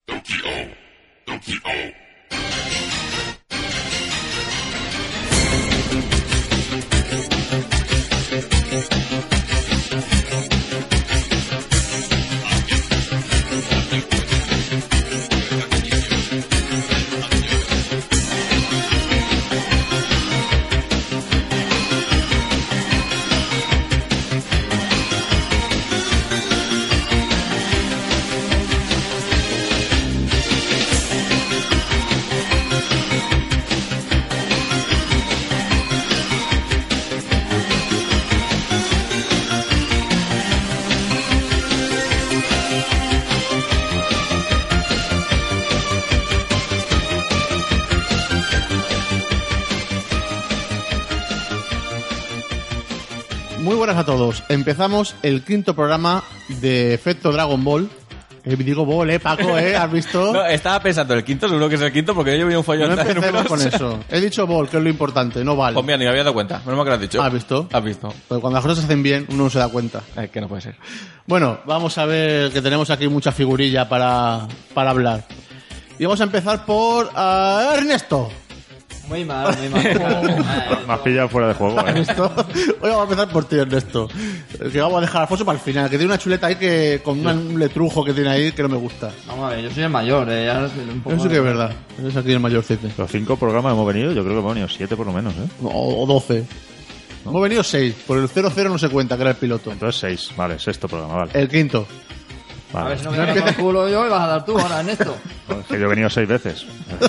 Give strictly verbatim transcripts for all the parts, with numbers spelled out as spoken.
Muy buenas a todos. Empezamos el quinto programa de Efecto Dragon Ball. Eh, digo Ball, ¿eh, Paco? ¿Eh? ¿Has visto? No, estaba pensando el quinto, seguro que es el quinto, porque yo vi un follón No de empecemos números. con eso. He dicho Ball, que es lo importante, no vale. Pues mira, ni me había dado cuenta. Menos mal que lo has dicho. ¿Has visto? Has visto. Pues cuando las cosas se hacen bien, uno no se da cuenta. Es que no puede ser. Bueno, vamos a ver que tenemos aquí mucha figurilla para, para hablar. Y vamos a empezar por uh, Ernesto. Muy mal, muy mal. Me has pillado fuera de juego, ¿Has ¿eh? visto? Hoy vamos a empezar por ti, Ernesto. Que vamos a dejar a Alfonso para el final, que tiene una chuleta ahí que con una- un letrujo que tiene ahí que no me gusta. Vamos a ver, yo soy el mayor, eh. Ya soy un poco Eso sí que es verdad. Es aquí el mayorcito. Los cinco programas hemos venido, yo creo que hemos venido siete por lo menos, ¿eh? O, o doce. Hemos venido seis. Por el cero cero no se cuenta, que era el piloto. Entonces seis, vale, sexto programa, vale. El quinto. A Vale. ver si no me das el culo yo y vas a dar tú ahora, Ernesto. No, es que yo he venido seis veces.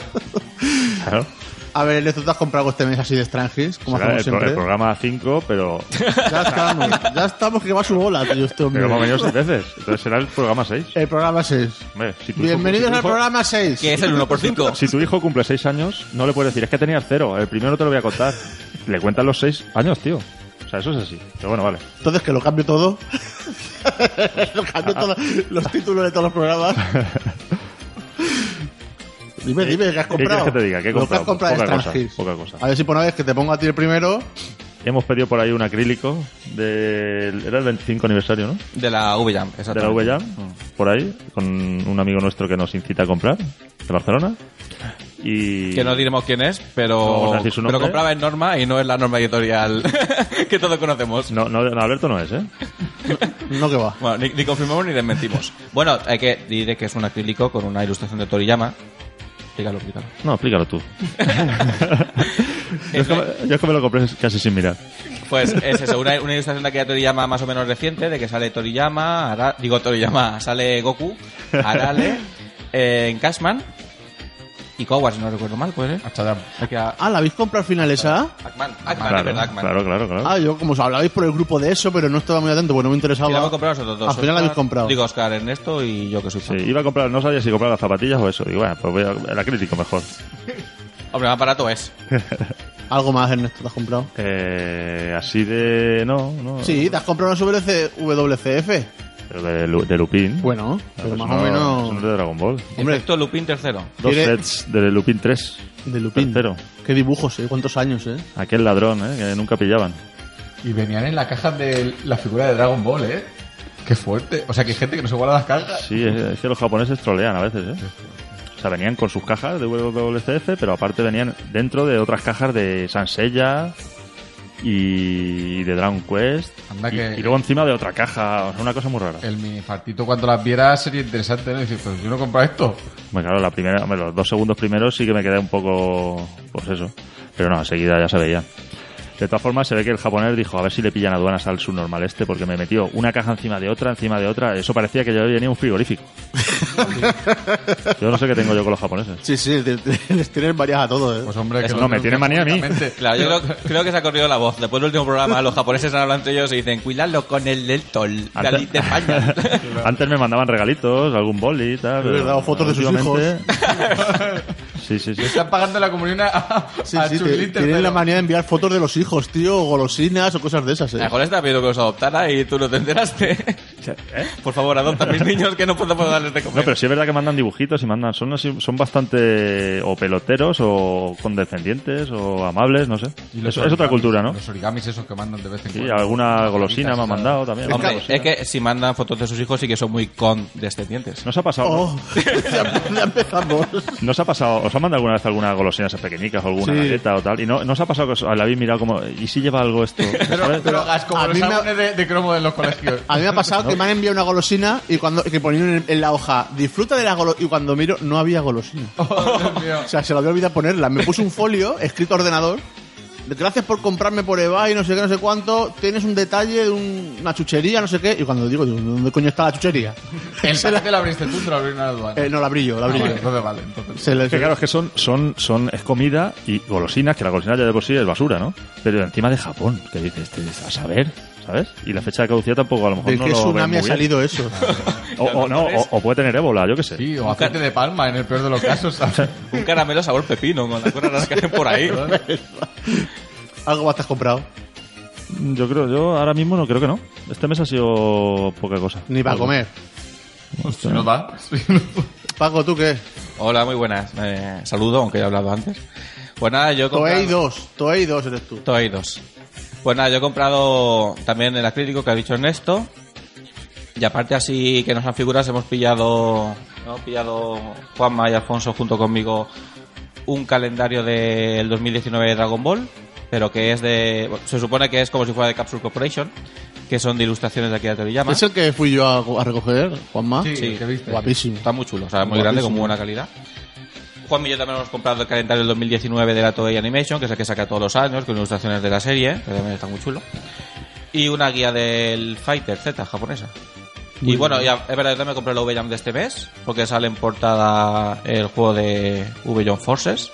Claro. A ver, Ernesto, ¿te has comprado algo este mes así de Strangis? Como Será hacemos el, pro- siempre. el programa cinco, pero, Ya estamos. Ya estamos que va su bola, tío, este hombre. pero hemos venido seis veces. Entonces será el programa seis. El programa seis. Hombre, si tu hijo- Bienvenidos si tu al hijo- programa seis. Que es el uno por cinco. Si tu hijo cumple seis años, no le puedes decir, es que tenías cero. El primero no te lo voy a contar. Le cuentan los seis años, tío. O sea, eso es así. Pero bueno, vale. Entonces, que lo cambio todo. Lo cambio todo, los títulos de todos los programas. Dime, dime, ¿qué has comprado? quieres que te diga? ¿Qué he Lo que has comprado? comprado de Poca cosa, Strangis. poca cosa. A ver si por una vez que te pongo a ti el primero. Hemos pedido por ahí un acrílico del... Era el veinticinco aniversario, ¿no? De la V-Jam, De la exactamente. V-Jam, por ahí, con un amigo nuestro que nos incita a comprar, de Barcelona. Y... Que no diremos quién es, No pero, vamos a decir su pero nombre. compraba en Norma y no es la norma editorial que todos conocemos. No, no, no, Alberto no es, ¿eh? No, que va. Bueno, ni, ni confirmamos ni desmentimos. Bueno, hay que decir que es un acrílico con una ilustración de Toriyama. Explícalo, explícalo. No, explícalo tú. yo, es que me, yo es que me lo compré casi sin mirar. Pues es eso, una, una ilustración de aquella Toriyama más o menos reciente, de que sale Toriyama, Ara- digo Toriyama, sale Goku, Arale, eh, en Cashman y Coward, si no recuerdo mal, pues, ¿eh? Aquí a- Ah, ¿la habéis comprado al final esa? Ackman, Ackman, Claro, es verdad, Ackman. claro, claro, claro. Ah, yo como os hablabais por el grupo de eso, pero no estaba muy atento, porque no me interesaba. Y la hemos comprado nosotros dos. Al final la habéis Oscar- comprado. Digo Oscar, Ernesto y yo que soy fan. Sí, iba a comprar, no sabía si comprar las zapatillas o eso. Digo, bueno, pues voy a, el acrílico mejor. Hombre, más barato es. Algo más, Ernesto, ¿te has comprado? Eh, así de... No, no. Sí, te has comprado una W C W C F. Pero de, Lu- de Lupin. Bueno, Claro, pero eso más no- o eso no es menos de Dragon Ball. Hombre. Efecto Lupin tercero. Dos Quiere- sets de Lupin tres. de Lupin. Tercero. Qué dibujos, ¿eh? ¿Cuántos años, eh? Aquel ladrón, ¿eh? Que nunca pillaban. Y venían en la caja de la figura de Dragon Ball, ¿eh? Qué fuerte. O sea, que hay gente que no se guarda las cajas. Sí, es, es que los japoneses trolean a veces, ¿eh? O sea, venían con sus cajas de W C F, pero aparte venían dentro de otras cajas de Sansella y de Dragon Quest. Anda y, que- y luego encima de otra caja, o sea, una cosa muy rara. El minifartito cuando las vieras sería interesante, ¿no? Decir, pues yo no compro esto. Bueno, claro, la primera, hombre, los dos segundos primeros sí que me quedé un poco, pues eso. Pero no, enseguida ya se veía. De todas formas, se ve que el japonés dijo, a ver si le pillan aduanas al subnormal este, porque me metió una caja encima de otra, encima de otra. Eso parecía que yo venía un frigorífico. Yo no sé qué tengo yo con los japoneses. Sí, sí, te- te- les tienen varias a todos, ¿eh? Pues hombre, que Eso no, me tiene manía a mí. Exactamente. Claro, yo creo, creo que se ha corrido la voz. Después del último programa, los japoneses han hablado entre ellos y dicen, cuidadlo con el del Tol, de, Antes- Ali- de España. Antes me mandaban regalitos, algún boli y tal. Es verdad, pero o fotos de sus últimamente- Sí, sí, sí. Están pagando la comunión a, a, Sí, a sí, Chulín te- tercero. tienen la manía de enviar fotos de los hijos, tío, o golosinas o cosas de esas, A ¿eh? lo mejor estaba pidiendo que los adoptara y tú no te enteraste. Por favor, adopta a mis niños que no podemos darles de comer. No, pero sí es verdad que mandan dibujitos y mandan, son así, son bastante o peloteros o condescendientes o amables, no sé. Y los Eso es otra origamis, cultura, ¿no? Los origamis esos que mandan de vez en Sí, cuando. alguna golosina me han Cositas, mandado también. Hombre, Golosina. es que si mandan fotos de sus hijos sí que son muy condescendientes. ¿No os ha pasado? Oh, ya, ya empezamos. ¿No os ha pasado? ¿Os han mandado alguna vez alguna golosina esas pequeñicas o alguna Sí. galleta o tal? ¿Y no, no os ha pasado que os la habéis mirado como, ¿y si lleva algo esto? Pero, ¿Sabes? pero hagas como a los mí me ha- álbumes de, de cromo de los colegios. A mí me ha pasado que me han enviado una golosina y cuando que ponían en, en la hoja, disfruta de la golosina. Y cuando miro, no había golosina. Oh, Dios mío. O sea, se lo había olvidado ponerla. Me puse un folio, escrito a ordenador. Gracias por comprarme por eBay, no sé qué, no sé cuánto. Tienes un detalle de un- una chuchería, no sé qué. Y cuando digo, digo, ¿dónde coño está la chuchería? El Se la- paquete lo abriste tú, te lo abrieron a la aduana. eh, no, la brillo, la Ah, brillo. vale, entonces vale. Entonces. Se le- Es que claro, es que son, son, son, es comida y golosinas, que la golosina ya de por sí es basura, ¿no? Pero encima de Japón, que dices, este, a saber, ¿sabes? Y la fecha de caducidad tampoco, a lo mejor ¿De no qué lo ven tsunami muy ha bien. salido eso? O, o no, o, o puede tener ébola, yo qué sé. Sí, o aceite de palma, en el peor de los casos, ¿sabes? Un caramelo sabor pepino con las cosas raras que hacen por ahí. Algo más te has comprado. Yo creo, yo ahora mismo no creo que no. Este mes ha sido poca cosa. Ni para comer. Si no da. Paco, ¿tú qué? Hola, muy buenas. Eh, saludo, aunque ya he hablado antes. Pues nada, yo he comprado... Toei dos. Toei dos eres tú. Toei dos. Pues nada, yo he comprado también el acrílico que ha dicho Ernesto. Y aparte así que nos han figurado, hemos pillado... Hemos pillado Juanma y Alfonso junto conmigo un calendario del dos mil diecinueve de Dragon Ball, pero que es de... Se supone que es como si fuera de Capsule Corporation, que son de ilustraciones de Akira Toriyama. ¿Es el que fui yo a, a recoger, Juanma? Sí, Sí. ¿qué viste? Guapísimo. Está muy chulo, o sea, muy grande, con muy buena calidad. Juan y yo también hemos comprado el calendario del dos mil diecinueve de la Toei Animation, que es el que saca todos los años, con ilustraciones de la serie, que también está muy chulo. Y una guía del Fighter Z japonesa. Y bueno, ya, es verdad, yo también compré la V-Jam de este mes, porque sale en portada el juego de V-Jam Forces.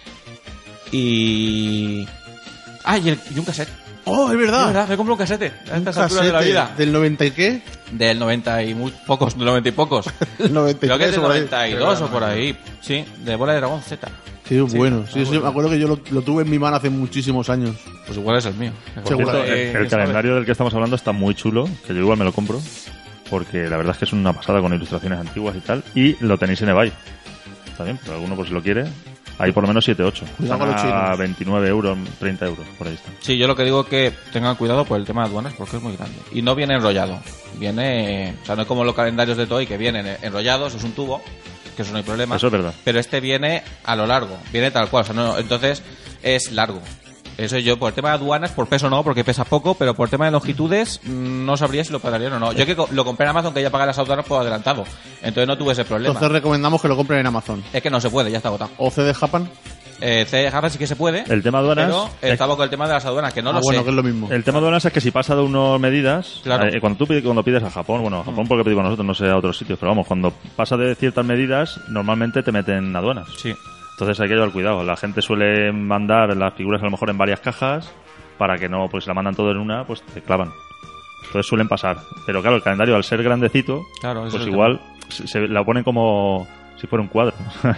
Y... Ah, y, el- y un cassette. ¡Oh, es Es verdad! verdad, me compré un cassette a Un estas alturas de la casete vida. ¿Del noventa y qué? Del noventa y muy pocos, del noventa y pocos. El noventa y Creo que es tres del o por ahí. noventa y dos o por ahí. Sí, de Bola de Dragón Z. Qué bueno. Sí, está sí, bueno. me acuerdo que yo lo, lo tuve en mi mano hace muchísimos años. Pues igual es el mío. Por Seguro. cierto, Eh, el, ¿quién el sabe? calendario del que estamos hablando está muy chulo, que yo igual me lo compro, porque la verdad es que es una pasada con ilustraciones antiguas y tal, y lo tenéis en eBay. Está bien, pero alguno pues si lo quiere, hay por lo menos siete ocho. Cuidado con los Están a chinos. veintinueve euros, treinta euros, por ahí está. Sí, yo lo que digo es que tengan cuidado por el tema de aduanas porque es muy grande. Y no viene enrollado. Viene... O sea, no es como los calendarios de Toei que vienen enrollados, es un tubo, que eso no hay problema. Eso es verdad. Pero este viene a lo largo, viene tal cual. O sea, no, entonces es largo. Eso yo, por el tema de aduanas, por peso no, porque pesa poco, pero por tema de longitudes mm, no sabría si lo pagarían o no. Yo que co- lo compré en Amazon, que ya pagué las aduanas por adelantado. Entonces no tuve ese problema. Entonces recomendamos que lo compren en Amazon. Es que no se puede, ya está agotado. O C D Japan. Eh, C D Japan sí que se puede. El tema aduanas Pero es- estaba con el tema de las aduanas, que no ah, lo bueno, sé. que es lo mismo. El tema de aduanas es que si pasa de unas medidas, Claro. eh, cuando tú pides, cuando pides a Japón, bueno, a Japón porque pedimos nosotros, no sé a otros sitios, pero vamos, cuando pasa de ciertas medidas, normalmente te meten aduanas. Sí. Entonces hay que llevar cuidado. La gente suele mandar las figuras a lo mejor en varias cajas para que no, pues si la mandan todo en una, pues te clavan. Entonces suelen pasar. Pero claro, el calendario al ser grandecito, Claro, ese pues es el igual se, se la ponen como si fuera un cuadro.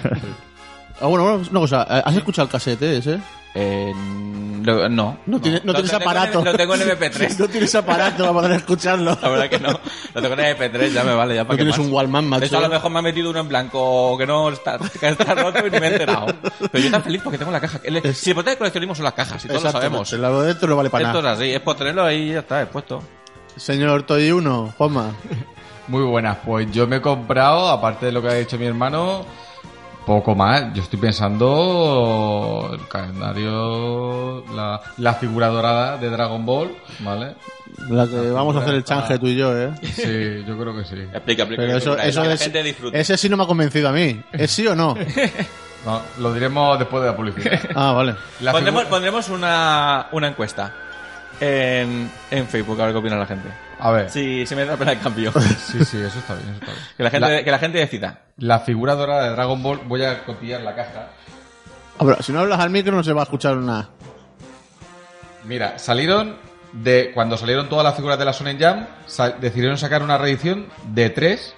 Ah, bueno, bueno, una cosa. ¿Has escuchado el casete ese? Eh, lo- no. No, tiene- no Lo tienes tengo en- aparato. Lo tengo en M P tres. No tienes aparato para poder escucharlo. La verdad que no. Lo tengo en M P tres, ya me vale. Ya para No qué tienes más. un Walkman, macho. De hecho, a lo mejor me ha metido uno en blanco que no está, que está roto y ni me he enterado. Pero yo tan feliz porque tengo la caja. El, si el portal de coleccionismo son las cajas, y todos lo sabemos. El lado de dentro no vale para Esto es nada. así, es por tenerlo ahí y ya está, es puesto. Señor Toy uno, Juanma. Muy buenas, pues yo me he comprado, aparte de lo que ha dicho mi hermano, poco más. Yo estoy pensando el calendario, la, la figura dorada de Dragon Ball, ¿vale? La que vamos a hacer el change tú y yo, ¿eh? Sí, yo creo que sí. Explica, explica. Pero eso, explica, eso que la es- gente disfrute. ese sí no me ha convencido a mí. ¿Es sí o no? No, lo diremos después de la publicidad. Ah, vale. La Pondremos, figu- pondremos una, una encuesta en, en Facebook a ver qué opina la gente. A ver, Si, si me da la pena el cambio. sí, sí, eso está bien, eso está bien. Que la gente, La- que la gente decida. La figura dorada de Dragon Ball, voy a copiar la caja. Ah, pero si no hablas al micro no se va a escuchar nada. Mira, salieron de cuando salieron todas las figuras de la Shonen Jam, sa- decidieron sacar una reedición de tres,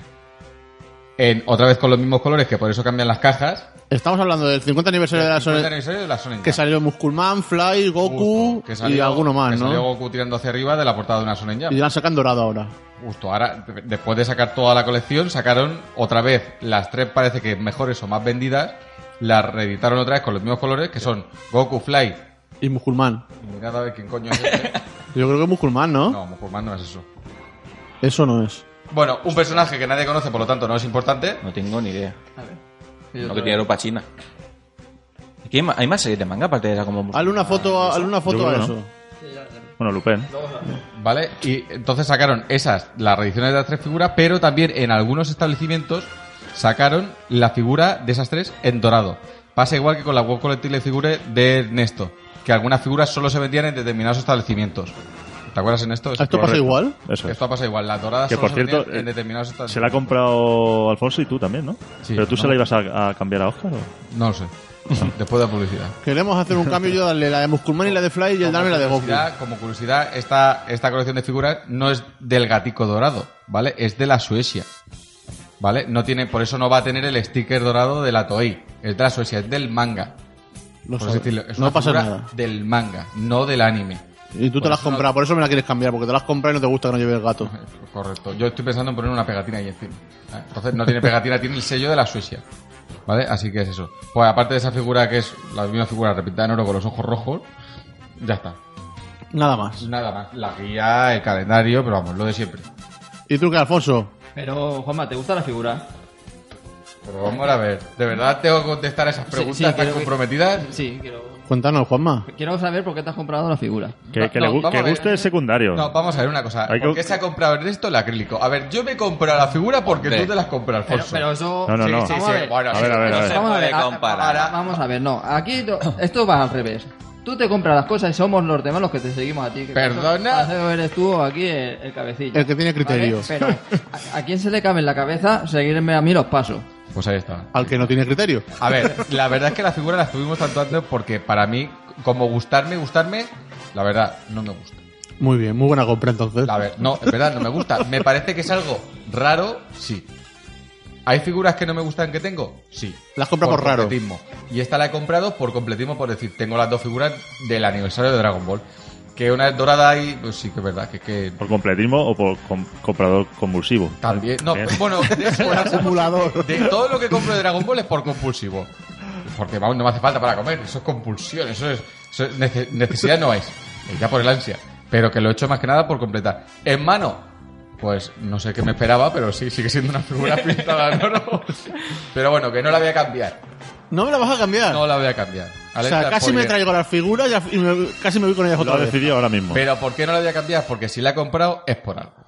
en otra vez con los mismos colores, que por eso cambian las cajas. Estamos hablando del cincuenta aniversario de la cincuenta Sony, aniversario de la Shonen Jam. que salió Musculman, Fly, Goku Justo, que y salió- alguno más, que salió ¿no? Goku tirando hacia arriba de la portada de una Shonen Jam. Y ya la sacan dorado ahora. justo ahora, de- después de sacar toda la colección, sacaron otra vez las tres, parece que mejores o más vendidas, las reeditaron otra vez con los mismos colores, que son Goku, Fly, Y musulmán. y mirad a ver quién coño es este. Yo creo que es musulmán, ¿no? No, musulmán no es eso. Eso no es. Bueno, un personaje que nadie conoce, por lo tanto no es importante. No tengo ni idea. A ver. No que tiene ropa china. Aquí hay ma- hay más series de manga aparte de esa como... Hazle una foto, a- hazle una foto Yo a creo eso. que Bueno, Lupin. ¿Vale? Y entonces sacaron esas, las reediciones de las tres figuras, pero también en algunos establecimientos sacaron la figura de esas tres en dorado. Pasa igual que con la Web Collectible Figure de Ernesto, que algunas figuras solo se vendían en determinados establecimientos. ¿Te acuerdas, Ernesto? ¿Esto pasa Correcto. igual? Eso es. Esto pasa igual, las doradas Que solo por se cierto, vendían en eh, determinados se la ha establecimientos. comprado Alfonso y tú también, ¿no? Sí, Pero tú ¿no? se la ibas a, a cambiar a Oscar, ¿o? No lo sé. Después de la publicidad. Queremos hacer un cambio, yo darle la de Musculman y la de Fly y el darme la de Goku. curiosidad, como curiosidad, esta, esta colección de figuras no es del gatico dorado, ¿vale? Es de la Suecia. ¿Vale? No tiene, por eso no va a tener el sticker dorado de la Toei. Es de la Suecia, es del manga. Lo Por así sabes. decirlo. Es No una pasa figura nada. del manga, no del anime. Y tú Por te la has eso no- comprado, por eso me la quieres cambiar, porque te la has comprado y no te gusta que no lleve el gato. Correcto. Yo estoy pensando en poner una pegatina ahí encima. ¿Vale? Entonces no tiene pegatina, tiene el sello de la Suecia. ¿Vale? Así que es eso. Pues aparte de esa figura que es la misma figura repintada en oro con los ojos rojos, ya está. Nada más. Nada más. La guía, el calendario, pero vamos, lo de siempre. ¿Y tú qué, Alfonso? Pero, Juanma, ¿te gusta la figura? Pero vamos a ver, ¿de verdad tengo que contestar a esas preguntas sí, tan creo que- comprometidas? Sí, quiero, Cuéntanos, Juanma. quiero saber por qué te has comprado la figura. Que, No, que no, le gu- vamos que a ver. guste es secundario. No, vamos a ver una cosa. Hay ¿Por que- qué se ha comprado Ernesto el acrílico? A ver, yo me he comprado la figura porque Hombre. tú te la has comprado, Pero, Alfonso. pero eso... No, no, Sí, no. sí, Vamos sí. a ver. Bueno, A sí, ver, a ver, no a se ver. Vamos a ver, puede a- comparar. a- vamos a ver, no. Aquí to- esto va al revés. Tú te compras las cosas y somos los demás los que te seguimos a ti. que ¿Perdona? eso- eso eres tú aquí el, el cabecillo. El que tiene criterio. ¿Vale? Pero, ¿a, a quién se le cabe en la cabeza seguirme a mí los pasos? Pues ahí está. Al que no tiene criterio. A ver, la verdad es que la figura la estuvimos tanto antes porque para mí, como gustarme, gustarme, la verdad, no me gusta. Muy bien, muy buena compra entonces. La ver, no, en verdad, no me gusta. Me parece que es algo raro, sí. ¿Hay figuras que no me gustan que tengo? Sí. Las compras por raro. completismo. Y esta la he comprado por completismo, por decir, tengo las dos figuras del aniversario de Dragon Ball. Que una es dorada y, pues sí que es verdad, que es que... ¿Por completismo o por com- comprador convulsivo? También, no, Bien. bueno, de, Por acumulador. de todo lo que compro de Dragon Ball es por compulsivo. Porque vamos, no me hace falta para comer, eso es compulsión, eso es, eso es nece- necesidad no es, es ya por el ansia. Pero que lo he hecho más que nada por completar. En mano, pues no sé qué me esperaba, pero sí, sigue siendo una figura pintada en oro. Pero bueno, que no la voy a cambiar. ¿No me la vas a cambiar? No la voy a cambiar. o sea, casi me traigo las figuras y, al- y me- casi me voy con ellas Lo otra ha vez. decidido ahora mismo. Pero ¿por qué no la voy a cambiar? Porque si la he comprado es por algo.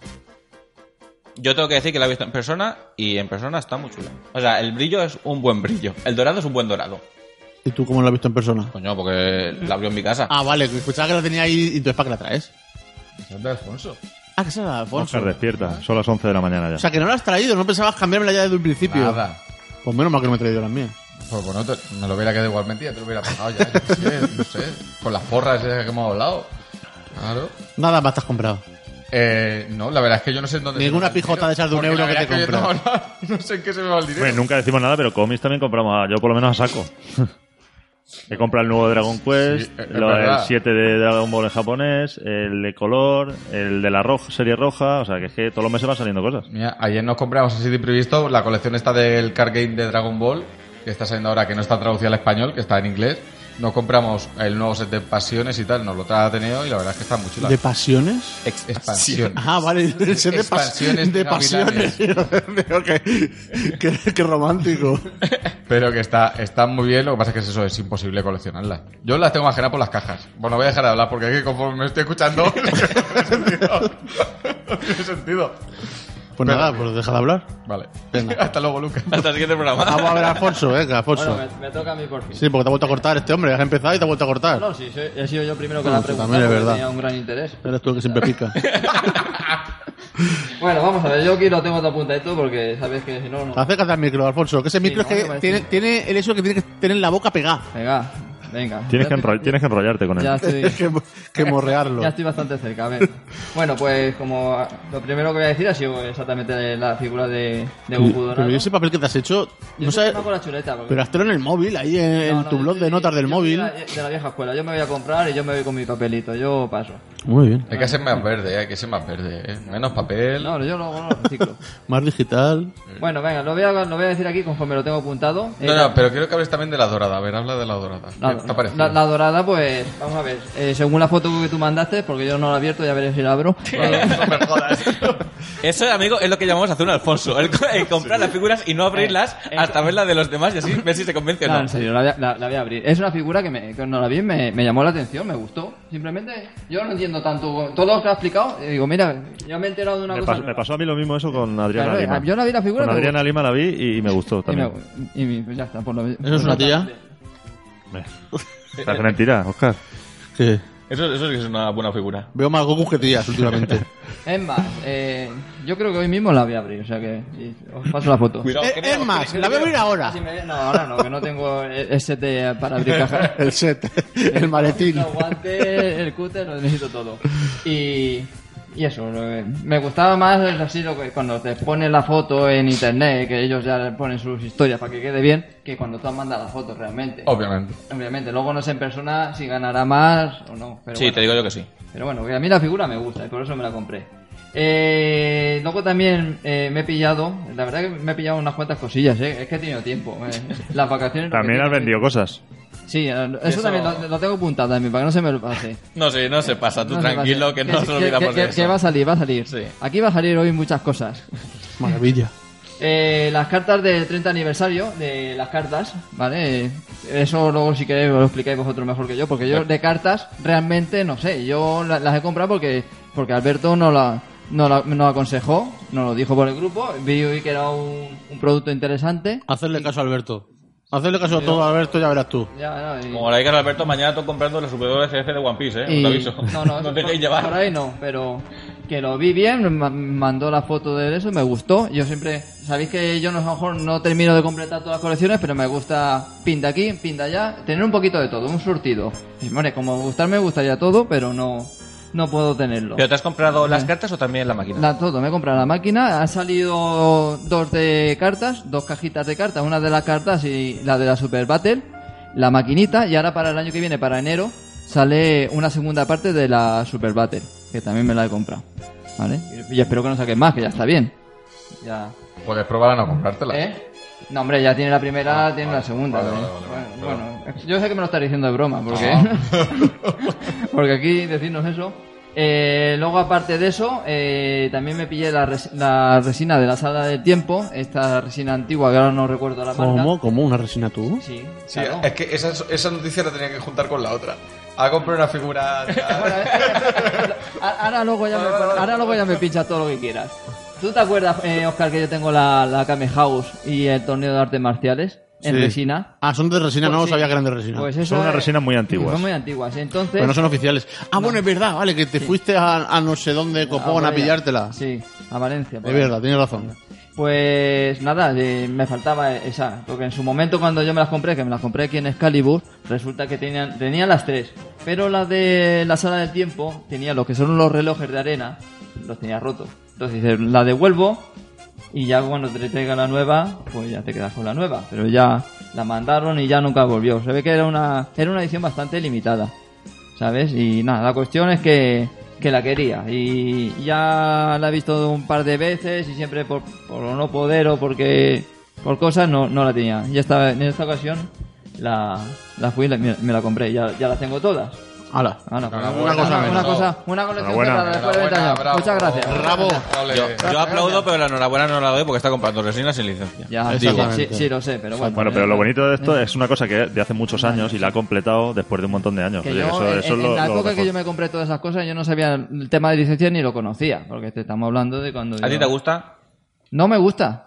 Yo tengo que decir que la he visto en persona y en persona está muy chula. O sea, el brillo es un buen brillo. El dorado es un buen dorado. ¿Y tú cómo la has visto en persona? Coño, porque la abrió en mi casa. Ah, vale, que escuchaba que la tenía ahí y entonces ¿para qué la traes? Es de Alfonso. Ah, que esa era Alfonso. Oscar, despierta. Son las once de la mañana ya. O sea, que no la has traído, no pensabas cambiármela ya desde el principio. Nada. Pues menos mal que no me he traído las mías. Pues bueno, te- me lo hubiera quedado igualmente y ya te lo hubiera pagado ya. Yo qué sé, no sé. Con las porras esas que hemos hablado. Claro. Nada más te has comprado. Eh, no, la verdad es que yo no sé en dónde... Ninguna se me va el pijota dinero, de esas de un porque euro la que verdad te es yo compras. No, no sé en qué se me va el dinero. Bueno, nunca decimos nada, pero cómics también compramos. a- Yo por lo menos a saco. He comprado el nuevo Dragon Quest, Sí, es lo- el verdad. siete de Dragon Ball en japonés, el de color, el de la roja, serie roja. O sea, que es que todos los meses van saliendo cosas. Mira, ayer nos compramos así de imprevisto la colección esta del card game de Dragon Ball, que está saliendo ahora, que no está traducida al español, que está en inglés. Nos compramos el nuevo set de pasiones y tal, nos lo trae Ateneo y la verdad es que está muy chula. ¿De pasiones? Ex- expansión. Ah, vale, el set de, pas- Expansiones de pasiones. Pero qué, qué, qué romántico. Pero que está, está muy bien, lo que pasa es que es eso, es imposible coleccionarlas. Yo las tengo más que nada por las cajas. Bueno, voy a dejar de hablar porque es que conforme me estoy escuchando, no tiene sentido. No tiene sentido. Pues Pero- nada, pues deja de hablar. Vale. Hasta luego, Lucas. Hasta el siguiente programa. Vamos a ver a Alfonso, venga, Alfonso. Bueno, me, me toca a mí por fin. Sí, porque te ha vuelto a cortar este hombre. Has empezado y te ha vuelto a cortar. No, sí, soy- he sido yo primero que No, la eso pregunta también es porque verdad. tenía un gran interés. Eres tú el que siempre pica. Bueno, vamos a ver, yo aquí lo tengo todo apuntadito porque sabes que si no, no... Acércate al micro, Alfonso, que ese micro no, es me que parece tiene, bien. tiene el hecho que tiene que tener la boca pegada. Venga, venga. Tienes que, Ya enro- estoy- tienes que enrollarte con él. Ya estoy, que, que morrearlo. ya estoy bastante cerca, a ver. Bueno, pues como lo primero que voy a decir ha sido exactamente la figura de, de Goku Dorado. Pero ¿y ese papel que te has hecho? Yo No soy sabes. una con la chuleta. porque- Pero hazlo en el móvil, ahí en, No, en no, tu yo blog de soy- notas del yo soy móvil. De la, de la vieja escuela, yo me voy a comprar y yo me voy con mi papelito, yo paso. Muy bien. Hay que ser más verde, eh, hay que ser más verde. Eh. Menos papel. No, yo lo, lo reciclo. Más digital. Bueno, venga, lo voy, a, lo voy a decir aquí conforme lo tengo apuntado. Eh, No, no, pero quiero que hables también de la dorada. A ver, habla de la dorada. La, ¿Qué te ha parecido? la- la dorada, pues, vamos a ver. Eh, según la foto que tú mandaste, porque yo no la he abierto, ya veré si la abro. Eh, No me jodas. Eso, amigo, es lo que llamamos hacer un Alfonso. El, el comprar las figuras y no abrirlas Eh, hasta ver las de los demás y así ver si se convence o no, no. en serio, la, voy a- la- la voy a abrir. Es una figura que, me, que cuando la vi me, me llamó la atención, me gustó. Simplemente, yo no entiendo tanto. Todo lo que ha explicado, eh, digo, mira, ya me he enterado de una Me, cosa. pas- me pasó a mí lo mismo eso con Adriana Claro, Lima. yo la vi la figura. Con me Adriana Lima la vi y, y me gustó gustó. Y, también. me, y mi- pues ya está, por lo ¿Eso es una tía? Parece mentira, Oscar. Que Eso, eso sí que es una buena figura. veo más Goku que tías últimamente. Es más, eh, yo creo que hoy mismo la voy a abrir, o sea que y os paso la foto. Cuidado, Eh, que no- es más, la voy a abrir ahora. Si me- no, ahora no, que no tengo el set de- para abrir cajas. El set, el maletín. Los guantes, el cúter, lo necesito todo. Y, y eso, lo- me gustaba más es así lo que cuando te ponen la foto en internet, que ellos ya le ponen sus historias para que quede bien, que cuando tú has mandado la foto realmente. Obviamente. Obviamente, luego no sé en persona si ganará más o no. Pero Sí, bueno. te digo yo que sí. Pero bueno, que a mí la figura me gusta y por eso me la compré. Eh, luego también eh, me he pillado, la verdad que me he pillado unas cuantas cosillas, ¿eh? Es que he tenido tiempo. eh. Las vacaciones... lo que También has tiene- vendido cosas. Sí, eh, eso, Eso- también lo, lo tengo apuntado también, para que no se me lo pase. No sé, no se pasa. Tú No se tranquilo, pase. que no nos que, olvidamos que- de que- eso. que va a salir, va a salir. Sí. Aquí va a salir hoy muchas cosas. Maravilla. Eh, las cartas del treinta aniversario de las cartas, ¿vale? Eh, Eso luego si queréis lo explicáis vosotros mejor que yo, porque yo de cartas realmente no sé. Yo la- las he comprado porque porque Alberto no la no la, no la aconsejó, nos lo dijo por el grupo, vi que era un, un producto interesante. Hacerle caso a Alberto. Hacerle caso a todo a Alberto, ya verás tú. Ya, ya, y- Como la digas Alberto, mañana estoy comprando la superior S F de One Piece, ¿eh? y- Os aviso. no, no, no eso te dejéis por, llevar. por ahí no, pero que lo vi bien, me mandó la foto de eso, me gustó. Yo siempre, sabéis que yo no, a lo mejor no termino de completar todas las colecciones, pero me gusta pinta aquí, pinta allá, tener un poquito de todo, un surtido. Y, bueno, como gustarme, me gustaría todo, pero no, no puedo tenerlo. ¿Pero te has comprado las cartas o también la máquina? La, todo, me he comprado la máquina, han salido dos de cartas, dos cajitas de cartas, una de las cartas y la de la Super Battle, la maquinita, y ahora para el año que viene, para enero, sale una segunda parte de la Super Battle, que también me la he comprado, ¿vale? Y, y espero que no saquen más, que ya está bien. Ya. Puedes probar a no comprártela. ¿Eh? No, hombre, ya tiene la primera, Ah, tiene vale, la segunda. vale, ¿eh? vale, vale, bueno, vale. bueno, yo sé que me lo estás diciendo de broma, porque, porque aquí decirnos eso. Eh, luego, aparte de eso, eh, también me pillé la, res- la resina de la sala del tiempo, esta resina antigua que ahora no recuerdo la marca. ¿Cómo? ¿Cómo? ¿Una resina tú? Sí, Sí, claro. es que esa, esa noticia la tenía que juntar con la otra. Ha comprado una figura. Bueno, eh, eh, ahora, luego ya me, ahora luego ya me pinchas todo lo que quieras. ¿Tú te acuerdas, eh, Oscar, que yo tengo la, la Kame House y el torneo de artes marciales en Sí. resina? Ah, son de resina, Pues no sí. sabía que eran de resina. Pues eso Son unas es- resinas muy antiguas. Son muy antiguas. Entonces, Pero no son oficiales. Ah, bueno, es verdad, vale, que te fuiste a, a no sé dónde, Copón, Ah, a por ahí. pillártela. Sí, a Valencia. por Es ahí. verdad, tienes razón. Pues nada, eh, me faltaba esa. Porque en su momento cuando yo me las compré, que me las compré aquí en Excalibur, resulta que tenían, tenían las tres. Pero las de la sala del tiempo tenía lo que son los relojes de arena, los tenía rotos. Entonces dices, la devuelvo y ya cuando te traiga la nueva, pues ya te quedas con la nueva. Pero ya la mandaron y ya nunca volvió. Se ve que era una, era una edición bastante limitada, ¿sabes? Y nada, la cuestión es que, que la quería. Y ya la he visto un par de veces y siempre por, por no poder o porque por cosas no, no la tenía. Y esta, en esta ocasión la, la fui y la- me, me la compré. Ya, ya las tengo todas. Hala. Ahora, pues, Enhorabuena, una, cosa, menos. una cosa, una colección Enhorabuena. cerrada después de veinte años. bravo. Muchas gracias. Bravo. Ole. Yo, yo aplaudo, pero la enhorabuena no la doy porque está comprando resinas sin licencia. Ya, sí, Exactamente. sí, sí, lo sé, pero bueno. Bueno, pero lo bonito de esto Eh, es una cosa que de hace muchos años y la ha completado después de un montón de años. que Oye, yo, eso, en, eso es en lo, la lo época que mejor. yo me compré todas esas cosas, yo no sabía el tema de licencia ni lo conocía, porque te estamos hablando de cuando ¿A yo- ti te gusta? No me gusta.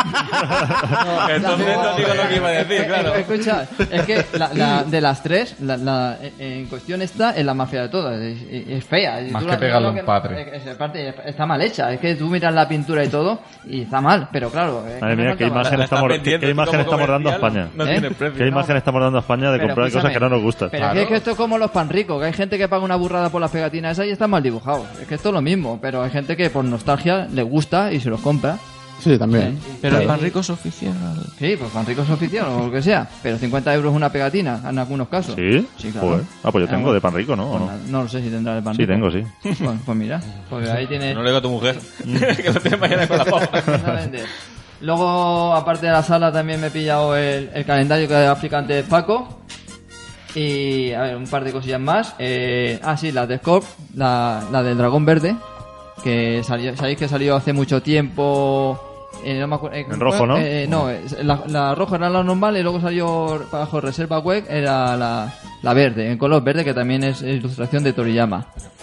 Entonces no digo lo que iba a decir, claro. Escucha, es que la, la- de las tres, la, la- en cuestión esta es la más fea de todas. Es, es fea. Y Más tú que la- pegarle no, un padre. es- es- aparte, está mal hecha. Es que tú miras la pintura y todo y está mal, pero claro. es que Madre me mía, falta qué más. imagen La estamos, estás qué, vendiendo qué tú imagen como estamos dando a comercial, España. No ¿Eh? tiene precio. ¿Qué imagen estamos dando a España de Pero comprar cosas escúchame, que no nos gustan? Pero es que- es que esto es como los pan ricos, que hay gente que paga una burrada por las pegatinas esas y están mal dibujados. Es que esto es lo mismo, pero hay gente que por nostalgia le gusta y se los compra. Sí, también. Sí. Pero el Sí. pan rico es oficial. Sí, pues pan rico es oficial o lo que sea. Pero cincuenta euros una pegatina en algunos casos. ¿Sí? Sí, claro. Joder. Ah, pues yo tengo Ah, de pan rico, ¿no? ¿O Pues no? nada, no lo sé si tendrá de pan Sí, rico. tengo, sí. Bueno, pues mira, porque ahí tiene... No le digo a tu mujer que lo tiene mañana con la papa. Exactamente. Luego, aparte de la sala, también me he pillado el, el calendario que explica antes Paco. Y, a ver, un par de cosillas más. Eh, ah, sí, la de Scorp, la, la del dragón verde. Que salió, sabéis que salió hace mucho tiempo. Eh, no me acuerdo, eh, En rojo, ¿no? Eh, no, es- la, la roja era la normal y luego salió bajo reserva web, era la, la verde, en color verde, que también es ilustración de Toriyama.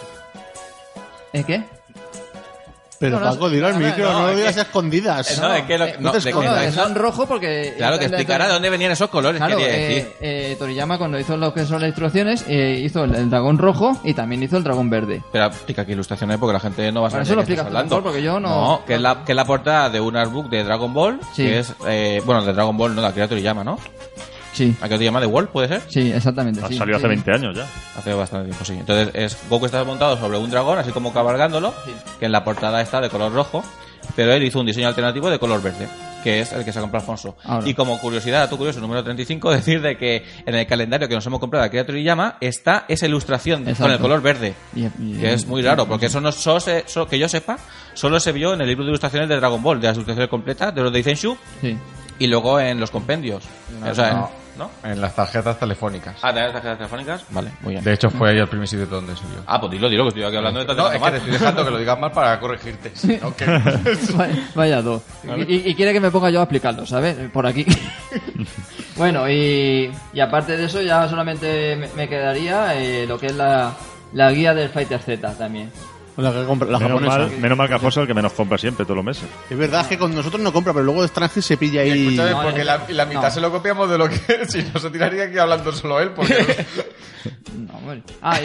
¿Eh, qué? Pero No, no, Paco, dilo al no, micro, no, no, lo es digas que- escondidas. No, es que lo- eh, no, te de que Bueno, escondas. que eso- son rojo porque... Claro, que explicará de dónde venían esos colores, Claro, quería eh, decir. eh, Toriyama cuando hizo lo que son las ilustraciones eh, hizo el, el dragón rojo y también hizo el dragón verde. Pero explica qué ilustraciones porque la gente no va a Bueno, saber eso de lo qué estás explicas tú hablando. mejor, porque yo no- que es la, que es la portada de un artbook de Dragon Ball, Sí. que es, eh, bueno, de Dragon Ball, no, de Akira Toriyama, ¿no? Sí, Akira Toriyama de World, ¿puede ser? sí, exactamente. Ha sí, salido hace sí. veinte años ya. Hace bastante tiempo, sí. Entonces, es, Goku está montado sobre un dragón, así como cabalgándolo, Sí. que en la portada está de color rojo, pero él hizo un diseño alternativo de color verde, que es el que se ha comprado Alfonso. Ahora. Y como curiosidad, dato curioso, número treinta y cinco, decir de que en el calendario que nos hemos comprado de Akira Toriyama está esa ilustración Exacto. con el color verde. Y- y- Que es muy raro, porque eso no solo se, solo- que yo sepa, solo se vio en el libro de ilustraciones de Dragon Ball, de las ilustraciones completas, de los de Issenshu, Sí. y luego en los compendios. o sea, no. en- ¿no? En las tarjetas telefónicas. Ah, ¿de las tarjetas telefónicas? Vale, muy bien. De hecho, fue ahí el primer sitio donde subió. Ah, pues dilo, dilo, que estoy aquí hablando de No, tarjetas es que te estoy dejando que lo digas mal para corregirte. Si no, que- Vaya, vaya dos. Y, y quiere que me ponga yo a explicarlo, ¿sabes? Por aquí. Bueno, y, y aparte de eso ya solamente me, me quedaría eh, lo que es la, la guía del Fighter Z también. La, que compra, la Menos japonesa. mal, menos mal que Alfonso es el que menos compra siempre, todos los meses. Es verdad que con nosotros no compra, pero luego de extranjero se pilla ahí. Escúchame, No, porque no, la, la mitad no. se lo copiamos de lo que... Si no, se tiraría aquí hablando solo él, porque... No, bueno. Ah,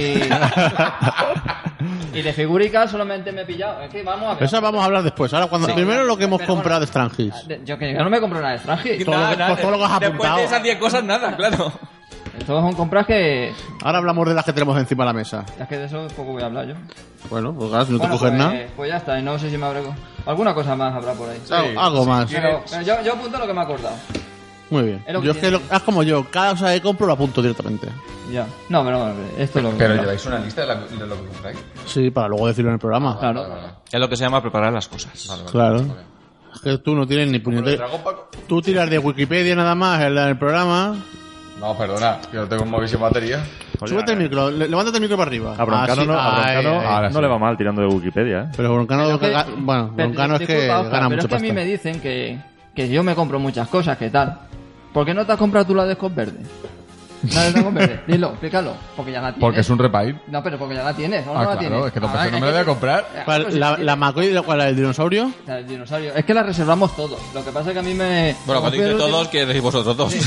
y, y, y de figuricas solamente me he pillado. Es que vamos a ver. Eso vamos a hablar después. Ahora, cuando Sí. primero lo que hemos Pero comprado de bueno, extranjis. de- Yo que yo no me compro nada de extranjero. Todo lo que- pues todo lo que has Después apuntado. de esas diez cosas, nada, claro. Todos son compras que... Ahora hablamos de las que tenemos encima de la mesa. Es que de eso poco voy a hablar yo. Bueno, pues claro, si no Bueno, te coges pues, nada. pues ya está. Y no sé si me habrá... Alguna cosa más habrá por ahí. Algo- algo si más. quieres- Pero, pero yo, yo apunto lo que me he acordado. Muy bien. es lo que Yo es que tiene. lo, haz como yo, cada cosa que compro lo apunto directamente. Ya. No, pero bueno, esto es lo que... Pero lleváis una lista de, la- de lo que compráis. Sí, para luego decirlo en el programa. Claro. Vale, vale, Es lo que se llama preparar las cosas. vale, vale. Claro. Vale. Es que tú no tienes ni ¿Pero el puñetero. dragón, Paco? Tú tiras de Wikipedia nada más en la- en el programa. No, perdona, que no tengo un móvil sin batería. Oye, Súbete el micro, le- levántate el micro para arriba. A Broncano, Así, no, a ay, Broncano ay. ahora no sí. le va mal tirando de Wikipedia, ¿eh? Pero Broncano, Pero que- caga- bueno, pero, Broncano es que disculpa, Oscar, gana pero mucho es que a mí pasta. me dicen que, que yo me compro muchas cosas, ¿qué tal? ¿Por qué no te has comprado tú la de Scott Verde? ¿La de Scott Verde? Dilo, explícalo. Porque ya la tienes. Porque es un repair. No, pero porque ya la tienes, ¿no? Ah, no la claro, tienes. es que no Ah, pensé, no me la voy a comprar. Eh, ¿Cuál, pues sí, la, sí, la McCoy, ¿cuál, la del dinosaurio? la del dinosaurio. Es que la reservamos todos. Lo que pasa es que a mí me... Bueno, cuando dice Pero- todos, quiere decir vosotros dos.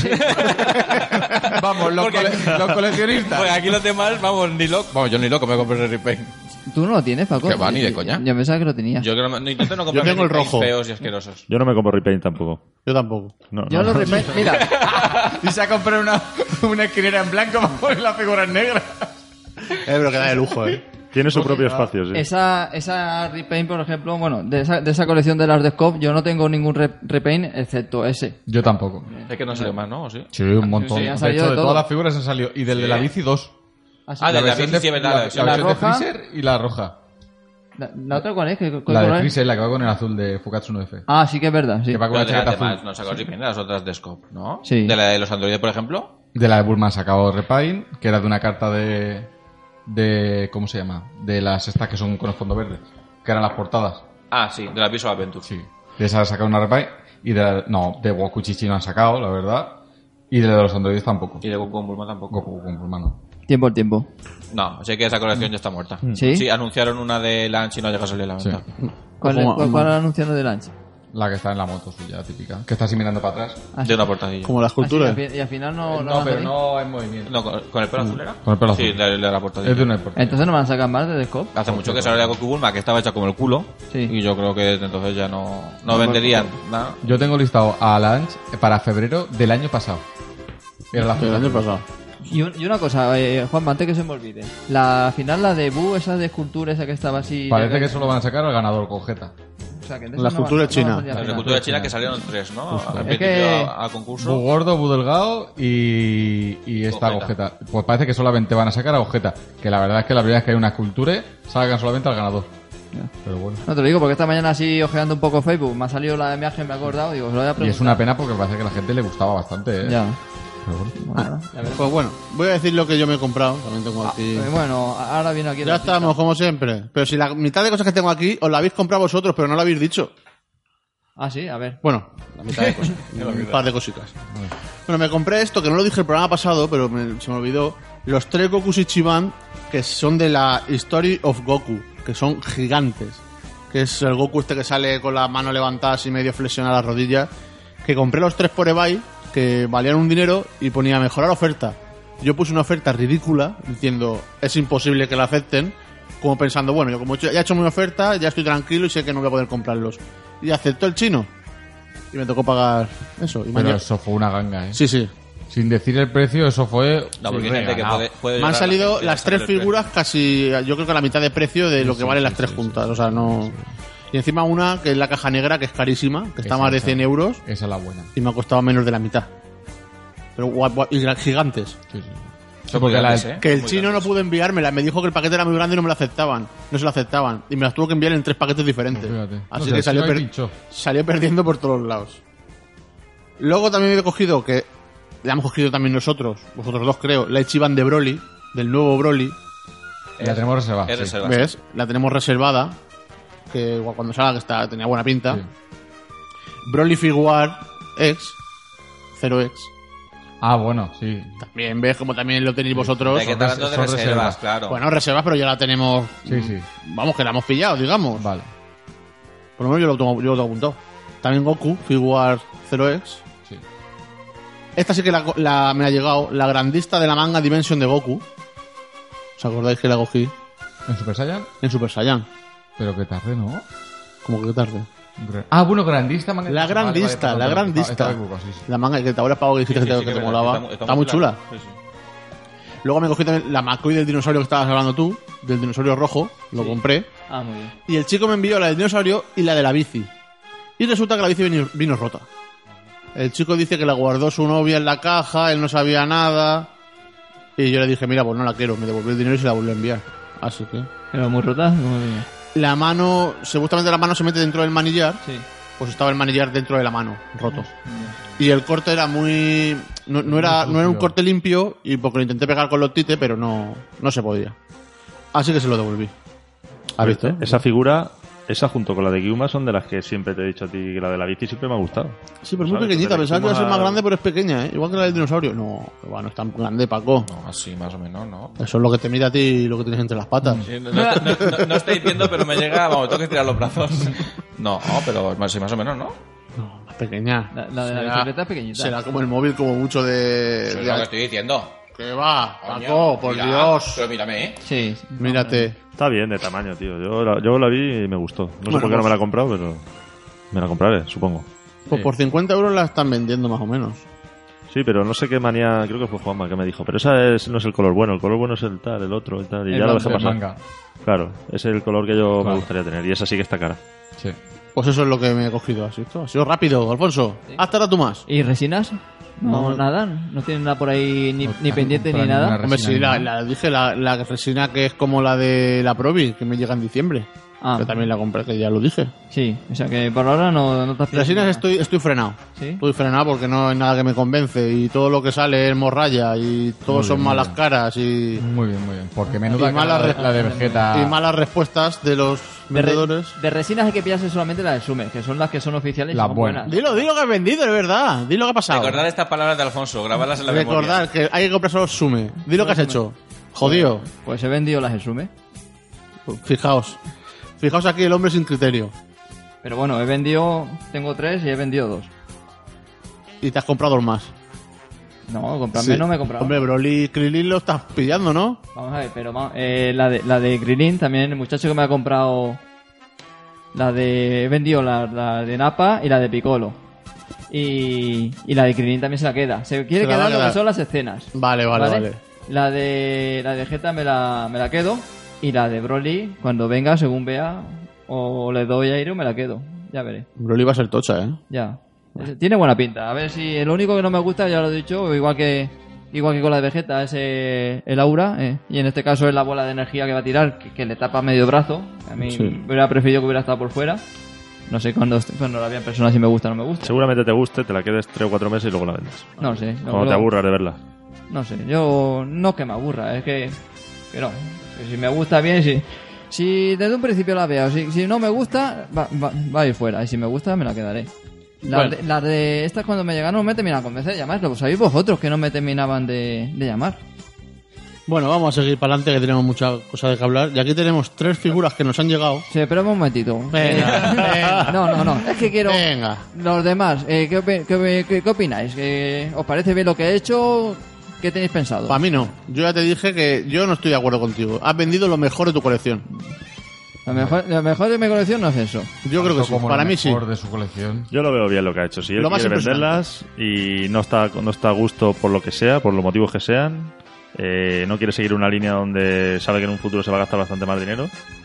Vamos, los, Porque- cole- los coleccionistas. Pues aquí los demás, vamos, ni loco. Vamos, yo ni loco me compro ese repaint. ¿Tú no lo tienes, Paco? Que va, ni de coña. Yo pensaba que lo tenía. Yo creo no, intento no comprar tengo el rojo. feos y asquerosos. Yo no me compro repaint tampoco. Yo tampoco. No, Yo no. lo repaint... Mira, Y se ha comprado una, una esquinera en blanco para poner las figuras negras. Eh, pero queda de lujo, eh. Tiene su propio espacio, sí. esa, esa repaint, por ejemplo, bueno, de esa, de esa colección de las de Scott, yo no tengo ningún re- repaint excepto ese. Yo tampoco. Es que no salió más, ¿no? ¿O sí? Sí, un montón. Sí, sí, ha de salido hecho, de de todo. todas las figuras han salido. Y del de la bici, dos. Así. Ah, de la versión bici, sí, es verdad, la, la la versión- versión la de roja. Freezer y la roja. ¿La, la otra cuál es? ¿Qué, qué La de color es? Freezer, la que va con el azul de Fukatsu no F. Ah, sí que es verdad, sí. Que va con Pero una de las chaqueta demás azul. no sacó repaint de las otras de Scope, ¿no? Sí. De la de los androides, por ejemplo. De la de Bulma han sacado Repaint, que era de una carta de... de ¿cómo se llama? De las estas que son con el fondo verde. Que eran las portadas. Ah, sí, de la Visual Adventure. Sí. De esa han sacado una Repaint. Y de la... No, de Goku Chichi no han sacado, la verdad. Y de la de los androides tampoco. Y de Goku con Bulma tampoco. Goku con Bulma no. Tiempo al tiempo. No, sé que esa colección ya está muerta. ¿Sí? Sí, anunciaron una de Lunch y no llegó a salir a la Sí. venta. ¿Cuál, Como- es- cuál, cuál anunciaron de Lunch? La que está en la moto suya, típica. Que está así mirando para atrás. Ah, De sí. una portadilla. Como las culturas. Ah, sí, y al fi- y al final no... No, no van a pero salir. no en movimiento. No, con, con el pelo azul era. Con el pelo azul. Sí, de, de la portadilla. Es de una época. Entonces no van a sacar más de Scope. Hace mucho que salió la Goku Bulma, que estaba hecha como el culo. Sí. Y yo creo que desde entonces ya no, no venderían nada. Yo tengo listado a Lunch para febrero del año pasado. Era la El fecha. año pasado. Y, un- y una cosa, eh, Juan, antes que se me olvide. La final, la de Boo, esa de escultura, esa que estaba así... Parece que solo van a sacar al ganador con Jeta. sea, que de La eso no- escultura no- china. no salía La final. cultura china que salieron tres, ¿no? Al Es principio que- a, a concurso. Bu gordo, bu delgado y, y esta Gogeta. Gogeta. Pues parece que solamente van a sacar a Gogeta. Que la verdad es que la primera vez que hay una escultura, salgan solamente al ganador. Pero bueno. No te lo digo porque esta mañana así ojeando un poco Facebook me ha salido la imagen, me he acordado, digo, se lo voy a Y preguntar. es una pena porque parece que a la gente le gustaba bastante, ¿eh? Ya. Pero bueno. Bueno, nada, ya veremos. Pues bueno, voy a decir lo que yo me he comprado. También tengo Ah, aquí. eh, bueno, ahora viene aquí Ya la artista. estamos, como siempre. Pero si la mitad de cosas que tengo aquí os la habéis comprado vosotros, pero no la habéis dicho. Ah, sí, a ver. Bueno, la mitad de cosas. un par de cositas. Bueno, me compré esto, que no lo dije el programa pasado, pero me- se me olvidó. Los tres Gokus Ichiban, que son de la History of Goku, que son gigantes. Que es el Goku este que sale con las manos levantadas y medio flexionadas las rodillas. Que compré los tres por eBay, que valían un dinero, y ponía mejorar oferta. Yo puse una oferta ridícula, diciendo, es imposible que la acepten, como pensando, bueno, yo como he hecho- ya he hecho mi oferta, ya estoy tranquilo y sé que no voy a poder comprarlos. Y aceptó el chino. Y me tocó pagar eso. Y Pero mañana- eso fue una ganga, ¿eh? Sí, sí. Sin decir el precio, eso fue. No, porque sí, hay gente que regalado. puede, puede Me han llorar a la salido gente las a saber tres el figuras casi, yo creo que a la mitad de precio de lo que sí, valen sí, las tres sí, juntas. sí, O sea, no. Y encima una que es la caja negra, que es carísima, que está Esa, más de esa. cien euros Esa es la buena. y me ha costado menos de la mitad. Pero guap, guap, y eran gigantes. Sí, sí. Son muy Porque la- grandes, ¿eh? Que el Muy chino grandes. no pudo enviármela, me dijo que el paquete era muy grande y no me lo aceptaban. No se lo aceptaban. Y me las tuvo que enviar en tres paquetes diferentes. Pues fíjate. Así No sé, que salió, si no hay per- pincho. salió perdiendo por todos lados. Luego también me he cogido, que la hemos cogido también nosotros, vosotros dos creo, la Ichiban de Broly, del nuevo Broly. La tenemos reservada. Es sí. reserva. ¿Ves? La tenemos reservada. Que igual cuando salga que está, tenía buena pinta. Sí. Broly Figuar X, cero X. Ah, bueno, sí. También ves como también lo tenéis vosotros. Hay que estar hablando de son reservas, reservas. claro. Bueno, reservas, pero ya la tenemos. Sí, mm, sí. Vamos, que la hemos pillado, digamos. Vale. Por lo menos yo lo tengo, yo lo tengo apuntado. También Goku, Figuar cero X. Sí. Esta sí que la, la- me ha llegado, la grandista de la manga Dimension de Goku. ¿Os acordáis que la cogí ¿En Super Saiyan? en Super Saiyan? Pero qué tarde, ¿no? Como que tarde. Gra- Ah, bueno, grandista. manga- La Vale, grandista, vale, la perdón, grandista. estaba equivocado, sí, sí. La manga que te ahora pago que dijiste Sí, que, te, sí, que que te es molaba. verdad, Está, muy chula. Sí, sí. Luego me cogí también la McCoy del dinosaurio que estabas hablando tú, del dinosaurio rojo, lo Sí. compré. Ah, muy bien. Y el chico me envió la del dinosaurio y la de la bici. Y resulta que la bici vino, vino rota. El chico dice que la guardó su novia en la caja, él no sabía nada. Y yo le dije, mira, pues no la quiero, me devolvió el dinero y se la volvió a enviar. Así que... Pero muy rota, muy bien. La mano, supuestamente la mano se mete dentro del manillar, Sí. pues estaba el manillar dentro de la mano, roto. Y el corte era muy... No, no era, no era un corte limpio, y porque lo intenté pegar con los tites, pero no, no se podía. Así que se lo devolví. ¿Has visto? Esa figura, esa junto con la de Gyuma son de las que siempre te he dicho a ti que la de la bici siempre me ha gustado. Sí, pero es muy ¿Sabes? pequeñita. Entonces, Pensaba que iba a ser Kuma- más grande, pero es pequeña, ¿eh? Igual que la del dinosaurio. No, bueno, es tan grande, Paco. No, así más o menos, ¿no? Eso es lo que te mira a ti y lo que tienes entre las patas. Sí, no, no, no, no- no estoy diciendo, pero me llega, vamos, tengo que estirar los brazos. No, pero más, sí, más o menos, ¿no? No, más pequeña. La, la de la Será- bicicleta es pequeñita. Será como el móvil, como mucho de... Eso es de- lo que estoy diciendo. ¿Qué va, Coño, Paco? Por mira, Dios. Pero mírame, ¿eh? Sí. sí. Mírate. Está bien de tamaño, tío. Yo la, yo la vi y me gustó. No sé Bueno, por qué no pues- me la he comprado, pero me la compraré, supongo. Pues por cincuenta euros la están vendiendo más o menos. Sí, pero no sé qué manía, creo que fue Juanma que me dijo, pero esa es, no es el color bueno, el color bueno es el tal, el otro, el tal, y El ya lo blanco, dejé El pasar. manga. Claro, es el color que yo me Claro. gustaría tener, y esa sí que está cara. Sí. Pues eso es lo que me he cogido. ¿Has visto? Ha sido rápido, Alfonso. Sí. Hasta ahora tú más. ¿Y resinas? No, No. nada. No tienen nada por ahí, ni, No ni te pendiente ni compran nada. ninguna Hombre, resina sí, ni la, nada. la dije, la, la resina que es como la de la Provi, que me llega en diciembre. Ah, Que también la compré, que ya lo dije. sí. O sea que por ahora no, no te has Resinas estoy, estoy frenado. ¿Sí? Estoy frenado porque no hay nada que me convence y todo lo que sale es morralla y todos Muy son bien, muy malas bien. caras y, Muy bien, muy bien. Porque menuda Y mala cara re- la, la de Vegeta. y malas respuestas de los De, re- vendedores. de resinas hay que pillarse solamente las de Sume, que son las que son oficiales y Las son buenas. buenas. Dilo, dilo que has vendido, de verdad. Dilo que ha pasado. Recordad estas palabras de Alfonso, grabarlas en la memoria. Recordar que hay que comprar solo Sume. Dilo que has hecho. Jodido. Pues he vendido las de Sume. Fijaos. Fijaos aquí el hombre sin criterio. Pero bueno, he vendido... Tengo tres y he vendido dos. Y te has comprado dos más. No, comprarme Sí. no me he comprado. Hombre, Broly y Krillin lo estás pillando, ¿no? Vamos a ver, pero vamos, eh, la de la de Krillin también, el muchacho que me ha comprado la de he vendido la, la de Nappa y la de Piccolo. Y, y la de Krillin también se la queda. Se quiere Se la va a quedar lo quedar. que son las escenas. Vale, vale, vale. La de la de Vegeta me la, me la quedo y la de Broly cuando venga según vea o le doy aire o me la quedo. ya veré. Broly va a ser tocha, ¿eh? Ya. Tiene buena pinta. A ver si lo único que no me gusta, ya lo he dicho, igual que igual que con la de Vegeta, es eh, el aura, eh, y en este caso es la bola de energía que va a tirar, que, que le tapa medio brazo. A mí Sí. hubiera preferido que hubiera estado por fuera. No sé cuando, cuando la vea en persona si me gusta o no me gusta. Seguramente te guste, te la quedes tres o cuatro meses y luego la vendes. No sé. no, Cuando te lo- aburras de verla. No sé, yo no que me aburra, es que, que no. Que si me gusta bien, si, si desde un principio la veo, si, si no me gusta, va, va, va a ir fuera. Y si me gusta, me la quedaré. Las, Bueno. de, las de estas cuando me llegaron no me terminaban a convencer de llamarlo. Pues sabéis vosotros que no me terminaban de, de llamar. Bueno, vamos a seguir para adelante que tenemos mucha cosa de que hablar. Y aquí tenemos tres figuras que nos han llegado. Sí, pero un momentito. Venga, Eh, venga. No, no, no. Es que quiero... Venga. Los demás, eh, ¿qué, opi- qué, qué- qué opináis? ¿Que ¿Os parece bien lo que he hecho? ¿Qué tenéis pensado? Para mí no. Yo ya te dije que yo no estoy de acuerdo contigo. Has vendido lo mejor de tu colección. Lo mejor, lo mejor de mi colección no es eso. Yo creo que sí. Como Para lo mí sí. mejor de su colección. Yo lo veo bien lo que ha hecho. Si él Lo más quiere impresionante. venderlas y no está, no está a gusto por lo que sea, por los motivos que sean, eh, no quiere seguir una línea donde sabe que en un futuro se va a gastar bastante más dinero,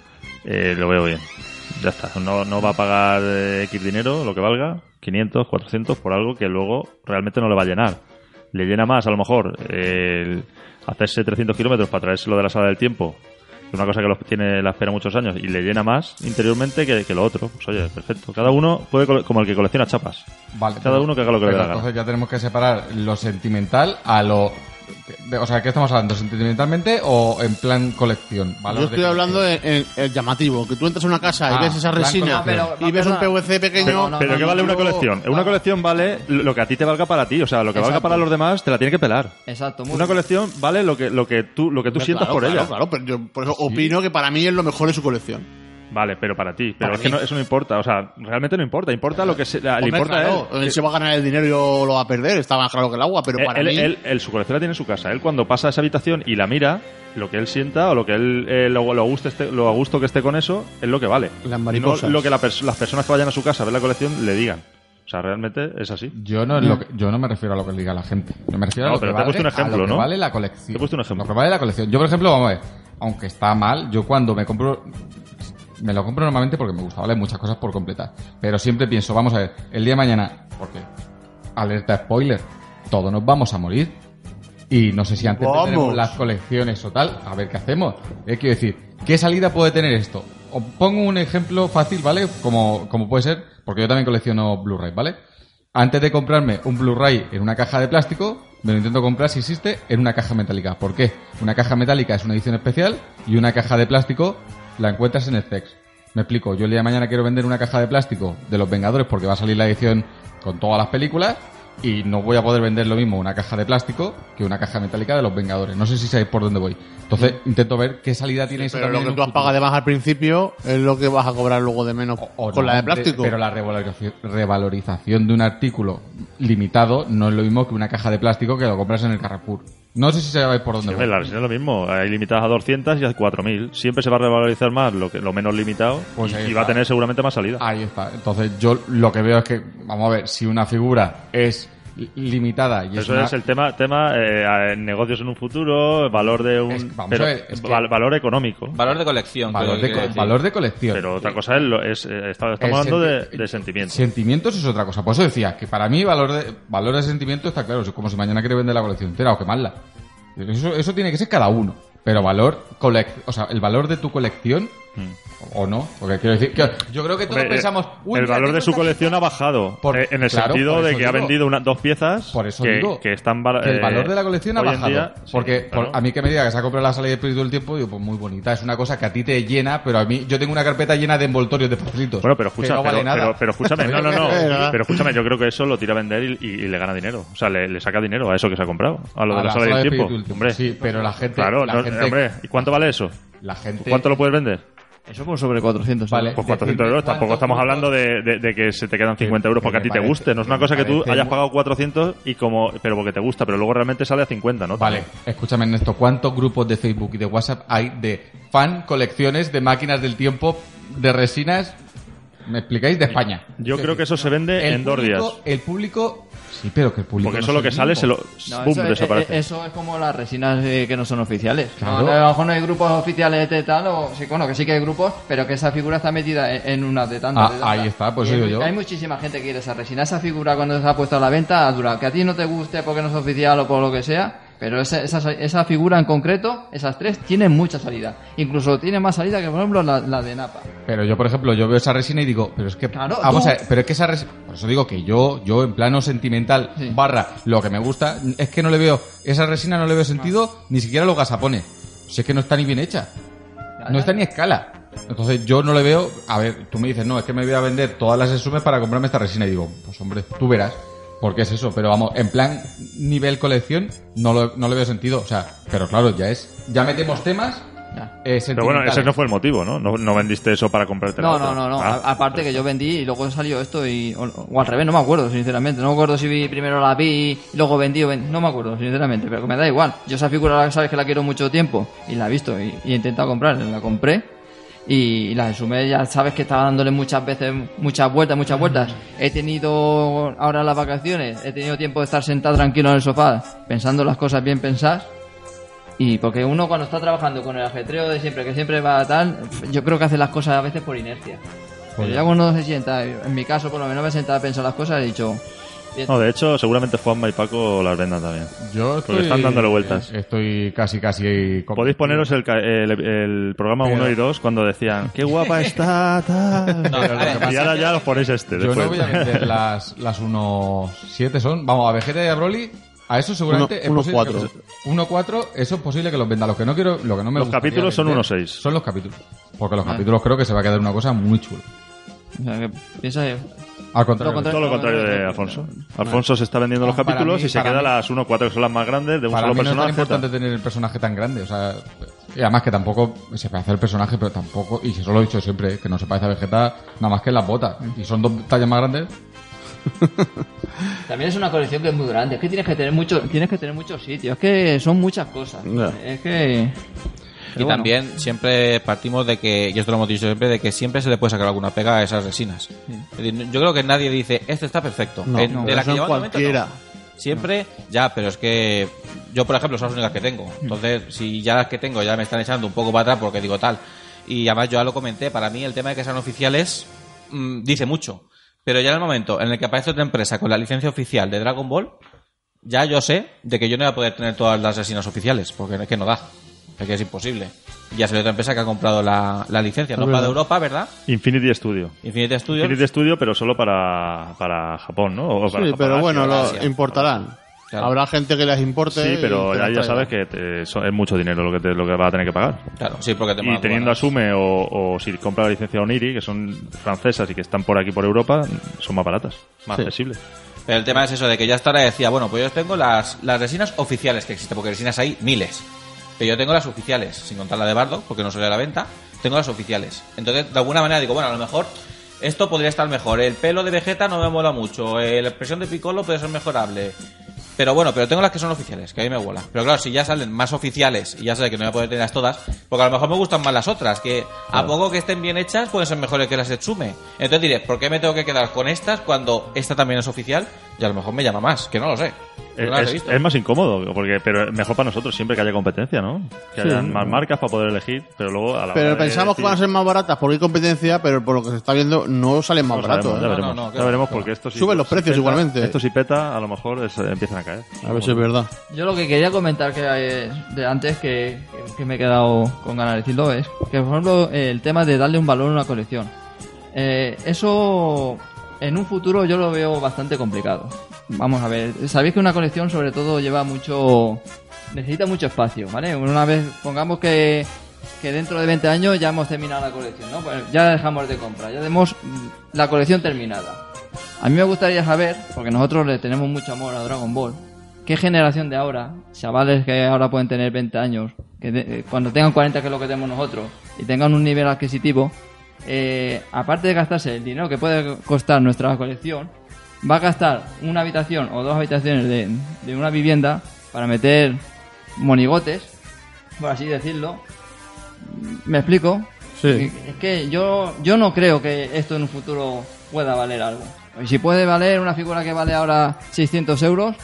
eh, lo veo bien. Ya está. No, no va a pagar eh, X dinero, lo que valga, quinientos, cuatrocientos, por algo que luego realmente no le va a llenar. Le llena más, a lo mejor, eh, el hacerse trescientos kilómetros para traérselo de la sala del tiempo, que es una cosa que lo tiene la espera muchos años, y le llena más interiormente que, que lo otro. Pues oye, perfecto. Cada uno puede, cole- como el que colecciona chapas. Vale, Cada uno que haga lo que le pero dé la gana. entonces ya tenemos que separar lo sentimental a lo... de- o sea, ¿qué estamos hablando? ¿Sentimentalmente o en plan colección? Valor Yo de estoy hablando colección. en, en el llamativo. Que tú entras a una casa y Ah, ves esa blanco, resina no, pero- y ves un perdona. P V C pequeño. No, no, Pero no, ¿qué vale no, una no. colección? Una colección vale lo que a ti te valga para ti. O sea, lo que valga Exacto. para los demás te la tiene que pelar. Exacto. Muy Una bien. colección vale lo que, lo que tú, lo que tú Hombre, sientas claro, por claro, ella. Claro, pero yo por eso opino que para mí es lo mejor de su colección. Vale, pero para ti. Pero Para es que mí. no, eso no importa. O sea, realmente no importa. Importa lo que se, le Hombre, importa claro, a él. él se va a ganar el dinero y yo lo va a perder. Está más claro que el agua, pero para él, mí. él- él- su colección la tiene en su casa. Él cuando pasa a esa habitación y la mira, lo que él sienta o lo que él eh, lo, lo, guste esté- lo a gusto que esté con eso es lo que vale. Las No mariposas. lo que la pers- las personas que vayan a su casa a ver la colección le digan. O sea, realmente es así. Yo no, es lo que- yo no me refiero a lo que le diga la gente. Yo me refiero No, a lo pero que te he vale, puesto un ejemplo, a lo que ¿no? vale la colección. Te he puesto un ejemplo. Lo que vale la colección. Yo, por ejemplo, vamos a ver, aunque está mal, yo cuando me compro... Me lo compro normalmente porque me gusta, ¿vale? Muchas cosas por completar. Pero siempre pienso, vamos a ver, el día de mañana, porque, alerta spoiler, todos nos vamos a morir. Y no sé si antes Vamos. tenemos las colecciones o tal, a ver qué hacemos. Eh, quiero decir, ¿qué salida puede tener esto? Os pongo un ejemplo fácil, ¿vale? Como, como puede ser, porque yo también colecciono Blu-ray, ¿vale? Antes de comprarme un Blu-ray en una caja de plástico, me lo intento comprar, si existe, en una caja metálica. ¿Por qué? Una caja metálica es una edición especial y una caja de plástico la encuentras en el C E X. Me explico, yo el día de mañana quiero vender una caja de plástico de Los Vengadores porque va a salir la edición con todas las películas y no voy a poder vender lo mismo una caja de plástico que una caja metálica de Los Vengadores. No sé si sabéis por dónde voy. Entonces intento ver qué salida tiene eso Pero lo también que en tú un has pagado de más al principio es lo que vas a cobrar luego de menos o con no, la de plástico. Pero la revalorización, revalorización de un artículo limitado no es lo mismo que una caja de plástico que lo compras en el Carrefour. No sé si sabéis por dónde Sí, voy. la resina es lo mismo. Hay limitadas a doscientas y a cuatro mil. Siempre se va a revalorizar más lo, que, lo menos limitado Pues y, ahí y va a está. tener seguramente más salida. Ahí está. Entonces yo lo que veo es que, vamos a ver, si una figura es li- limitada y es Eso una... es el tema, tema eh, negocios en un futuro, valor de un... Es- vamos pero, a ver, es que- val- valor económico. Valor de colección. valor, creo de, que co- quiere decir. valor de colección. Pero otra cosa es, lo- es eh, está- estamos El hablando senti- de, de sentimientos. Sentimientos es otra cosa. Por eso decía que para mí valor de, valor de sentimiento está claro. Es como si mañana quiere vender la colección entera o quemarla. Eso, eso tiene que ser cada uno. Pero valor, colec o sea, el valor de tu colección o no. Porque quiero decir, que yo creo que todos Hombre, pensamos... eh, "Uy, el mira, valor tengo de su esta colección figura". ha bajado Por- eh, en el claro, sentido por de eso que ha digo. vendido una, dos piezas Por eso que, digo que están val- que el eh, valor de la colección ha hoy en bajado. día, sí, porque claro. por- a mí que me diga que se ha comprado la sala de espíritu del tiempo, digo, pues muy bonita. Es una cosa que a ti te llena, pero a mí yo tengo una carpeta llena de envoltorios de pastelitos. Bueno, pero que escucha, no vale pero, nada. pero, pero escúchame, no, no, no, Venga. pero escúchame, yo creo que eso lo tira a vender y, y- y le gana dinero. O sea, le, le saca dinero a eso que se ha comprado, a lo A de la, la sala sala del de tiempo. espíritu del tiempo. Hombre, Sí, pero la gente... claro, la no, gente- hombre, ¿y cuánto vale eso? La gente... ¿Cuánto lo puedes vender? Eso por sobre cuatrocientos. Vale. ¿no? Pues cuatrocientos euros, tampoco ¿Cuántos estamos puntos? hablando de, de- de que se te quedan cincuenta euros que porque a me ti te parece- guste. No es una que cosa me que tú parece hayas muy- pagado cuatrocientos y como, pero porque te gusta, pero luego realmente sale a cincuenta, ¿no? Vale, escúchame Ernesto, ¿cuántos grupos de Facebook y de WhatsApp hay de fan colecciones de máquinas del tiempo de resinas? ¿Me explicáis? De España. Yo Es creo que eso se vende el en dos público- días. El público Sí, pero que el público Porque no eso lo es que el sale mismo. se lo... No, ¡Bum! eso, es, desaparece. eso es como las resinas eh, que no son oficiales. Claro. No, a lo mejor no hay grupos oficiales de tal, o sí, bueno, que sí que hay grupos, pero que esa figura está metida en, en una de tantas. Ah, de tantas. ahí está, pues Y eso hay, digo yo. hay muchísima gente que quiere esa resina. Esa figura cuando se ha puesto a la venta ha durado. Que a ti no te guste porque no es oficial o por lo que sea, pero esa, esa, esa figura en concreto, esas tres, tienen mucha salida. Incluso tiene más salida que, por ejemplo, la, la de Napa. Pero yo, por ejemplo, yo veo esa resina y digo, pero es que... Claro, vamos tú- a ver, pero es que esa resina... Por eso digo que yo, yo en plano sentimental, Sí. barra, lo que me gusta, es que no le veo... Esa resina no le veo sentido, ni siquiera los gasapones. Si es que no está ni bien hecha. No está ni a escala. Entonces yo no le veo... A ver, tú me dices, no, es que me voy a vender todas las Exumes para comprarme esta resina. Y digo, pues hombre, tú verás. Porque es eso, pero vamos, en plan nivel colección no, lo, no le veo sentido. O sea, pero claro, ya es... Ya metemos temas... Ya. Eh, Pero bueno, ese sentimentales. no fue el motivo, ¿no? No, no vendiste eso para comprarte la No, otra. no, no, no. Ah, A- aparte que yo vendí y luego salió esto y... O, o al revés, no me acuerdo, sinceramente. No me acuerdo si vi, primero la vi y luego vendí o vendí. No me acuerdo, sinceramente, pero que me da igual. Yo esa figura, sabes que la quiero mucho tiempo y la he visto y, y he intentado comprar. La compré y, y la Exume ya sabes que estaba dándole muchas veces, muchas vueltas, muchas vueltas. He tenido ahora las vacaciones, he tenido tiempo de estar sentado tranquilo en el sofá pensando las cosas bien pensadas. Y porque uno cuando está trabajando con el ajetreo de siempre, que siempre va tal, yo creo que hace las cosas a veces por inercia. Pero ya cuando se sienta, en mi caso por lo menos me he sentado a pensar las cosas y he dicho... bien. No, de hecho, seguramente Juanma y Paco las vendan también. Yo Porque están dándole vueltas. Estoy casi, casi... Podéis poneros el, ca- el, el programa Pero- uno y dos cuando decían, qué guapa está, tal. No, a ver, y ahora ya os ponéis este. Yo no después. voy a vender las, las uno siete son. Vamos, a Vegeta y a Broly, a eso seguramente Uno- es uno posible. cuatro. que- uno cuatro, eso es posible que los venda. Lo que no quiero, lo que no me Los gustaría capítulos son vender uno seis. Son los capítulos. Porque los capítulos creo que se va a quedar una cosa muy chula. O sea, que piensa... Al contrario. Lo contrario. Todo lo contrario de Alfonso. Alfonso se está vendiendo los No, para capítulos mí- y se para queda mí- las uno cuatro que son las más grandes de un Para solo mí no es tan personaje. importante tener el personaje tan grande. O sea, y además que tampoco se parece al personaje, pero tampoco, y eso lo he dicho siempre, que no se parece a Vegeta nada más que en las botas. Y son dos tallas más grandes. También es una colección que es muy grande. Es que tienes que tener mucho, tienes que tener muchos sitios. Es que son muchas cosas. Ya. Es que... Y Pero bueno. también siempre partimos de que, y esto lo hemos dicho siempre, de que siempre se le puede sacar alguna pega a esas resinas. Es decir, yo creo que nadie dice, este está perfecto. No, En- no, de la eso que en lleva momento, cualquiera. no. Siempre, ya, pero es que yo, por ejemplo, son las únicas que tengo. Entonces, si ya las que tengo ya me están echando un poco para atrás porque digo tal. Y además yo ya lo comenté, para mí el tema de que sean oficiales mm, dice mucho. Pero ya en el momento en el que aparece otra empresa con la licencia oficial de Dragon Ball, ya yo sé de que yo no voy a poder tener todas las resinas oficiales, porque es que no da. Es que es imposible. Ya soy otra empresa que ha comprado la, la licencia, no Es para de verdad. Europa, ¿verdad? Infinity Studio. Infinity Studios. Infinity Studio, pero solo para, para Japón, ¿no? O para Sí, Japón, pero Asia, bueno, lo Asia. importarán. Claro. Habrá gente que les importe. Sí, y pero que ya, los ya traiga. sabes que te- eso es mucho dinero lo que, te, lo que vas a tener que pagar. Claro, sí, porque te Y molan teniendo buenas. Asume o, o si compras la licencia Oniri, que son francesas y que están por aquí por Europa, son más baratas, más Sí. accesibles. Pero el tema es eso, de que yo hasta ahora decía, bueno, pues yo tengo las, las resinas oficiales que existen, porque resinas hay miles. Pero yo tengo las oficiales, sin contar la de Bardo, porque no sale a la venta, tengo las oficiales. Entonces, de alguna manera digo, bueno, a lo mejor esto podría estar mejor. El pelo de Vegeta no me mola mucho, eh, la expresión de Piccolo puede ser mejorable. Pero bueno, pero tengo las que son oficiales, que a mí me mola. Pero claro, si ya salen más oficiales y ya sé que no voy a poder tenerlas todas, porque a lo mejor me gustan más las otras, que a poco que estén bien hechas pueden ser mejores que las Etsume. Entonces diré, ¿por qué me tengo que quedar con estas cuando esta también es oficial? Y a lo mejor me llama más, que no lo sé. Es, No las he es- visto. es más incómodo, porque pero mejor para nosotros siempre que haya competencia, ¿no? Que Sí. hayan más marcas para poder elegir, pero luego a la Pero hora de pensamos que decir- van a ser más baratas porque hay competencia, pero por lo que se está viendo no salen más No baratos. sabemos, ya ¿eh? No, veremos, no, no, ya claro, veremos claro. porque esto sí- Suben los si precios peta- igualmente. Esto si peta, a lo mejor es- empiezan a caer. A ver si es verdad. Yo lo que quería comentar que eh, de antes que, que me he quedado con ganas de decirlo es que por ejemplo el tema de darle un valor a una colección. Eh, eso en un futuro yo lo veo bastante complicado. Vamos a ver, sabéis que una colección sobre todo lleva mucho... necesita mucho espacio, ¿vale? Una vez pongamos que, que dentro de veinte años ya hemos terminado la colección, ¿no? Pues ya dejamos de comprar, ya tenemos la colección terminada. A mí me gustaría saber, porque nosotros le tenemos mucho amor a Dragon Ball, ¿qué generación de ahora, chavales que ahora pueden tener veinte años, que de- eh, cuando tengan cuarenta, que es lo que tenemos nosotros, y tengan un nivel adquisitivo, eh, aparte de gastarse el dinero que puede costar nuestra colección, va a gastar una habitación o dos habitaciones de, de una vivienda para meter monigotes, por así decirlo? ¿Me explico? Sí. Es que yo, yo no creo que esto en un futuro pueda valer algo. Y si puede valer una figura que vale ahora seiscientos euros,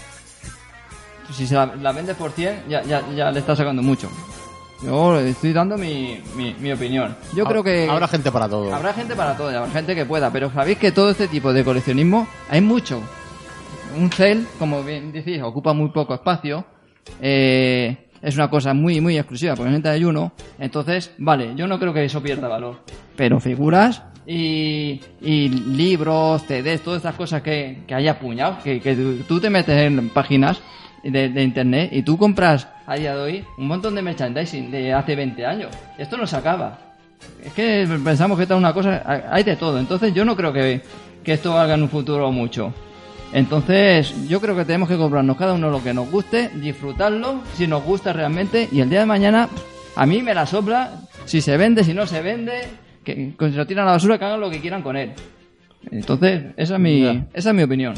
si se la, la vendes por cien, ya, ya, ya le está sacando mucho. Yo estoy dando mi, mi, mi opinión. Yo creo que... Habrá gente para todo. Habrá gente para todo, y habrá gente que pueda, pero sabéis que todo este tipo de coleccionismo hay mucho. Un cel, como bien decís, ocupa muy poco espacio. Eh, es una cosa muy muy exclusiva, porque solamente hay uno. Entonces, vale, yo no creo que eso pierda valor. Pero figuras y, y libros, C Ds, todas estas cosas que, que hay apuñados, que, que tú, tú te metes en páginas de, de internet y tú compras a día de hoy un montón de merchandising de hace veinte años. Esto no se acaba. Es que pensamos que esta es una cosa, hay de todo. Entonces yo no creo que, que esto valga en un futuro mucho. Entonces yo creo que tenemos que comprarnos cada uno lo que nos guste, disfrutarlo si nos gusta realmente, y el día de mañana a mí me la sopla si se vende, si no se vende, que, que se lo tiran a la basura, que hagan lo que quieran con él. Entonces esa es mi, Ya. esa es mi opinión.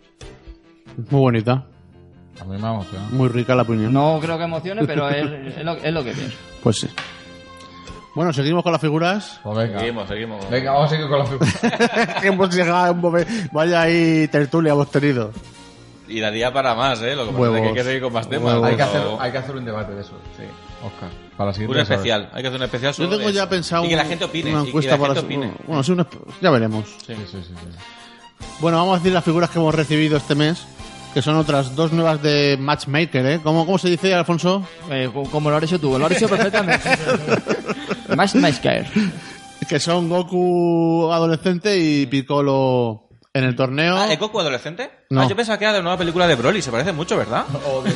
Muy bonita. A mí me ha emocionado. Muy rica la opinión. No creo que emocione, pero es, es, lo, es lo que pienso. Pues sí. Bueno, seguimos con las figuras. Pues venga. Seguimos, seguimos. Venga, vamos a seguir con la figura. Que hemos llegado a un momento. Vaya ahí tertulia hemos tenido. Y daría para más, ¿eh? Lo que pasa es que hay que seguir con más temas. Huevos. hay, que hacer, pero- hay que hacer un debate de eso. Sí. Oscar, para la siguiente. Un ya sabes. especial. Hay que hacer un especial Yo solo tengo de ya eso. pensado Y que la un- gente opine. una y que encuesta la para gente opine. bueno, sí, una- ya veremos. Sí. Sí, sí, sí, sí. Bueno, vamos a decir las figuras que hemos recibido este mes, que son otras dos nuevas de Matchmaker, ¿eh? ¿Cómo, cómo se dice, Alfonso? Eh, co- como lo has hecho tú, lo has hecho perfectamente. Más más caer. Que son Goku adolescente y Piccolo en el torneo. Ah, ¿es Goku adolescente? No. Ah, yo pensaba que era de nueva película de Broly. Se parece mucho, ¿verdad?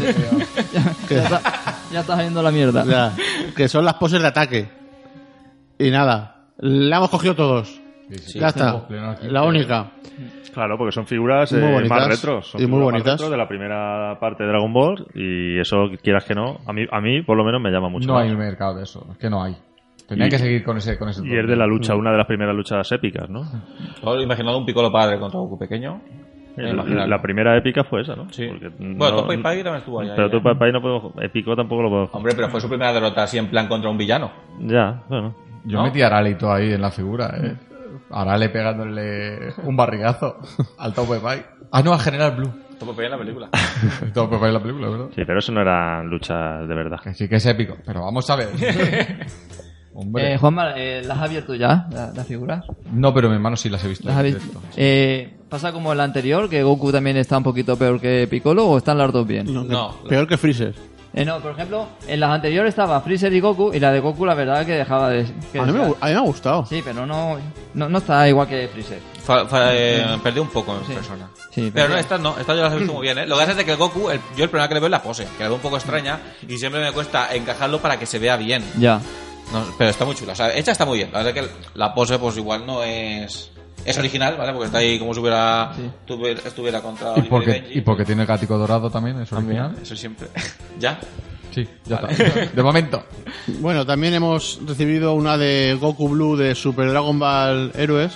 Ya está, ya está saliendo la mierda. Ya, que son las poses de ataque. Y nada, la hemos cogido todos. Sí, sí. Ya está, Pleno aquí. la única. Claro, porque son figuras Muy eh, bonitas. más retros. Son Y muy figuras más bonitas. retro de la primera parte de Dragon Ball, y eso, quieras que no, a mí, a mí por lo menos me llama mucho. No más. hay mercado de eso. Es que no hay. Tenía Y- que seguir con ese con ese Y es de la lucha, una de las primeras luchas épicas, ¿no? Solo imaginado un Piccolo padre contra Goku pequeño. La, Imaginarlo. la primera épica fue esa, ¿no? Sí. Porque Bueno, no- Toppa y Pai también estuvo ahí. Pero ahí, Toppa ¿eh? y Pai no puedo, épico tampoco lo puedo. Hombre, pero fue su primera derrota así en plan contra un villano. Ya, bueno. Yo ¿no? metí a Arale y todo ahí en la figura, eh. Arale pegándole un barrigazo al Tope Pai. Ah, no, al General Blue. Toppa y Pai en la película. Tope Pai en la película, ¿verdad? Sí, pero eso no eran luchas de verdad. Que sí que es épico. Pero vamos a ver. Hombre. Eh, Juanma, eh, ¿las has abierto ya, la- las figuras? No, pero mi hermano sí las he visto. ¿Las has en visto? directo. Eh, ¿Pasa como en la anterior, que Goku también está un poquito peor que Piccolo, o están las dos bien? No, que- No. Peor que Freezer. Eh, no, por ejemplo, en las anteriores estaba Freezer y Goku, y la de Goku la verdad que dejaba de... que A mí, me, desear. gu- a mí me ha gustado. Sí, pero no, no, no está igual que Freezer. Fa- fa- eh, perdió un poco en Sí. persona. Sí, pero pero- no, estas no, estas yo las he visto muy bien, ¿eh? Lo que pasa es de que el Goku, el- yo el problema que le veo es la pose, que la veo un poco extraña y siempre me cuesta encajarlo para que se vea bien. Ya. No, pero está muy chula, o sea, hecha está muy bien. La verdad es que la pose pues igual no es... Es original, ¿vale? Porque está ahí como si hubiera, Sí. tuviera- estuviera contra Y Oliver porque, Benji. y porque tiene el gático dorado también, es original. Eso siempre. ¿Ya? Sí, ya está. De momento. Bueno, también hemos recibido una de Goku Blue de Super Dragon Ball Heroes.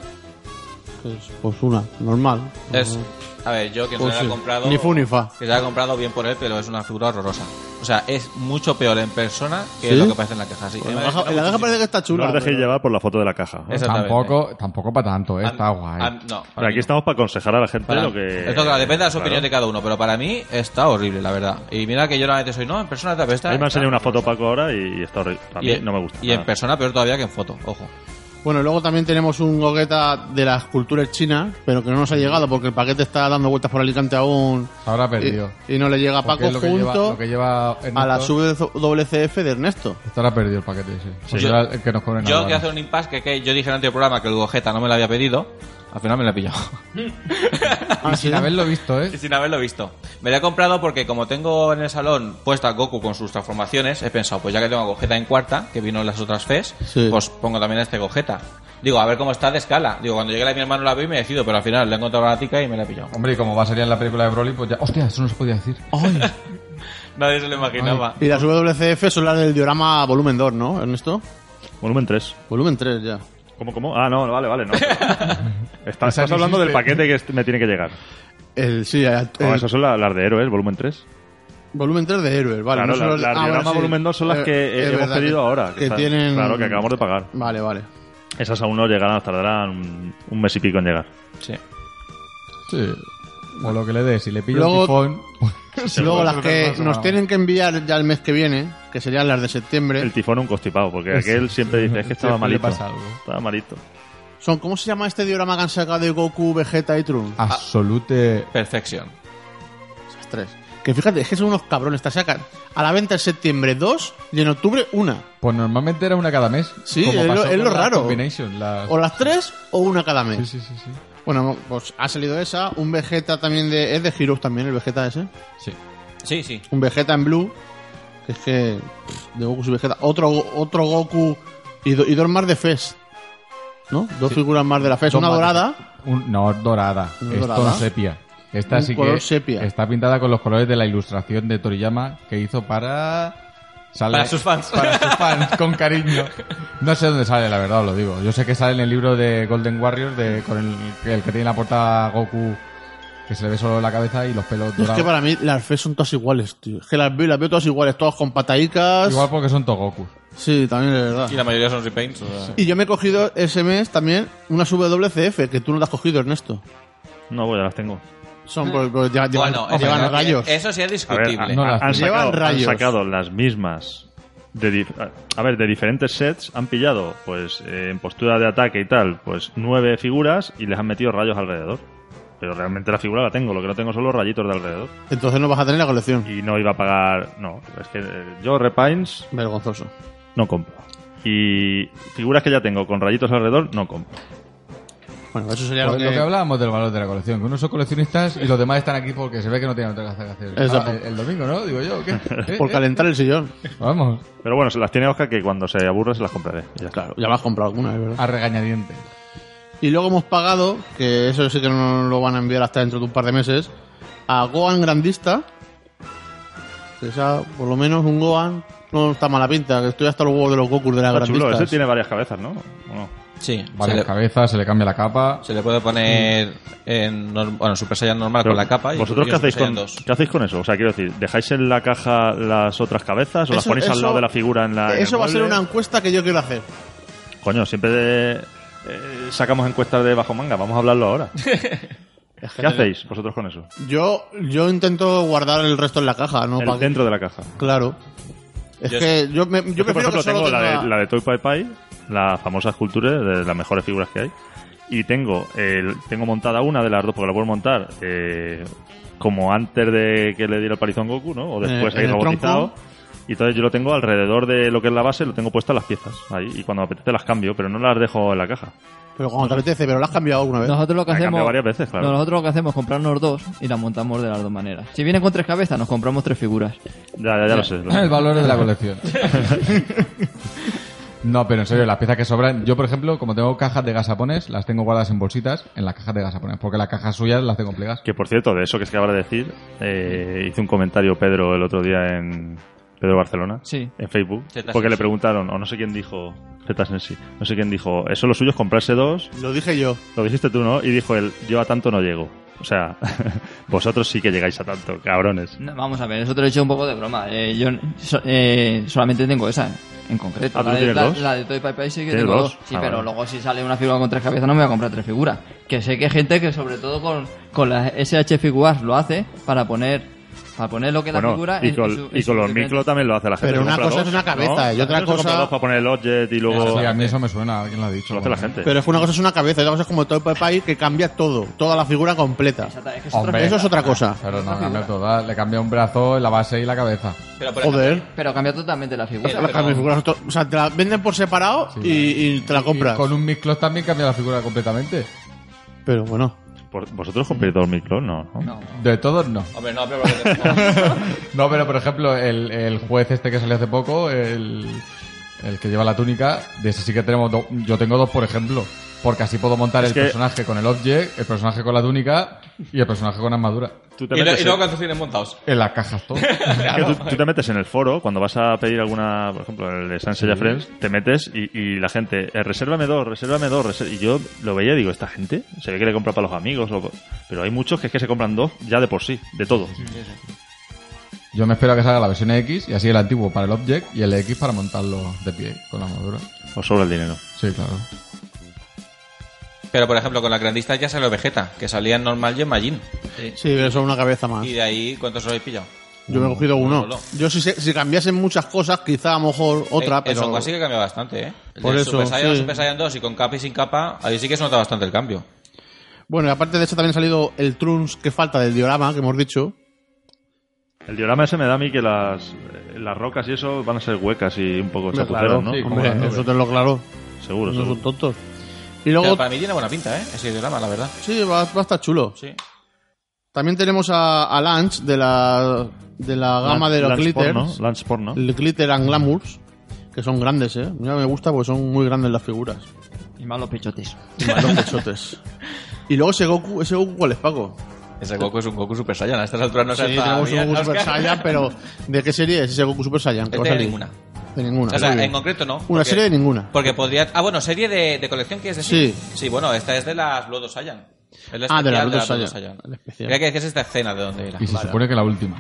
Que es, pues una, normal. Es... A ver, yo que no Pues se sí. haya comprado... Ni fu ni fa. Que se haya comprado bien por él, pero es una figura horrorosa. O sea, es mucho peor en persona que ¿Sí? lo que parece en la caja. Sí. Pues Me la caja, parece la caja muchísimo. parece que está No chula. os dejéis pero- llevar por la foto de la caja. ¿eh? Exactamente. Tampoco, tampoco para tanto, ¿eh? Está A- guay. a- no, Pero para aquí mí estamos para aconsejar a la gente Para- lo que... Esto, claro, depende de las Claro. opiniones de cada uno, pero para mí está horrible, la verdad. Y mira que yo normalmente soy, no, en persona está, pero está... A mí me ha está enseñado una foto horrorosa. Paco ahora y, y está horrible. A mí Y, no me gusta. Y en nada. persona peor todavía que en foto, ojo. Bueno, luego también tenemos un Gogeta de las culturas chinas, pero que no nos ha llegado porque el paquete está dando vueltas por Alicante aún. Ahora perdido. Y, y no le llega a Porque Paco es lo que lleva- junto lo que lleva a la Ernesto, W C F de Ernesto. Estará perdido el paquete, sí. Pues Yo- será el que nos cobren Yo ahora. quiero hacer un impasse que, que yo dije en el anterior programa que el Gogeta no me lo había pedido. Al final me lo he pillado. Ah, Sin haberlo visto, ¿eh? Y sin haberlo visto. Me lo he comprado porque como tengo en el salón puesta Goku con sus transformaciones, he pensado, pues ya que tengo a Gogeta en cuarta, que vino en las otras FES, Sí. pues pongo también a este Gogeta. Digo, a ver cómo está de escala. Digo, cuando llegue la mi hermano la veo y me decido, pero al final le he encontrado la tica y me la he pillado. Hombre, y como va a salir en la película de Broly, pues ya... ¡Hostia! Eso no se podía decir. Nadie se lo imaginaba. Y las W C F son las del diorama volumen dos, ¿no, Ernesto? Volumen tres. Volumen tres ya. ¿Cómo, cómo? Ah, no, vale, vale, no. Estás, Esa estás ni hablando del existe. paquete que est- me tiene que llegar. El, sí, el, No, el- esas son la- las de héroes, volumen tres. volumen tres de Héroes, vale. Claro, no son la- los- las ah, diorama bueno, sí. volumen dos son las Eh, que eh, es hemos verdad pedido que- ahora. Que están- tienen... Claro, que acabamos de pagar. Vale, vale. Esas aún no llegarán, tardarán un, un mes y pico en llegar. Sí. Sí. O lo que le des, si le pillo Luego- el tifón... Luego las que Seguro. nos tienen que enviar ya el mes que viene, que serían las de septiembre, El tifón un constipado, porque aquel siempre dice es que estaba Siempre le malito. pasa algo. Estaba malito. son, ¿cómo se llama este diorama que han sacado de Goku, Vegeta y Trunks? Absolute... Perfección. Esas tres. Que fíjate, es que son unos cabrones, te sacan a la venta en septiembre dos y en octubre una. Pues normalmente era una cada mes. Sí, como es lo- pasó es lo con la raro. Combination, las- O las tres o una cada mes. Sí, sí, sí, sí. Bueno, pues ha salido esa, un Vegeta también de... Es de Heroes también, el Vegeta ese. Sí. Sí, sí. Un Vegeta en blue, que es que... pff, de Goku y Vegeta. Otro, otro Goku y, do- y dos más de Fest. ¿No? Dos Sí. figuras más de la Fest. Dos Una más de- dorada. Un- no, dorada. No es dorada. tono sepia. Esta Un sí color que sepia. está pintada con los colores de la ilustración de Toriyama que hizo para... Sale- Para sus fans. Para sus fans, con cariño. No sé dónde sale, la verdad, os lo digo. Yo sé que sale en el libro de Golden Warriors, de, con el, el que tiene la portada Goku, que se le ve solo la cabeza y los pelos Es dorados. que para mí las Fest son todas iguales, tío. Es que las veo y las veo todas iguales, todas con pataicas. Igual porque son Togokus. Sí, también es verdad. Y la mayoría son repaints. O sea. Y yo me he cogido ese mes también unas W C F, que tú no te has cogido, Ernesto. No, pues ya las tengo. Son, pues, pues, ya, llevan, Bueno, llevan eso, rayos. eso sí es A ver, discutible. a- No a- las han, tengo. sacado, Llevan rayos. han sacado las mismas. De dif- a ver, de diferentes sets han pillado, pues, eh, en postura de ataque y tal, pues nueve figuras y les han metido rayos alrededor. Pero realmente la figura la tengo, lo que no tengo son los rayitos de alrededor. Entonces no vas a tener la colección. Y no iba a pagar. No, es que eh, yo Repines Vergonzoso. no compro. Y figuras que ya tengo con rayitos alrededor, no compro. Bueno, eso sería Pues lo lo que... que hablábamos del valor de la colección, que unos son coleccionistas y los demás están aquí porque se ve que no tienen otra cosa que hacer. Exacto. Ah, el, el domingo, ¿no? Digo yo, ¿qué? ¿Eh? Por ¿Eh? calentar el sillón. Vamos, Pero bueno, se las tiene Oscar que cuando se aburre se las compraré. Y ya está. Claro, ya me has comprado alguna, es verdad. a regañadientes. Y luego hemos pagado, que eso sí que no lo van a enviar hasta dentro de un par de meses, a Gohan Grandista. Que esa, por lo menos un Gohan no está mala pinta, que estoy hasta los huevos de los Goku de la Está chulo, Grandista. ese tiene varias cabezas, ¿no? ¿O no? Sí. Se Varias le, cabezas, se le cambia la capa. se le puede poner en norm- bueno, Super Saiyan normal Pero, con la capa. Y ¿Vosotros y qué Super hacéis, con, Saiyan dos. qué hacéis con eso? O sea, quiero decir, ¿dejáis en la caja las otras cabezas o las Eso- ponéis al eso- lado de la figura en la en Eso el va a ser mueble? una encuesta que yo quiero hacer. Coño, siempre de- eh, sacamos encuestas de bajo manga, vamos a hablarlo ahora. ¿Qué hacéis vosotros con eso? Yo, yo intento guardar el resto en la caja, ¿no? El Pa' que- dentro de la caja. Claro. Es Yo- que yo, me, yo Yo, que, por prefiero ejemplo, que solo tengo la tenga- de, la de Toy Pai Pai, la famosa escultura de las mejores figuras que hay. Y tengo el, tengo montada una de las dos, porque la puedo montar eh, como antes de que le diera el palizón Goku, ¿no? O después En ahí el robotizado. tronco. Y entonces yo lo tengo alrededor de lo que es la base, lo tengo puestas las piezas ahí. Y cuando me apetece las cambio, pero no las dejo en la caja. Pero cuando te apetece, pero lo has cambiado alguna vez. Nosotros lo que La he hacemos. cambiado varias veces, claro. no, nosotros lo que hacemos es comprarnos dos y las montamos de las dos maneras. Si vienen con tres cabezas, nos compramos tres figuras. Ya, ya, ya lo sé. lo sé. El valor de la colección. No, pero en serio, las piezas que sobran. Yo, por ejemplo, como tengo cajas de gasapones, las tengo guardadas en bolsitas en las cajas de gasapones, porque las cajas suyas las tengo plegadas. Que por cierto, de eso que es que acabas de decir, eh, hice un comentario Pedro el otro día en Pedro Barcelona, Sí. en Facebook, Zeta porque le Sensi. preguntaron, o no sé quién dijo, Z Sensi, no sé quién dijo, eso lo suyo es comprarse dos, Lo dije yo. lo dijiste tú, ¿no? Y dijo él, yo a tanto no llego. O sea, vosotros sí que llegáis a tanto, cabrones. No, vamos a ver, eso te lo he hecho un poco de broma. Eh, yo so- eh, solamente tengo esa en concreto. Ah, ¿tú la, de, tienes la, dos? la de Toy Pai Pai sí que ¿Tienes tengo dos? dos. Sí, Ah, pero vale. luego si sale una figura con tres cabezas no me voy a comprar tres figuras. Que sé que hay gente que sobre todo con, con las S H Figuras lo hace para poner para poner lo que es la Bueno, figura y en- con, en su- en y su con los diferente- micro también lo hace la gente. Pero se una compra cosa dos, es una cabeza, ¿no? y otra La gente se compra cosa- dos para poner el objet y luego... Sí, a mí eso me suena, ¿quién lo ha dicho? Lo hace la gente. Pero es que una cosa es una cabeza y otra cosa es como Toy Pai Pai que cambia todo, toda la figura completa. Exacto, es que es Hombre. otra Eso es otra cosa. Pero no cambia toda, le cambia un brazo, la base y la cabeza. Pero, por ejemplo, Joder. Pero cambia totalmente la figura. Pero- Las cambia figuras to- o sea, te la venden por separado y, y te la compras. Y con un micros también cambia la figura completamente. Pero bueno. Por- ¿Vosotros compréis dos micro? No, ¿no? No. De todos no. hombre, no, pero porque- No, pero por ejemplo, el, el juez este que salió hace poco, el, el que lleva la túnica, de ese sí que tenemos dos. Yo tengo dos, por ejemplo. Porque así puedo montar Es el que- personaje con el object, el personaje con la túnica y el personaje con armadura. Tú te y, lo- metes y en- luego cuando tienen montados. En las cajas todo. Es que tú, tú te metes en el foro, cuando vas a pedir alguna, por ejemplo, el de Saint Seiya Friends, te metes y, y la gente, eh, resérvame dos, resérvame dos, reser-". y yo lo veía y digo, esta gente se ve que le compra para los amigos, o- pero hay muchos que es que se compran dos ya de por sí, de todo. Yo me espero a que salga la versión X y así el antiguo para el object y el X para montarlo de pie con la armadura. O sobra el dinero. Sí, claro. Pero, por ejemplo, con las grandistas ya salió Vegeta, que salía en normal y en Majin. Sí, pero son una cabeza más. Y de ahí, ¿cuántos os habéis pillado? Yo me he cogido uno. solo. Yo si, se- si cambiasen muchas cosas, quizá a lo mejor otra, Eh, pero... El Son Goku sí que cambia bastante, ¿eh? El Por de eso, Super Saiyan, sí. Super Saiyan dos y con capa y sin capa, ahí sí que se nota bastante el cambio. Bueno, y aparte de eso también ha salido el Trunks que falta del diorama, que hemos dicho. El diorama ese me da a mí que las, eh, las rocas y eso van a ser huecas y un poco Hombre, chapuceras, claro, ¿no? sí, como hombre, las nubes. eso tenlo claro. Seguro, No seguro. son tontos. Y Pero luego, para mí tiene buena pinta, ¿eh? Ese diorama, la verdad. sí, va, va a estar chulo. Sí. También tenemos a, a Lance de la, de la gama de los Lance glitters. Porno, Lance Porno. El Glitter and Glamours, que son grandes, ¿eh? Mira, me gusta porque son muy grandes las figuras. Y malos pechotes. Y más los pechotes. Y luego ese Goku, ese Goku, ¿cuál es, Paco? Ese Goku es un Goku Super Saiyan. A estas alturas no Sí, se tenemos un Goku Super Saiyan, pero ¿de qué serie es ese Goku Super Saiyan? ¿Qué Es va a de salir? ninguna. De ninguna. O sea, muy bien. en concreto no. Una porque- serie de ninguna. Porque podría... Ah, bueno, serie de, de colección, ¿quieres decir? Sí. Sí, bueno, esta es de las Blood of Saiyan. Es la Ah, de la especial Blood of Blood Saiyan. La especial. Quería que decías esta escena de dónde era. Y se Vale. supone que la última.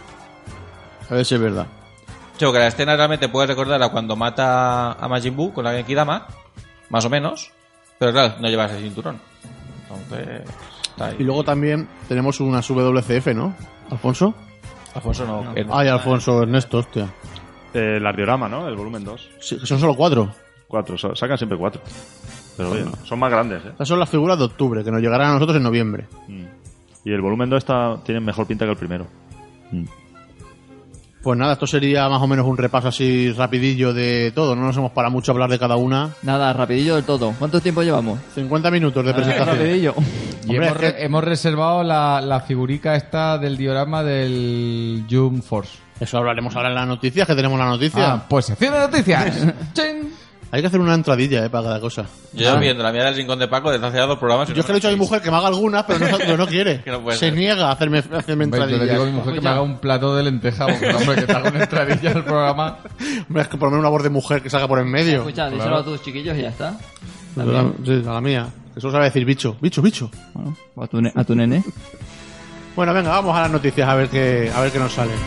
A ver si es verdad. Yo, que la escena realmente puedes recordar a cuando mata a Majin Buu con la Genkidama, más o menos, pero claro, no llevas el cinturón. Entonces, está ahí. Y luego también tenemos unas W C F, ¿no? ¿Alfonso? Alfonso no. que no. Ay, Alfonso, Ernesto, hostia. Eh, el diorama, ¿no? El volumen dos. Sí, que son solo cuatro. Cuatro, sa- sacan siempre cuatro. Pero bien, son más grandes, ¿eh? Estas son las figuras de octubre, que nos llegarán a nosotros en noviembre. Mm. Y el volumen dos está, tiene mejor pinta que el primero. Mm. Pues nada, esto sería más o menos un repaso así rapidillo de todo. No nos hemos para mucho a hablar de cada una. Nada, rapidillo del todo. ¿Cuánto tiempo llevamos? cincuenta minutos de presentación. Rapidillo. Y Hombre, hemos, es re- que- hemos reservado la, la figurica esta del diorama del Jump Force. Eso hablaremos ahora en las noticias, que tenemos la noticia. Ah, pues sección de noticias. ¡Chin! Hay que hacer una entradilla, eh, para cada cosa. Yo llevo viendo la mía del rincón de Paco desde hace ya dos programas. y Yo no es que le he dicho a mi mujer que me haga algunas, pero no, pero no quiere. Que no puede Se ser. niega a hacerme, a hacerme Hombre, yo le digo a mi entradillas. mujer que me haga un plato de lenteja, porque hombre, que te haga una entradilla al programa. Hombre, es que por lo menos una voz de mujer que salga por en medio. Escucha, díselo a tus chiquillos y ya está. A la, sí, a la mía. Que solo sabe decir bicho, bicho, bicho. Bueno, o a tu, ne- a tu nene. Bueno, venga, vamos a las noticias a ver qué, a ver qué nos sale.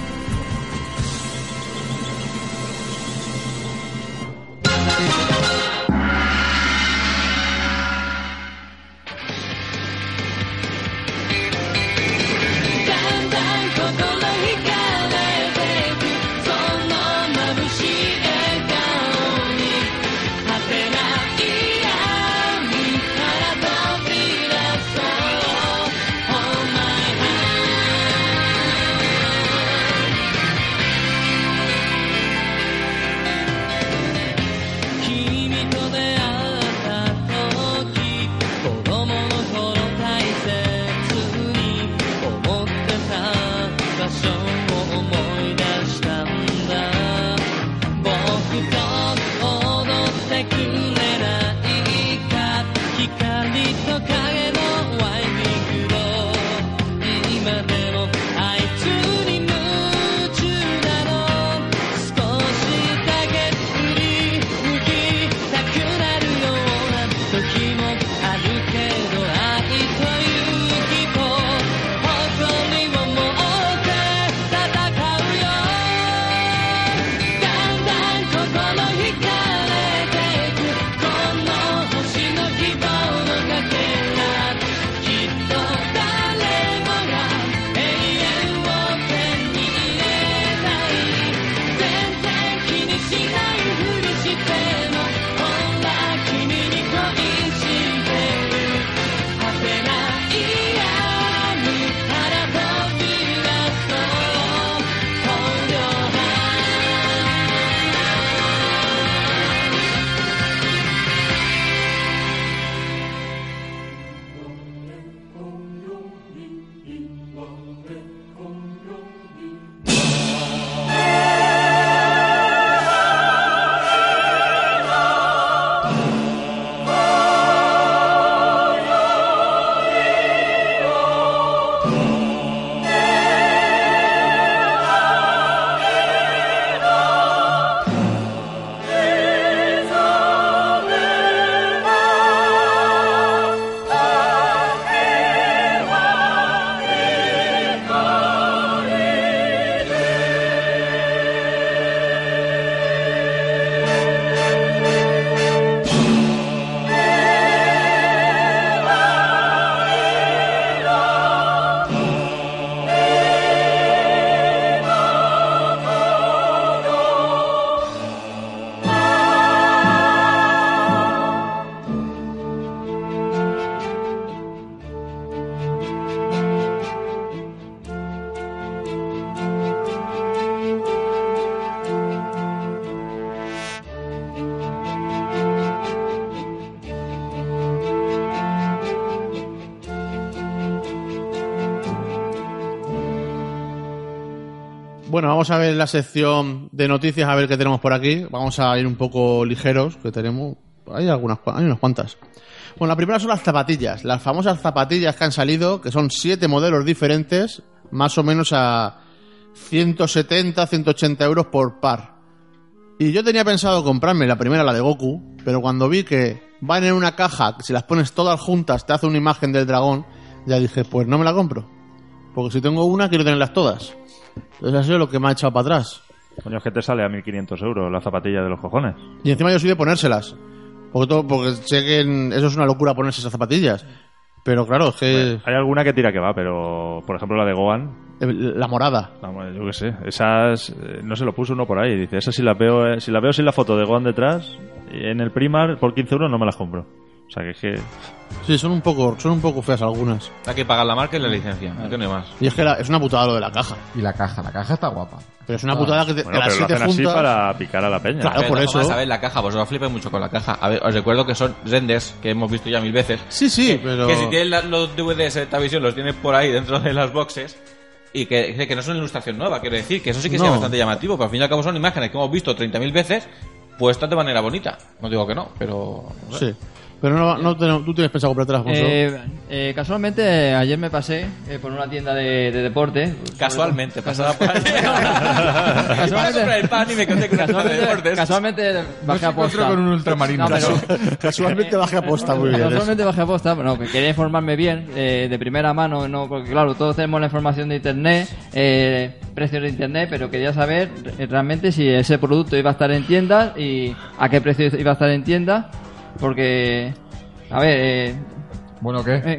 Bueno, vamos a ver la sección de noticias, a ver qué tenemos por aquí. Vamos a ir un poco ligeros, que tenemos... Hay algunas, hay unas cuantas. Bueno, la primera son las zapatillas. Las famosas zapatillas que han salido, que son siete modelos diferentes, más o menos a ciento setenta, ciento ochenta euros por par. Y yo tenía pensado comprarme la primera, la de Goku, pero cuando vi que van en una caja, que si las pones todas juntas te hace una imagen del dragón, ya dije, pues no me la compro. Porque si tengo una, quiero tenerlas todas. Entonces eso es lo que me ha echado para atrás. Coño, es que te sale a mil quinientos euros la zapatilla de los cojones. Y encima yo soy de ponérselas. Porque, todo, porque sé que en- eso es una locura ponerse esas zapatillas. Pero claro, es que... Hay alguna que tira que va, pero por ejemplo la de Gohan, La morada. vamos, yo qué sé, esas eh, no se lo puso uno por ahí. Dice, esas si las veo, eh, si las veo sin la foto de Gohan detrás, en el Primar por quince euros no me las compro. O sea que es que Sí, son un poco, son un poco feas algunas. Hay que pagar la marca y la licencia, no tiene más. Y es que la- es una putada lo de la caja. Y la caja, la caja está guapa. Pero es una putada que, te, bueno, que las pero lo siete hacen así juntas... para picar a la peña. Claro. Pero por de eso. todas formas, a ver, la caja, vosotros flipéis mucho con la caja. A ver, os recuerdo que son renders que hemos visto ya mil veces. Sí, sí, que, pero... que si tienes la- los D V Ds de esta visión, los tienes por ahí dentro de las boxes. Y que, que no son ilustración nueva, quiero decir, que eso sí que No. sea bastante llamativo, pero al fin y al cabo son imágenes que hemos visto treinta mil veces, puestas de manera bonita. No digo que no, pero... no sé. Sí. Pero no, no, te- tú tienes pensado comprarte las Alfonso. Eh, eh, casualmente ayer me pasé eh, por una tienda de, de deporte. Casualmente, pasaba por allí. Casualmente- Iba a comprar el pan y me encontré con una tienda de Casualmente, deportes. casualmente No bajé se a encontró posta. con un ultramarino. No, pero- Casualmente bajé a posta, muy bien. Casualmente bajé a posta, bueno, que quería informarme bien, eh, de primera mano, no, porque claro, todos tenemos la información de internet, eh, precios de internet, pero quería saber eh, realmente si ese producto iba a estar en tiendas y a qué precio iba a estar en tiendas, porque, a ver, eh, Bueno, ¿qué? eh,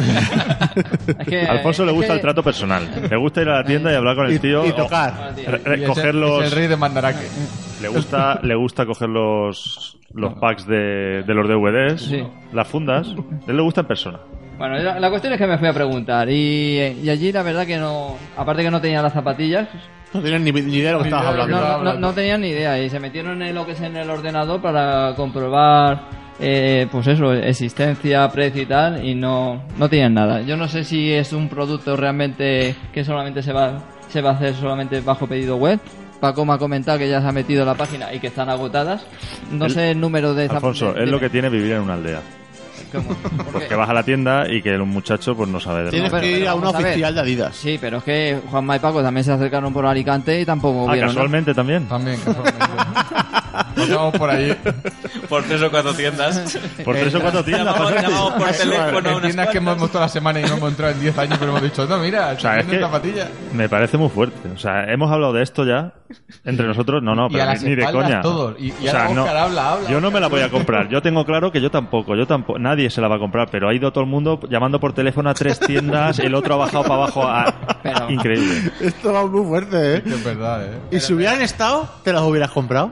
es que, A Alfonso le es gusta que- el trato personal. Le gusta ir a la tienda y hablar con el Y, tío. y o- tocar. tío. re- re- Y es coger el- los. es el rey de Mandaraque. Le gusta, le gusta coger los los packs de, de los D V Ds, Sí. las fundas. A él le gusta en persona. Bueno, la, la cuestión es que me fui a preguntar y, y allí la verdad que no, aparte que no tenía las zapatillas, No tienes ni, ni idea de lo que Ni estabas idea de lo hablando. no, no, no tenían ni idea y se metieron en lo que es en el ordenador para comprobar eh, pues eso, existencia, precio y tal, y no, no tenían nada. Yo no sé si es un producto realmente que solamente se va, se va a hacer solamente bajo pedido web. Paco me ha comentado que ya se ha metido en la página y que están agotadas. No El- sé el número de... Alfonso, de- es lo de- que tiene vivir en una aldea. ¿Cómo? ¿Por Pues qué? que vas a la tienda y que un muchacho pues no sabe de Tienes nada. pero- que ir pero a una vamos a ver. oficial de Adidas. Sí, pero es que Juanma y Paco también se acercaron por Alicante y tampoco Ah, vieron nada. casualmente también. También, casualmente. Nos vamos por allí. Por tres o cuatro tiendas. Por tres o cuatro tiendas. Llamamos, pasaste. llamamos por teléfono a En unas tiendas que hemos cuantas. mostrado la semana y no hemos entrado en diez años, pero hemos dicho, no, mira, O sea, es que zapatilla. me parece muy fuerte. O sea, hemos hablado de esto ya entre nosotros. No, no, Y pero a las ni, ni de espaldas coña. todo. Y- y O sea, ahora no, Óscar habla, habla, yo no me la voy a Óscar. comprar. Yo tengo claro que yo tampoco. Yo tampoco. Nadie se la va a comprar. Pero ha ido todo el mundo llamando por teléfono a tres tiendas. El otro ha bajado para abajo. A... Pero- Increíble. Esto va muy fuerte, ¿eh? Que es verdad, ¿eh? Y si hubieran estado, ¿te las hubieras comprado?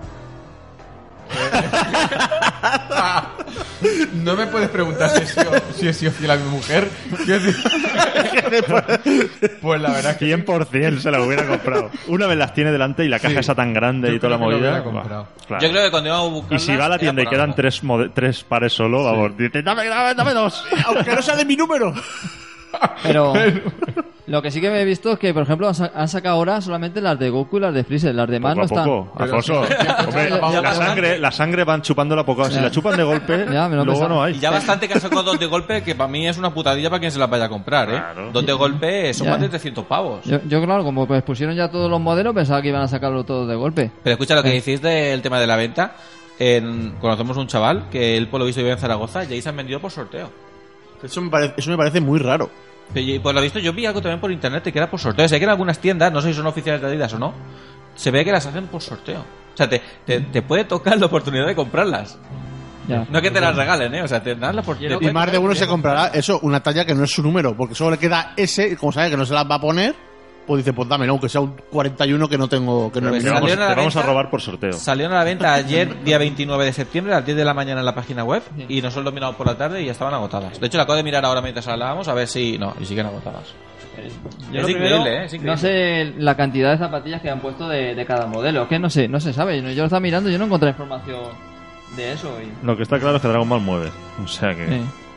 No me puedes preguntar si he sido, si he sido fiel a mi mujer. Quiero decir- Pues la verdad es que cien por ciento se la hubiera comprado. Una vez las tiene delante y la caja Sí. esa tan grande Yo y toda la creo que lo movida. hubiera comprado. buah, claro. Yo creo que cuando íbamos a buscar. Y si va a la tienda y quedan tres, mode- tres pares solo, vamos, dice, dame, dame, dame dos. Aunque no sea de mi número. Pero lo que sí que me he visto es que, por ejemplo, han sa- han sacado ahora solamente las de Goku y las de Freezer. Las demás Poco no a están. poco. Pero Alfonso, sí, ya- hombre, ya- ya la, bastante. sangre, la sangre van chupándola poco. Si Ya. la chupan de golpe, Ya, me lo he luego pensado. no Y hay. ya bastante que han sacado dos de golpe, que para mí es una putadilla para quien se las vaya a comprar, ¿eh? Claro. Dos de golpe son Ya. más de trescientos pavos. Yo, yo, claro, como pues pusieron ya todos los modelos, pensaba que iban a sacarlo todos de golpe. Pero escucha lo que Eh. decís del tema de la venta. En- conocemos un chaval que él por lo visto vive en Zaragoza y ahí se han vendido por sorteo. Eso me parece, eso me parece muy raro. Pero yo- por lo visto yo vi algo también por internet que era por sorteo. Sé que en algunas tiendas, no sé si son oficiales de Adidas o no, se ve que las hacen por sorteo. O sea, te, te, te puede tocar la oportunidad de comprarlas. Ya. No que te las regalen, ¿eh? O sea, te dan la oportunidad. Y más de uno se comprará eso, una talla que no es su número, porque solo le queda ese, y como sabe que no se las va a poner, pues dice, pues dámelo, aunque sea un cuarenta y uno que no tengo, que no Pero es Te mío. salió vamos, en la te vamos a venta- robar por sorteo. Salieron a la venta ayer, día veintinueve de septiembre, a las diez de la mañana en la página web, y nosotros lo miramos por la tarde y ya estaban agotadas. De hecho, la acabo de mirar ahora mientras hablábamos a ver si... No, y siguen agotadas. Yo Es lo increíble, primero, ¿eh? Es increíble. No sé la cantidad de zapatillas que han puesto de, de cada modelo. Es que no sé, no se sabe. Yo lo estaba mirando y yo no encontré información de eso. Y... Lo que está claro es que Dragon Ball mueve. O sea que. Sí.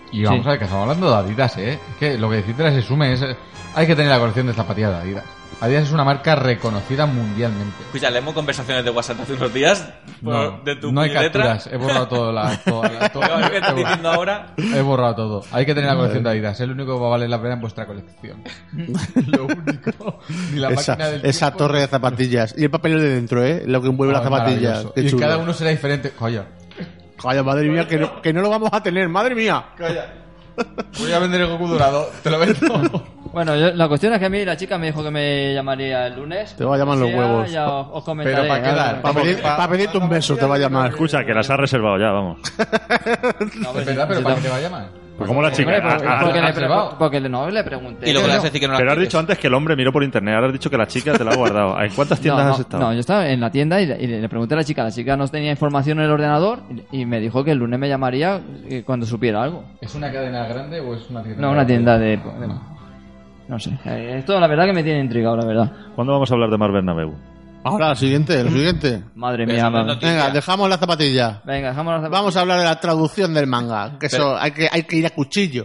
Y vamos Sí. a ver que estamos hablando de Adidas, ¿eh? Es que lo que decís de la Sesume es... Hay que tener la colección de zapatillas de Adidas. Adidas es una marca reconocida mundialmente. Escucha, leemos conversaciones de WhatsApp hace unos días por- No, de tu no hay puñetera. capturas. He borrado todo. La, todo, la- todo- Pero ¿qué estás he, diciendo borrado, ahora? he borrado todo. Hay que tener la colección de Adidas. Es lo único que va a valer la pena en vuestra colección. Lo único. Ni la Esa, máquina del esa tiempo, torre ni- de zapatillas. Y el papel de dentro, ¿eh? Lo que envuelve Ah, las zapatillas. maravilloso. Qué Y chulo. cada uno será diferente. Coño. Calla, madre mía, que no, que no lo vamos a tener, madre mía. Voy a vender el Goku dorado. Te lo vendo. Bueno, yo- la cuestión es que a mí la chica me dijo que me llamaría el lunes. Te va a llamar los Sí, huevos. Ya os, os comentaré. Pero ¿para qué Claro. dar? Para pedir, Pa- pa pedirte un beso te va a llamar. Escucha, que las has reservado ya, vamos. No, Es pues, verdad, pero si ¿para te- qué te va a llamar? Pues como la chica. Hombre, ah, porque, ah, porque ah, le has pre- reservado. porque no le pregunté. Y lo que Que le no. hace decir que no la Pero has quieres. dicho antes que el hombre miró por internet. Ahora has dicho que la chica te la ha guardado. ¿En cuántas tiendas no, no, has estado? No, yo estaba en la tienda y, le- y le pregunté a la chica. La chica no tenía información en el ordenador y, y me dijo que el lunes me llamaría eh, cuando supiera algo. ¿Es una cadena grande o es una tienda? No, una tienda de... de- no sé. Eh, Esto la verdad que me tiene intrigado, la verdad. ¿Cuándo vamos a hablar de Mar Bernabéu? Ahora, lo siguiente, lo siguiente. Madre Pero mía. eso no es madre. noticia. Venga, dejamos la zapatilla. Venga, dejamos las Vamos a hablar de la traducción del manga. Que eso, hay que, hay que ir a cuchillo.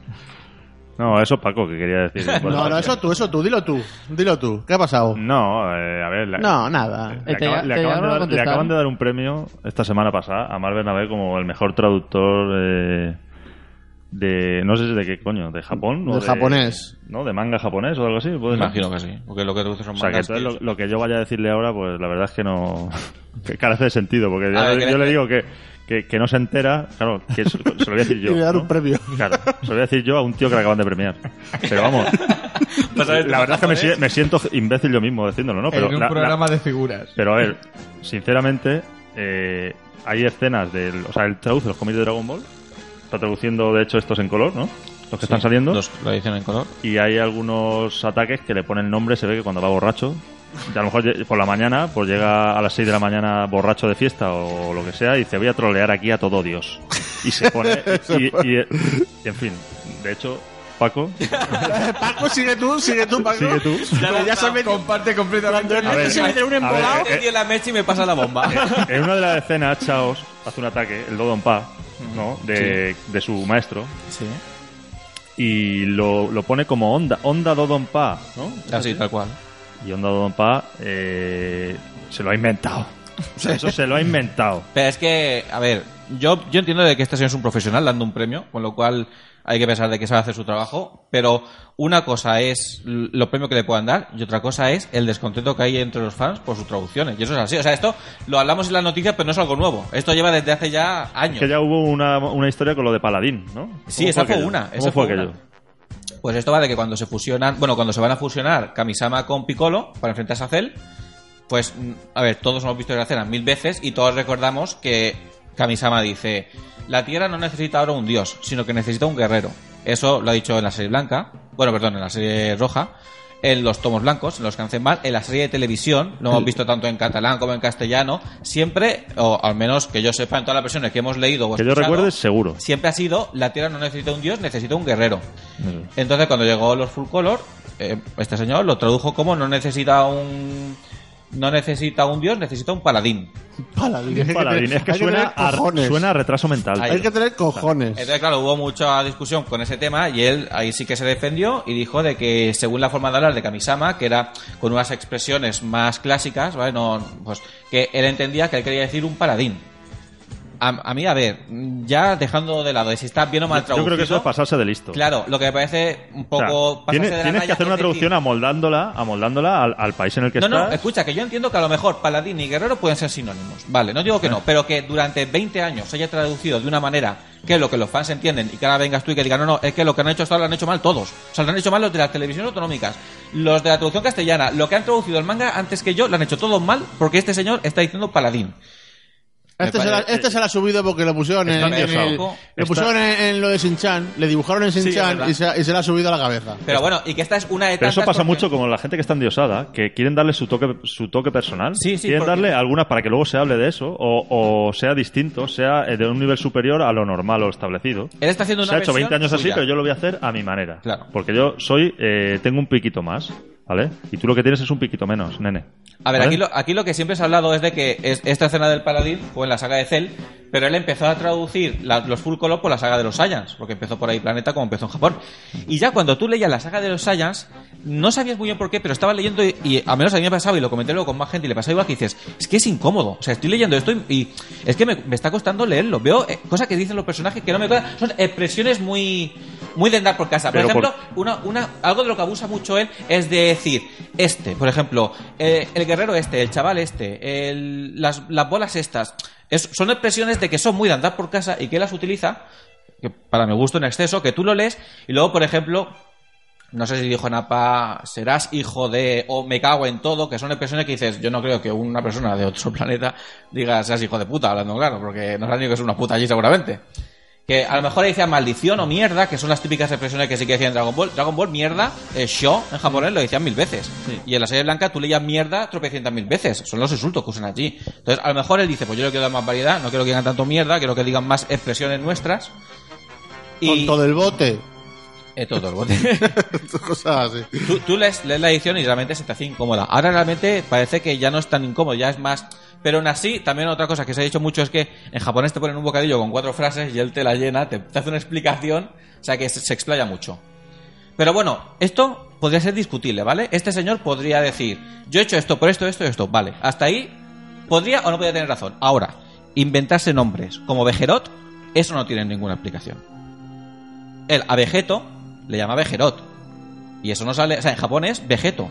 No, eso es Paco, que quería decir. No, no, eso tú, eso tú, dilo tú. Dilo tú. ¿Qué ha pasado? No, eh, a ver. la- No, nada. Le, Eh, te- acaban, le te acaban llegaron de a dar, le contestar. acaban de dar un premio esta semana pasada a Mar Bernabé como el mejor traductor eh, de... No sé si de qué coño, de Japón. o De japonés. ¿No? De manga japonés o algo así. ¿puede ser? Imagino que sí. Porque lo que traduce son O sea, que mangas entonces que- lo, lo que yo vaya a decirle ahora, pues la verdad es que no... que carece de sentido, porque A yo, ver, yo que- le digo que, que, que no se entera, claro, que se, se lo voy a decir yo. Y le dar ¿no? un premio. Claro, se lo voy a decir yo a un tío que le acaban de premiar. Pero vamos, Vas a ver, la verdad es que me, japonés. si- me siento imbécil yo mismo diciéndolo, ¿no? Pero en un la- la- programa de figuras. Pero a ver, sinceramente, eh, hay escenas del... O sea, él traduce los cómics de Dragon Ball. Está traduciendo, de hecho, estos en color, ¿no? Los que están saliendo. Los, la edición en color. Y hay algunos ataques que le ponen nombre, se ve que cuando va borracho. Y a lo mejor lle- por la mañana, pues llega a las seis de la mañana borracho de fiesta o lo que sea y dice, voy a trolear aquí a todo Dios. Y se pone... y, y- y, en fin, de hecho, Paco... Paco, sigue tú, sigue tú, Paco. Sigue tú. Ya, ya se ha metido. Comparte completamente. Cuando A ver, Ernesto se mete en un a ver, embolado. eh, Te dio la mecha y me pasa la bomba. En una de las escenas, Chaos hace un ataque, el Dodonpa, ¿no? De, de su maestro. Sí. Y lo, lo pone como Onda, Onda Dodonpa, ¿no? Así, tal cual. Y Onda Dodonpa eh, se lo ha inventado. O sea, eso se lo ha inventado. Pero es que, a ver, yo, yo entiendo de que este señor es un profesional dando un premio, con lo cual hay que pensar de que sabe hacer su trabajo, pero una cosa es l- los premios que le puedan dar y otra cosa es el descontento que hay entre los fans por sus traducciones. Y eso es así. O sea, esto lo hablamos en las noticias, pero no es algo nuevo. Esto lleva desde hace ya años. Que ya hubo una, una historia con lo de Paladín, ¿no? Sí, ¿Cómo esa fue aquello? una, ¿Cómo esa fue fue aquello? una. Pues esto va de que cuando se fusionan, bueno, cuando se van a fusionar Kamisama con Piccolo para enfrentarse a Cell, pues, mm, a ver, todos hemos visto la escena mil veces y todos recordamos que Kamisama dice, la Tierra no necesita ahora un dios, sino que necesita un guerrero. Eso lo ha dicho en la serie blanca, bueno, perdón, en la serie roja, en los tomos blancos, en los Kanzenban, en la serie de televisión, lo hemos visto tanto en catalán como en castellano, siempre, o al menos que yo sepa en todas las versiones que hemos leído o Que yo escuchado, recuerde, seguro. siempre ha sido la Tierra no necesita un dios, necesita un guerrero. Entonces cuando llegó los Full Color, eh, este señor lo tradujo como no necesita un no necesita un dios, necesita un paladín. Paladín. Es Paladín, es que hay suena, tener a, cojones. suena a retraso mental. Ahí. Hay que tener cojones. Entonces claro, hubo mucha discusión con ese tema y él ahí sí que se defendió y dijo de que según la forma de hablar de Kamisama, que era con unas expresiones más clásicas, ¿vale? No, pues que él entendía que él quería decir un paladín. A, a mí, a ver, ya dejando de lado de si está bien o mal Yo traducido. creo que eso es pasarse de listo. Claro, lo que me parece un O sea, poco pasarse tienes, de la tienes raya, que hacer es una decir, traducción amoldándola, amoldándola al, al país en el que No, estás. no, escucha, que yo entiendo que a lo mejor paladín y guerrero pueden ser sinónimos. Vale, no digo que no, pero que durante veinte años se haya traducido de una manera que es lo que los fans entienden y que ahora vengas tú y que digan, no, no, es que lo que han hecho hasta ahora lo han hecho mal todos. O sea, lo han hecho mal los de las televisiones autonómicas, los de la traducción castellana, lo que han traducido el manga antes que yo lo han hecho todos mal porque este señor está diciendo paladín. Este Me se, la, parece- este se la ha subido porque lo pusieron en, Está en el- endiosado. lo pusieron en, en lo de Shin-Chan, le dibujaron en Sí, es Shin-Chan verdad. y, se, y se la ha subido a la cabeza. Pero bueno, y que esta es una de Pero eso tantas pasa porque- mucho como la gente que está endiosada, que quieren darle su toque su toque personal. Sí, sí, quieren porque- darle algunas para que luego se hable de eso, o, o sea distinto, sea eh, de un nivel superior a lo normal o establecido. Él está haciendo una Se ha hecho versión veinte años así, suya. pero yo lo voy a hacer a mi manera. Claro. Porque yo soy, eh, tengo un piquito más. ¿vale? Y tú lo que tienes es un piquito menos, nene. A ver, ¿vale? aquí lo, aquí lo que siempre se ha hablado es de que es, esta escena del Paladín fue en la saga de Cell, pero él empezó a traducir la, los full color por la saga de los Saiyans, porque empezó por ahí Planeta como empezó en Japón. Y ya cuando tú leías la saga de los Saiyans, no sabías muy bien por qué, pero estabas leyendo y, y a menos a mí me pasaba, y lo comenté luego con más gente y le pasaba igual, que dices, es que es incómodo. O sea, estoy leyendo esto y, y es que me, me está costando leerlo. Veo eh, cosas que dicen los personajes que no me cuadran. Son expresiones muy muy de andar por casa. Por Pero ejemplo, por- una, una, algo de lo que abusa mucho él es de decir, este, por ejemplo, eh, el guerrero este, el chaval este, el, las, las bolas estas. Es, son expresiones de que son muy de andar por casa y que él las utiliza, que para mi gusto en exceso, que tú lo lees y luego, por ejemplo, no sé si dijo Napa, serás hijo de, o me cago en todo, que son expresiones que dices, yo no creo que una persona de otro planeta diga, seas hijo de puta, hablando claro, porque no saben ni que es una puta allí seguramente. Que a lo mejor decía maldición o mierda, que son las típicas expresiones que sí que decían en Dragon Ball. Dragon Ball, mierda, eh, sho, en japonés lo decían mil veces. Sí. Y en la serie blanca tú leías mierda tropecientas mil veces. Son los insultos que usan allí. Entonces, a lo mejor él dice, pues yo le quiero dar más variedad, no quiero que digan tanto mierda, quiero que digan más expresiones nuestras. Y... Con todo el bote. Eh, todo el bote. Cosas así. Tú, tú lees, lees la edición y realmente se te hace incómoda. Ahora realmente parece que ya no es tan incómodo, ya es más... Pero aún así, también otra cosa que se ha dicho mucho es que en japonés te ponen un bocadillo con cuatro frases y él te la llena, te, te hace una explicación, o sea que se, se explaya mucho. Pero bueno, esto podría ser discutible, ¿vale? Este señor podría decir, yo he hecho esto por esto, esto, esto, vale. Hasta ahí podría o no podría tener razón. Ahora, inventarse nombres como Vejerot, eso no tiene ninguna explicación. Él a Vegeto le llama Vejerot. Y eso no sale, o sea, en japonés es Vegeto.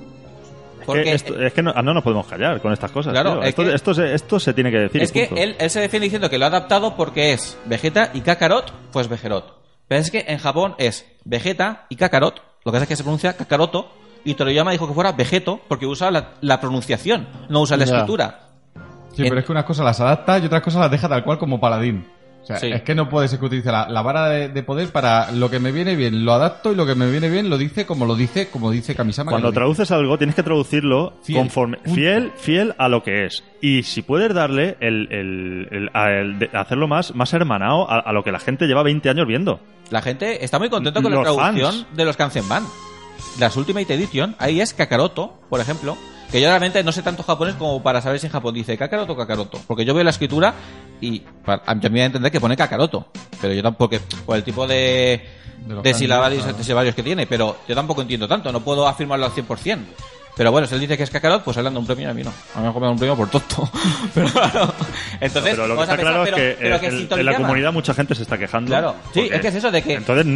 Porque es que, esto, es que no, no nos podemos callar con estas cosas. Claro, esto, que, esto, se, esto se tiene que decir. Es que él, él se defiende diciendo que lo ha adaptado porque es Vegeta y Kakarot, pues Vejerot. Pero es que en Japón es Vegeta y Kakarot. Lo que pasa es que se pronuncia Kakaroto. Y Toriyama dijo que fuera Vegeto porque usa la, la pronunciación, no usa la escritura. Sí, en... pero es que unas cosas las adapta y otras cosas las deja tal cual como Paladín. O sea, sí. Es que no puede ser que utilice la, la vara de, de poder para lo que me viene bien, lo adapto y lo que me viene bien lo dice como lo dice, como dice Kamisama. Cuando traduces algo tienes que traducirlo fiel, conforme fiel, fiel a lo que es. Y si puedes darle el, el, el, el, el hacerlo más, más hermanado a, a lo que la gente lleva veinte años viendo. La gente está muy contenta con los la traducción fans. de los Kanzenban. Las Ultimate Edition, ahí es Kakaroto, por ejemplo. Que yo realmente no sé tanto japonés como para saber si en Japón dice Kakaroto o Kakaroto. Porque yo veo la escritura y para, a mí me voy a entender que pone Kakaroto. Pero yo tampoco, por el tipo de, de, de silabarios que tiene. Pero yo tampoco entiendo tanto, no puedo afirmarlo al cien por ciento. Pero bueno, si él dice que es Kakarot, pues él anda un premio y a mí no. A mí me han un premio por tonto. Pero claro. Entonces, no, pero lo que está claro pensar, es que, pero, pero el, que en la comunidad mucha gente se está quejando. Claro, sí, es que es eso de que... Entonces,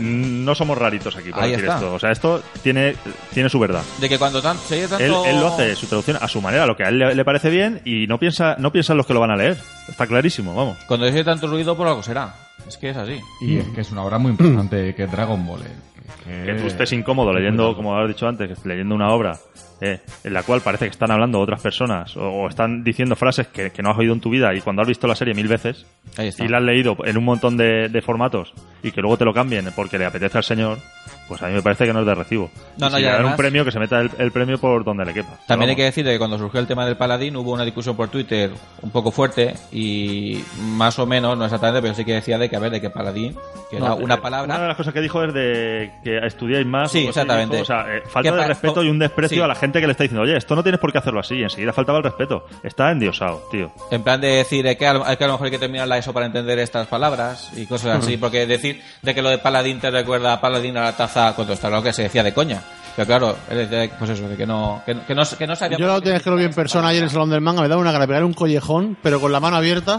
no somos raritos aquí por Ahí decir está. esto. O sea, esto tiene, tiene su verdad. De que cuando tan, se tanto... él, él lo hace su traducción a su manera, lo que a él le, le parece bien, y no piensa, no piensa en los que lo van a leer. Está clarísimo, vamos. Cuando dice tanto ruido, por algo será. Es que es así. Y es que es una obra muy importante que es Dragon Ball. Eh. Que, que tú estés incómodo leyendo, como has dicho antes, que leyendo una obra eh, en la cual parece que están hablando otras personas o, o están diciendo frases que, que no has oído en tu vida y cuando has visto la serie mil veces y la has leído en un montón de, de formatos y que luego te lo cambien porque le apetece al señor, pues a mí me parece que no es de recibo. No, no, si y le dan además, un premio, que se meta el, el premio por donde le quepa. También hay que decir que cuando surgió el tema del Paladín hubo una discusión por Twitter un poco fuerte y más o menos, no exactamente, pero sí que decía de que a ver, de que Paladín, que no, era una palabra... Una de las cosas que dijo es de que estudiáis más. Sí, exactamente. Dijo, o sea, eh, falta de respeto y un desprecio sí. a la gente que le está diciendo, oye, esto no tienes por qué hacerlo así. Y enseguida faltaba el respeto. Está endiosado, tío. En plan de decir eh, que, a, que a lo mejor hay que terminar la ESO para entender estas palabras y cosas así, porque decir de que lo de Paladín te recuerda a Paladín a la taza, cuando está lo que se decía de coña. Pero claro, pues eso, de que no, que, que no, que no sabía... Yo la última vez que lo vi en persona ayer en el Salón del Manga me daba una gana de pegar un collejón, pero con la mano abierta.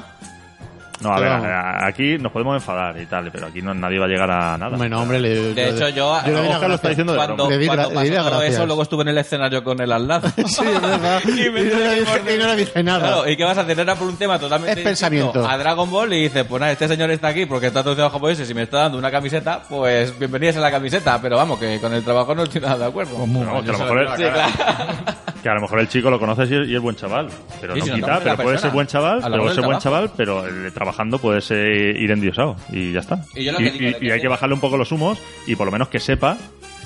No, a ver, a, aquí nos podemos enfadar y tal, pero aquí no, nadie va a llegar a nada. Bueno, hombre, le, de hecho yo, yo le Oscar lo está diciendo de cuando, le di, cuando le di pasó todo gracias. eso, luego estuve en el escenario con él al lado. Sí, es verdad. y, me y, no le dije, y no le dije nada. Claro, ¿y qué vas a hacer? Era por un tema totalmente es pensamiento. A Dragon Ball y dice, pues nada, este señor está aquí porque está traducido a japonés y si me está dando una camiseta, pues bienvenidos a la camiseta, pero vamos, que con el trabajo no estoy nada de acuerdo. Como, no, que, a lo mejor el, sí, claro. que a lo mejor el chico lo conoces y es, y es buen chaval, pero sí, no si quita, no pero puede ser buen chaval, pero puede ser buen chaval, pero el, trabajando puede ser ir endiosado y ya está. Y, yo lo y, que digo, y, que y hay que bajarle un poco los humos y por lo menos que sepa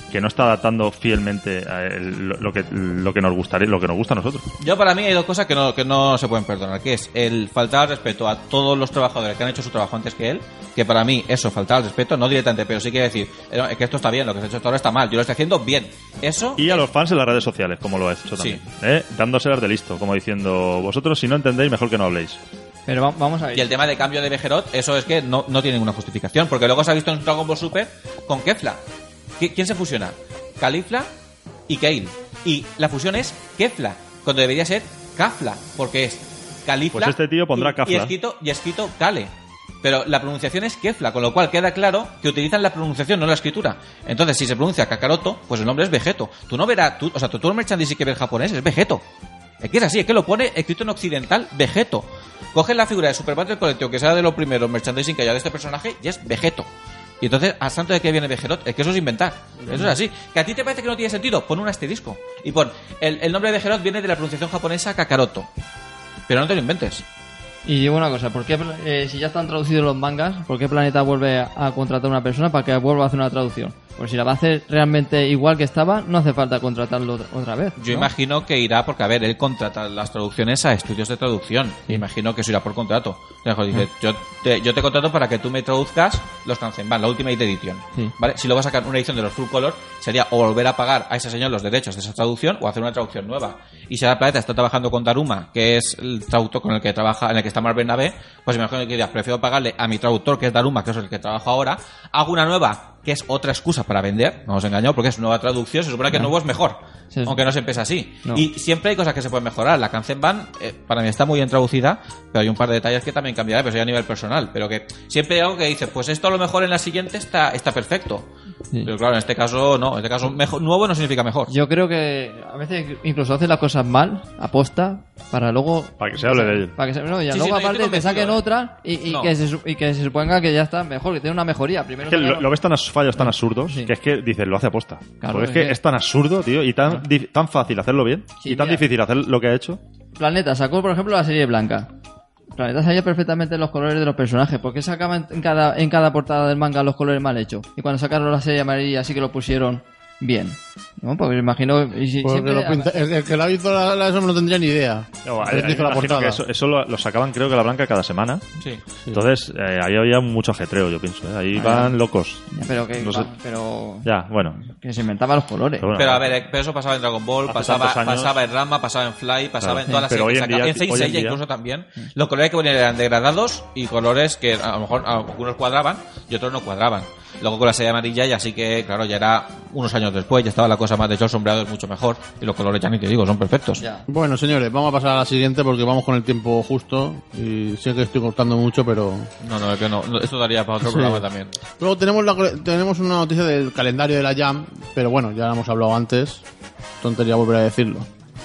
que no está adaptando fielmente a el- lo, lo que lo que nos gustaría, lo que nos gusta a nosotros. Yo, para mí, hay dos cosas que no, que no se pueden perdonar, que es el faltar al respeto a todos los trabajadores que han hecho su trabajo antes que él, que para mí eso, faltar al respeto, no directamente, pero sí quiere decir eh, que esto está bien, lo que se ha hecho hasta ahora está mal, yo lo estoy haciendo bien. Eso... Y a los fans en las redes sociales, como lo ha hecho también. Sí. ¿Eh? Dándoselas de listo, como diciendo, vosotros si no entendéis, mejor que no habléis. Pero va- vamos a ver. Y el tema de cambio de Bejerot, eso es que no, no tiene ninguna justificación, porque luego se ha visto en Dragon Ball Super con Kefla. ¿Qui- ¿Quién se fusiona? Califla y Kale. Y la fusión es Kefla, cuando debería ser Kafla, porque es Califla Pues este tío pondrá y, Kafla. y escrito, y escrito Kale. Pero la pronunciación es Kefla, con lo cual queda claro que utilizan la pronunciación, no la escritura. Entonces, si se pronuncia Kakaroto, pues el nombre es Vegeto. Tú no verás, tú, o sea, tú, todo el merchandising que ves japonés es Vegeto. Es que es así, es que lo pone escrito en occidental Vegeto. Cogen la figura de Super Battle Collector, que sea de los primeros merchandising que haya de este personaje, y es Vegeto. Y entonces, ¿a santo de qué viene Vejerot? Es que eso es inventar. Eso es así. ¿Que a ti te parece que no tiene sentido? Pon un asterisco. Y pon, el, el nombre de Vejerot viene de la pronunciación japonesa Kakaroto. Pero no te lo inventes. Y digo una cosa, ¿por qué, eh, si ya están traducidos los mangas, ¿por qué Planeta vuelve a contratar a una persona para que vuelva a hacer una traducción? Pues si la va a hacer realmente igual que estaba, no hace falta contratarlo otra, otra vez. Yo ¿no? imagino que irá porque, a ver, él contrata las traducciones a estudios de traducción. Imagino que eso irá por contrato. Mejor dice, yo te, yo te contrato para que tú me traduzcas los Kanzenban, la Ultimate Edition. Sí. ¿Vale? Si luego sacan una edición de los Full Color, sería o volver a pagar a ese señor los derechos de esa traducción o hacer una traducción nueva. Y si ahora Planeta está trabajando con Daruma, que es el traductor con el que trabaja, en el que está Mark Bernabé, pues imagino que dirías, prefiero pagarle a mi traductor, que es Daruma, que es el que trabajo ahora, hago una nueva, que es otra excusa para vender, no os engañado, porque es nueva traducción, se supone que el nuevo es mejor, Sí, sí. aunque no se empieza así. No. Y siempre hay cosas que se pueden mejorar. La Kanzenban, eh, para mí está muy bien traducida, pero hay un par de detalles que también cambiará, pero eso ya a nivel personal. Pero que siempre hay algo que dice, pues esto a lo mejor en la siguiente está, está perfecto. Sí. Pero claro, en este caso no, en este caso mejor, nuevo no significa mejor. Yo creo que a veces incluso hacen las cosas mal, aposta, para luego... Para que se hable de ello. Para que se, no, y Sí, sí, luego no, yo aparte estoy te saquen convencido, ¿eh? otra y, y No. que se, su- y que se suponga que ya está mejor, que tiene una mejoría. Primero Es que lo, sacaron- lo ves tan as- fallos tan absurdos Sí. que es que dices, lo hace aposta. Claro, Porque es es que que- es tan absurdo, tío, y tan, di- tan fácil hacerlo bien, Sí, y tan mira. difícil hacer lo que ha hecho. Planeta sacó, por ejemplo, la serie blanca. Planeta sabía perfectamente los colores de los personajes. ¿Por qué sacaban en cada, en cada portada del manga los colores mal hechos? Y cuando sacaron la serie amarilla sí que lo pusieron bien. ¿No? Porque me imagino... Y si, Porque siempre- lo pinta- el, el que lo ha visto la, la- eso no tendría ni idea. No, El que hizo la imagino portada. que eso, eso lo, lo sacaban creo que la blanca cada semana. Sí. Entonces, eh, ahí había mucho ajetreo, yo pienso. ¿eh? Ahí van locos. Pero que, No sé. pero Ya, bueno. que se inventaban los colores. Pero bueno, Pero a ver, eh, pero eso pasaba en Dragon Ball, Hace pasaba, tantos años. pasaba en Rama, pasaba en Fly, pasaba Claro. en todas las Pero series hoy en que sacaban. día- En Saint hoy en Seiya día- incluso también. Los colores que ponían eran degradados y colores que a lo mejor algunos cuadraban y otros no cuadraban. Luego con la serie amarilla ya sí que, claro, ya era unos años después, ya estaba la cosa más, de hecho el sombreado es mucho mejor y los colores ya ni te digo, son perfectos. Ya. Bueno, señores, vamos a pasar a la siguiente porque vamos con el tiempo justo y sé que estoy cortando mucho, pero... No, no, es que no, no, esto daría para otro Sí. programa también. Luego tenemos, la, tenemos una noticia del calendario de la Jam, pero bueno, ya la hemos hablado antes. Tontería volver a decirlo.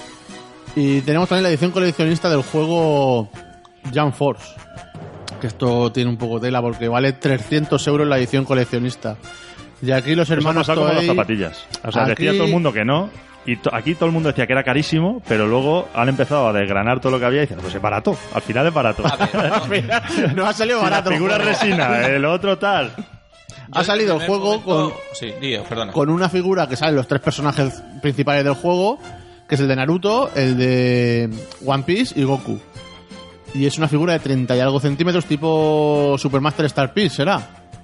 Y tenemos también la edición coleccionista del juego Jam Force. Que esto tiene un poco tela porque vale trescientos euros la edición coleccionista. Y aquí los eso ha hermanos pasado como las Toei- zapatillas. O sea, Aquí- decía todo el mundo que no. Y to- aquí todo el mundo decía que era carísimo, pero luego han empezado a desgranar todo lo que había y dicen, pues es barato. Al final es barato. no ha salido Si la barato. el figura es juego. resina, el otro tal. Ha salido el Yo en juego primer momento- con, Sí, digo, perdona. con una figura que salen los tres personajes principales del juego, que es el de Naruto, el de One Piece y Goku. Y es una figura de treinta y algo centímetros tipo Supermaster Star Piece, ¿será?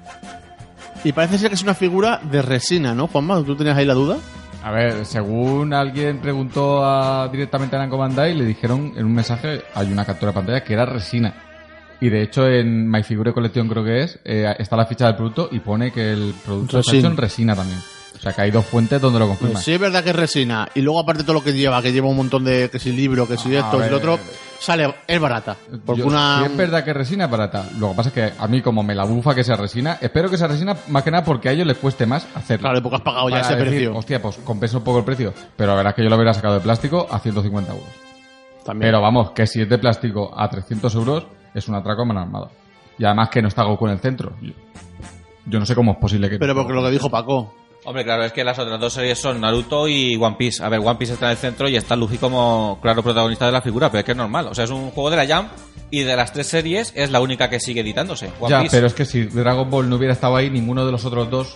Y parece ser que es una figura de resina, ¿no, Juanma? ¿Tú tenías ahí la duda? A ver, según alguien preguntó a- directamente a Namco Bandai, le dijeron en un mensaje, hay una captura de pantalla que era resina. Y de hecho en My Figure Collection creo que es, eh, está la ficha del producto y pone que el producto está Resina. hecho en resina también. O sea que hay dos fuentes donde lo confirman. Pues sí, es verdad que es resina. Y luego, aparte, todo lo que lleva, que lleva un montón de. Que si libro, que si A esto, que si ver. lo otro. Sale. Es barata. Porque Yo- una. Si es verdad que es resina, es barata. Lo que pasa es que a mí, como me la bufa que sea resina, espero que sea resina más que nada porque a ellos les cueste más hacerlo. Claro, porque has pagado ya Para ese decir, precio. Hostia, pues compensa un poco el precio. Pero la verdad es que yo lo hubiera sacado de plástico a ciento cincuenta euros. También. Pero vamos, que si es de plástico a trescientos euros, es un atraco a mano armada. Y además que no está Goku en el centro. Yo, yo no sé cómo es posible que... Pero porque lo que dijo Paco. Hombre, claro, es que las otras dos series son Naruto y One Piece. A ver, One Piece está en el centro y está Luffy como claro protagonista de la figura, pero es que es normal. O sea, es un juego de la Jam y de las tres series es la única que sigue editándose. One Ya, Piece. pero es que si Dragon Ball no hubiera estado ahí, ninguno de los otros dos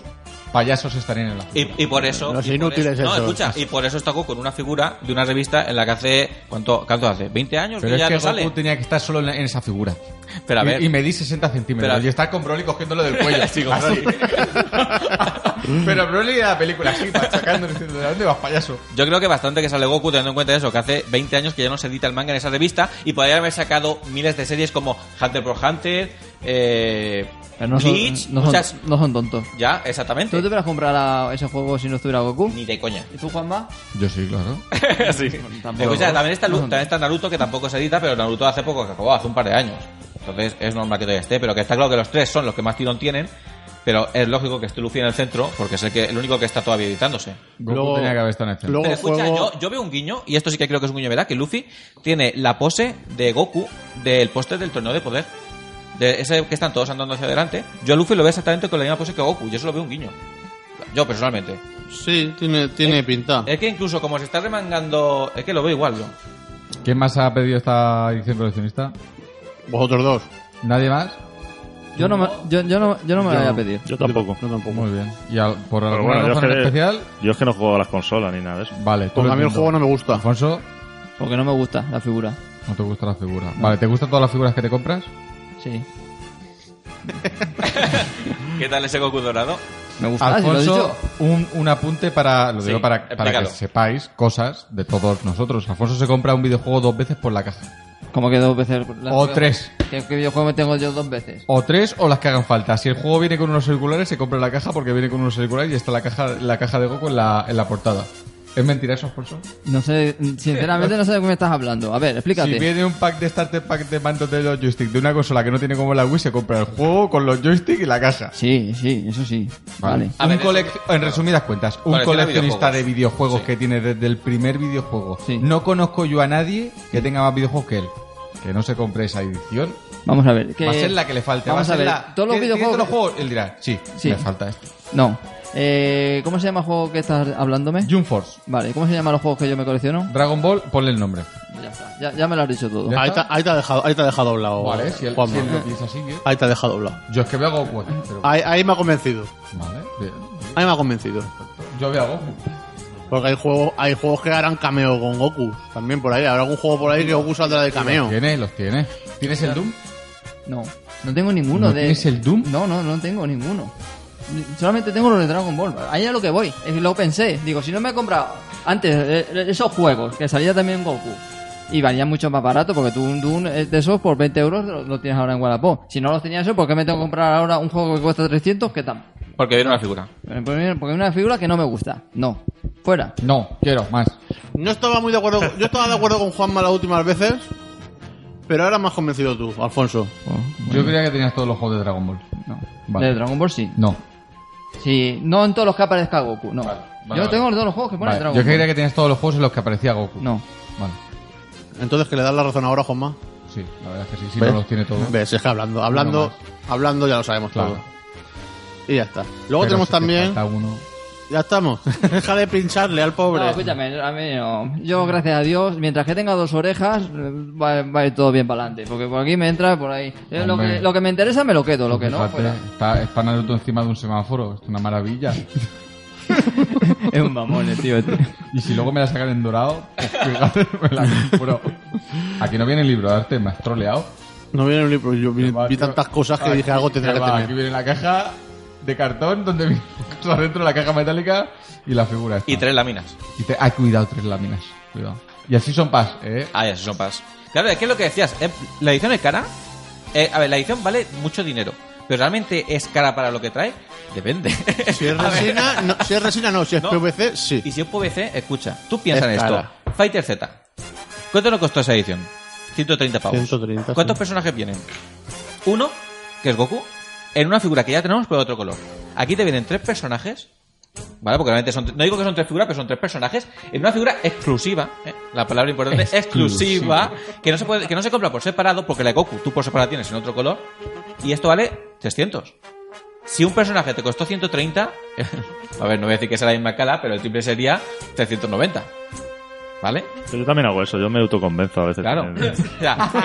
payasos estarían en la figura. Y, y por eso... Los y por inútiles eso- No, esos. escucha, y por eso está Goku con una figura de una revista en la que hace... ¿Cuánto, cuánto hace? ¿veinte años? Pero que es ya que no Goku sale. tenía que estar solo en, en esa figura. Pero a ver... Y, y medí sesenta centímetros. Pero- y estar con Broly cogiéndolo del cuello. Sí, con así. Broly. Pero Broly de la película así, machacando, diciendo, ¿de dónde vas, payaso? Yo creo que bastante que sale Goku teniendo en cuenta eso, que hace veinte años que ya no se edita el manga en esa revista y podría haber sacado miles de series como Hunter por Hunter, eh, Pero no son, Bleach, no, muchas... son, no son tontos. Ya, exactamente. ¿Tú te hubieras comprado ese juego si no estuviera Goku? Ni de coña. ¿Y tú, Juanma? Yo sí, claro. Sí. Tampoco. Escucha, también está, Lu- No. también está Naruto, que tampoco se edita, pero Naruto hace poco que acabó, hace un par de años. Entonces es normal que todavía esté, pero que está claro que los tres son los que más tirón tienen, pero es lógico que esté Luffy en el centro, porque es el, que, el único que está todavía editándose. Goku Luego- tenía que haber estado en el centro. luego- Pero escucha, juego- yo, yo veo un guiño, y esto sí que creo que es un guiño, ¿verdad? Que Luffy tiene la pose de Goku del póster del torneo de poder. De ese que están todos andando hacia adelante. Yo a Luffy lo veo exactamente con la misma pose que Goku, y eso lo veo un guiño. Yo, personalmente. Sí, tiene, tiene pinta. Es que incluso como se está remangando... Es que lo veo igual, yo. ¿Quién más ha pedido esta edición coleccionista? Vosotros dos. ¿Nadie más? Yo no me, yo, yo no, yo no me Yo la voy a no. pedir. Yo tampoco. Yo tampoco. Muy bien. ¿Y al- por Pero alguna bueno, yo es, razón en que, especial? yo es que no juego a las consolas ni nada de eso. Vale. tú Porque lo a mí el entiendo. juego no me gusta. Alfonso, Porque no me gusta la figura. no te gusta la figura. Vale, ¿te gustan todas las figuras que te compras? Sí. ¿Qué tal ese Goku dorado? Me gusta, si lo he Alfonso, dicho. un, un apunte para, lo Sí, digo para, para explícalo. que sepáis cosas de todos nosotros. Alfonso se compra un videojuego dos veces por la caja. Como que dos veces. la- O tres. ¿Qué, qué videojuego me tengo yo dos veces? O tres o las que hagan falta. Si el juego viene con unos auriculares, se compra la caja porque viene con unos auriculares y está la caja, la caja de Goku en la, en la portada. ¿Es mentira eso, Alfonso? No sé, sinceramente no sé de qué me estás hablando. A ver, explícate. Si viene un pack de starter pack de mandos de los joysticks de una consola que no tiene como la Wii, se compra el juego con los joysticks y la caja. Sí, sí, eso sí. Vale. A Un ver, colec- eso- en resumidas cuentas, un Colecciona coleccionista videojuegos. de videojuegos Sí. que tiene desde el primer videojuego. Sí. No conozco yo a nadie que tenga más videojuegos que él. Que no se compre esa edición. Vamos a ver. Que... Va a ser la que le falte. Vamos va a a ser ver. la... Todos los ¿Tiene- tiene videojuegos. todos los juegos? Él dirá, sí, Sí. me falta esto. No. Eh, ¿Cómo se llama el juego que estás hablándome? Jump Force. Vale, ¿cómo se llaman los juegos que yo me colecciono? Dragon Ball, ponle el nombre. Ya está. Ya, ya me lo has dicho todo. Ya. Ahí te, ahí te ha dejado, ahí te ha dejado doblado. Vale, si él, Juanma. si él lo piensa así, bien. Ahí te ha dejado doblado. Yo es que veo a Goku aquí, pero... Ahí, ahí me ha convencido. Vale, bien. Ahí me ha convencido. Yo veo a Goku. Porque hay juegos, hay juegos que harán cameo con Goku. También por ahí. Habrá algún juego por ahí que Goku saldrá de cameo. Los tiene, los tiene. ¿Tienes el Doom? No, no tengo ninguno ¿No de. tienes el Doom? No, no, no tengo ninguno. Solamente tengo los de Dragon Ball. Ahí es a lo que voy. Es que lo pensé. Digo, si no me he comprado antes eh, esos juegos, que salía también Goku, y valían mucho más barato, porque tú un Doom de esos por veinte euros lo, lo tienes ahora en Wallapop. Si no los tenías eso, ¿por qué me tengo que comprar ahora un juego que cuesta trescientos? ¿Qué tal? Porque viene una figura. Porque es una figura que no me gusta. No. Fuera. No, quiero más. No estaba muy de acuerdo. Yo estaba de acuerdo con Juanma las últimas veces. Pero ahora me has convencido tú, Alfonso. Yo creía que tenías todos los juegos de Dragon Ball. No. Vale. De Dragon Ball sí. No. Sí, no en todos los que aparezca Goku, no. Vale, Yo vale, no tengo vale. todos los juegos que pone Vale, Dragon Yo Ball. creía que tenías todos los juegos en los que aparecía Goku. No. Vale. Entonces, que le das la razón ahora, Juanma. Sí, la verdad es que sí. Si ¿Ves? no los tiene todos. Ves, es que hablando, hablando, Uno hablando ya lo sabemos Claro. todo. Y ya está. Luego Pero tenemos si te también. falta uno. Ya estamos. Deja de pincharle al pobre. No, escúchame, a mí no. Yo, gracias a Dios, mientras que tenga dos orejas, eh, va, va a ir todo bien para adelante. Porque por aquí me entra, por ahí. Eh, lo, Hombre. que, lo que me interesa me lo quedo, lo que no, Fíjate, fuera. está, está Naruto encima de un semáforo. Es una maravilla. Es un mamón, el tío este. Y si luego me la sacan en dorado, pues fíjate, me la compro. Aquí no viene el libro de arte, me has troleado. No viene un libro. Yo vi, vi tantas cosas que Aquí- dije algo tendría que va, Aquí tener. viene la caja de cartón donde viene adentro la caja metálica y la figura esta. Y tres láminas. Y te ha cuidado tres láminas. Cuidado. Y así son pas, ¿eh? Ah, ya, esos son pas. Claro, es que es lo que decías. eh, la edición es cara. Eh, a ver, la edición vale mucho dinero. Pero realmente es cara para lo que trae. Depende. Si es A ver, resina, no, si es resina, no. Si es No. P V C, sí. Y si es P V C, escucha, tú piensas Es en esto. cara. Fighter Z. ¿Cuánto nos costó esa edición? ciento treinta pavos. ciento treinta, ¿Cuántos sí. personajes vienen? Uno, que es Goku, en una figura que ya tenemos pero de otro color. Aquí te vienen tres personajes, ¿vale? Porque realmente son, no digo que son tres figuras, pero son tres personajes en una figura exclusiva, ¿eh? La palabra importante, exclusiva, Exclusiva. que no se puede, que no se compra por separado, porque la de Goku tú por separado tienes en otro color, y esto vale trescientos. Si un personaje te costó ciento treinta, a ver, no voy a decir que sea la misma escala, pero el triple sería trescientos noventa. ¿vale? Pero yo también hago eso, yo me autoconvenzo a veces. Claro. Eh, O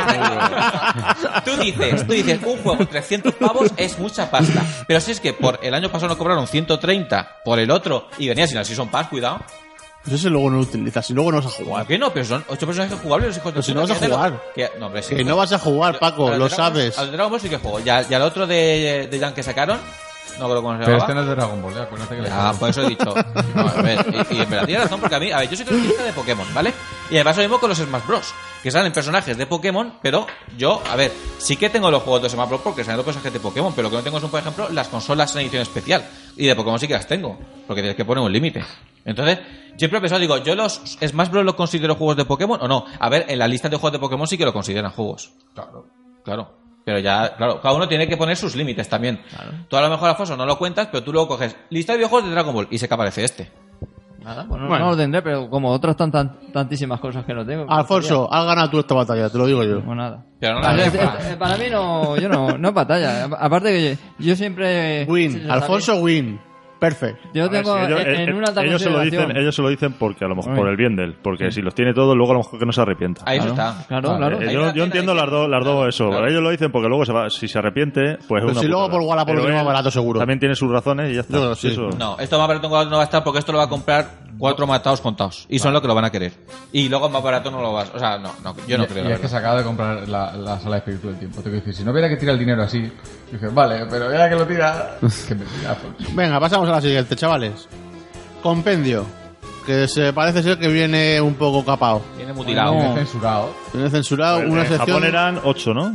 sea, tú dices, tú dices, un juego trescientos pavos es mucha pasta. Pero si es que por el año pasado nos cobraron ciento treinta por el otro y venía sin la Season Pass, cuidado. Pues ese luego no lo utilizas y luego no vas a jugar. ¿Por qué no? Pero son ocho personajes jugables los hijos de Pero si puta, no vas a que tengo- jugar. Que, no, hombre, sí. Que no vas a jugar, Paco, Al de lo Dragon Ball- sabes. Al de Dragon Ball sí que juego. Y, a- y al otro de, de Jan que sacaron, no creo cómo se Pero llamaba. este no es de Dragon Ball, ¿eh? Acuérdate que le Ah, por eso he dicho. No, a ver, y, y en verdad tiene razón, porque a mí, a ver, yo soy coleccionista de Pokémon, ¿vale? Y me pasa lo mismo con los Smash Bros. Que salen personajes de Pokémon, pero yo, a ver, sí que tengo los juegos de Smash Bros. Porque salen los personajes de Pokémon, pero lo que no tengo son, por ejemplo, las consolas en edición especial. Y de Pokémon sí que las tengo, porque tienes que poner un límite. Entonces, yo siempre he pensado, digo, ¿yo los Smash Bros. Los considero juegos de Pokémon o no? A ver, en la lista de juegos de Pokémon sí que lo consideran juegos. Claro. Claro. Pero ya, claro, cada uno tiene que poner sus límites también. Tú a lo mejor, Alfonso, no lo cuentas, pero tú luego coges lista de videojuegos de Dragon Ball y se que aparece este. Nada, pues no, Bueno. no lo tendré, pero como otras tan, tan- tantísimas cosas que no tengo. Alfonso, has ganado tú esta batalla, te lo digo yo. Pues nada. Pero no Ah, la es- es- para mí no, yo no, no es batalla. Aparte que yo, yo siempre... Win, sí, Alfonso win. Perfect. Yo a ver, tengo si ellos, en, eh, en una alta ellos se lo consideración. dicen, ellos se lo dicen porque a lo mejor Ay. por el bien de él, porque si los tiene todos, luego a lo mejor que no se arrepienta. Ahí eso Claro, está. claro, Vale, claro. Eh, Hay yo, una yo tienda entiendo de- las dos, las dos eso. Claro. Ellos lo dicen porque luego se va, si se arrepiente, pues es Pero una si luego putada. por Wallapop lo Pero tiene más él barato, seguro. También tiene sus razones y ya está. Yo creo que sí. Eso- No, esto más barato no va a estar porque esto lo va a comprar cuatro matados contados. Y son los que lo van a querer. Y luego más barato no lo vas. O sea, no, no yo no y, creo. y La es que verdad. se acaba de comprar la, la sala de espíritu del tiempo. Te quiero decir, si no hubiera que tirar el dinero así, dije, vale, pero ya que lo tira, que me tira, pues. Venga, pasamos a la siguiente, chavales. Compendio. Que se parece ser que viene un poco capao. Viene mutilado. Viene No. censurado. Viene censurado en una en sección. Japón eran ocho, ¿no?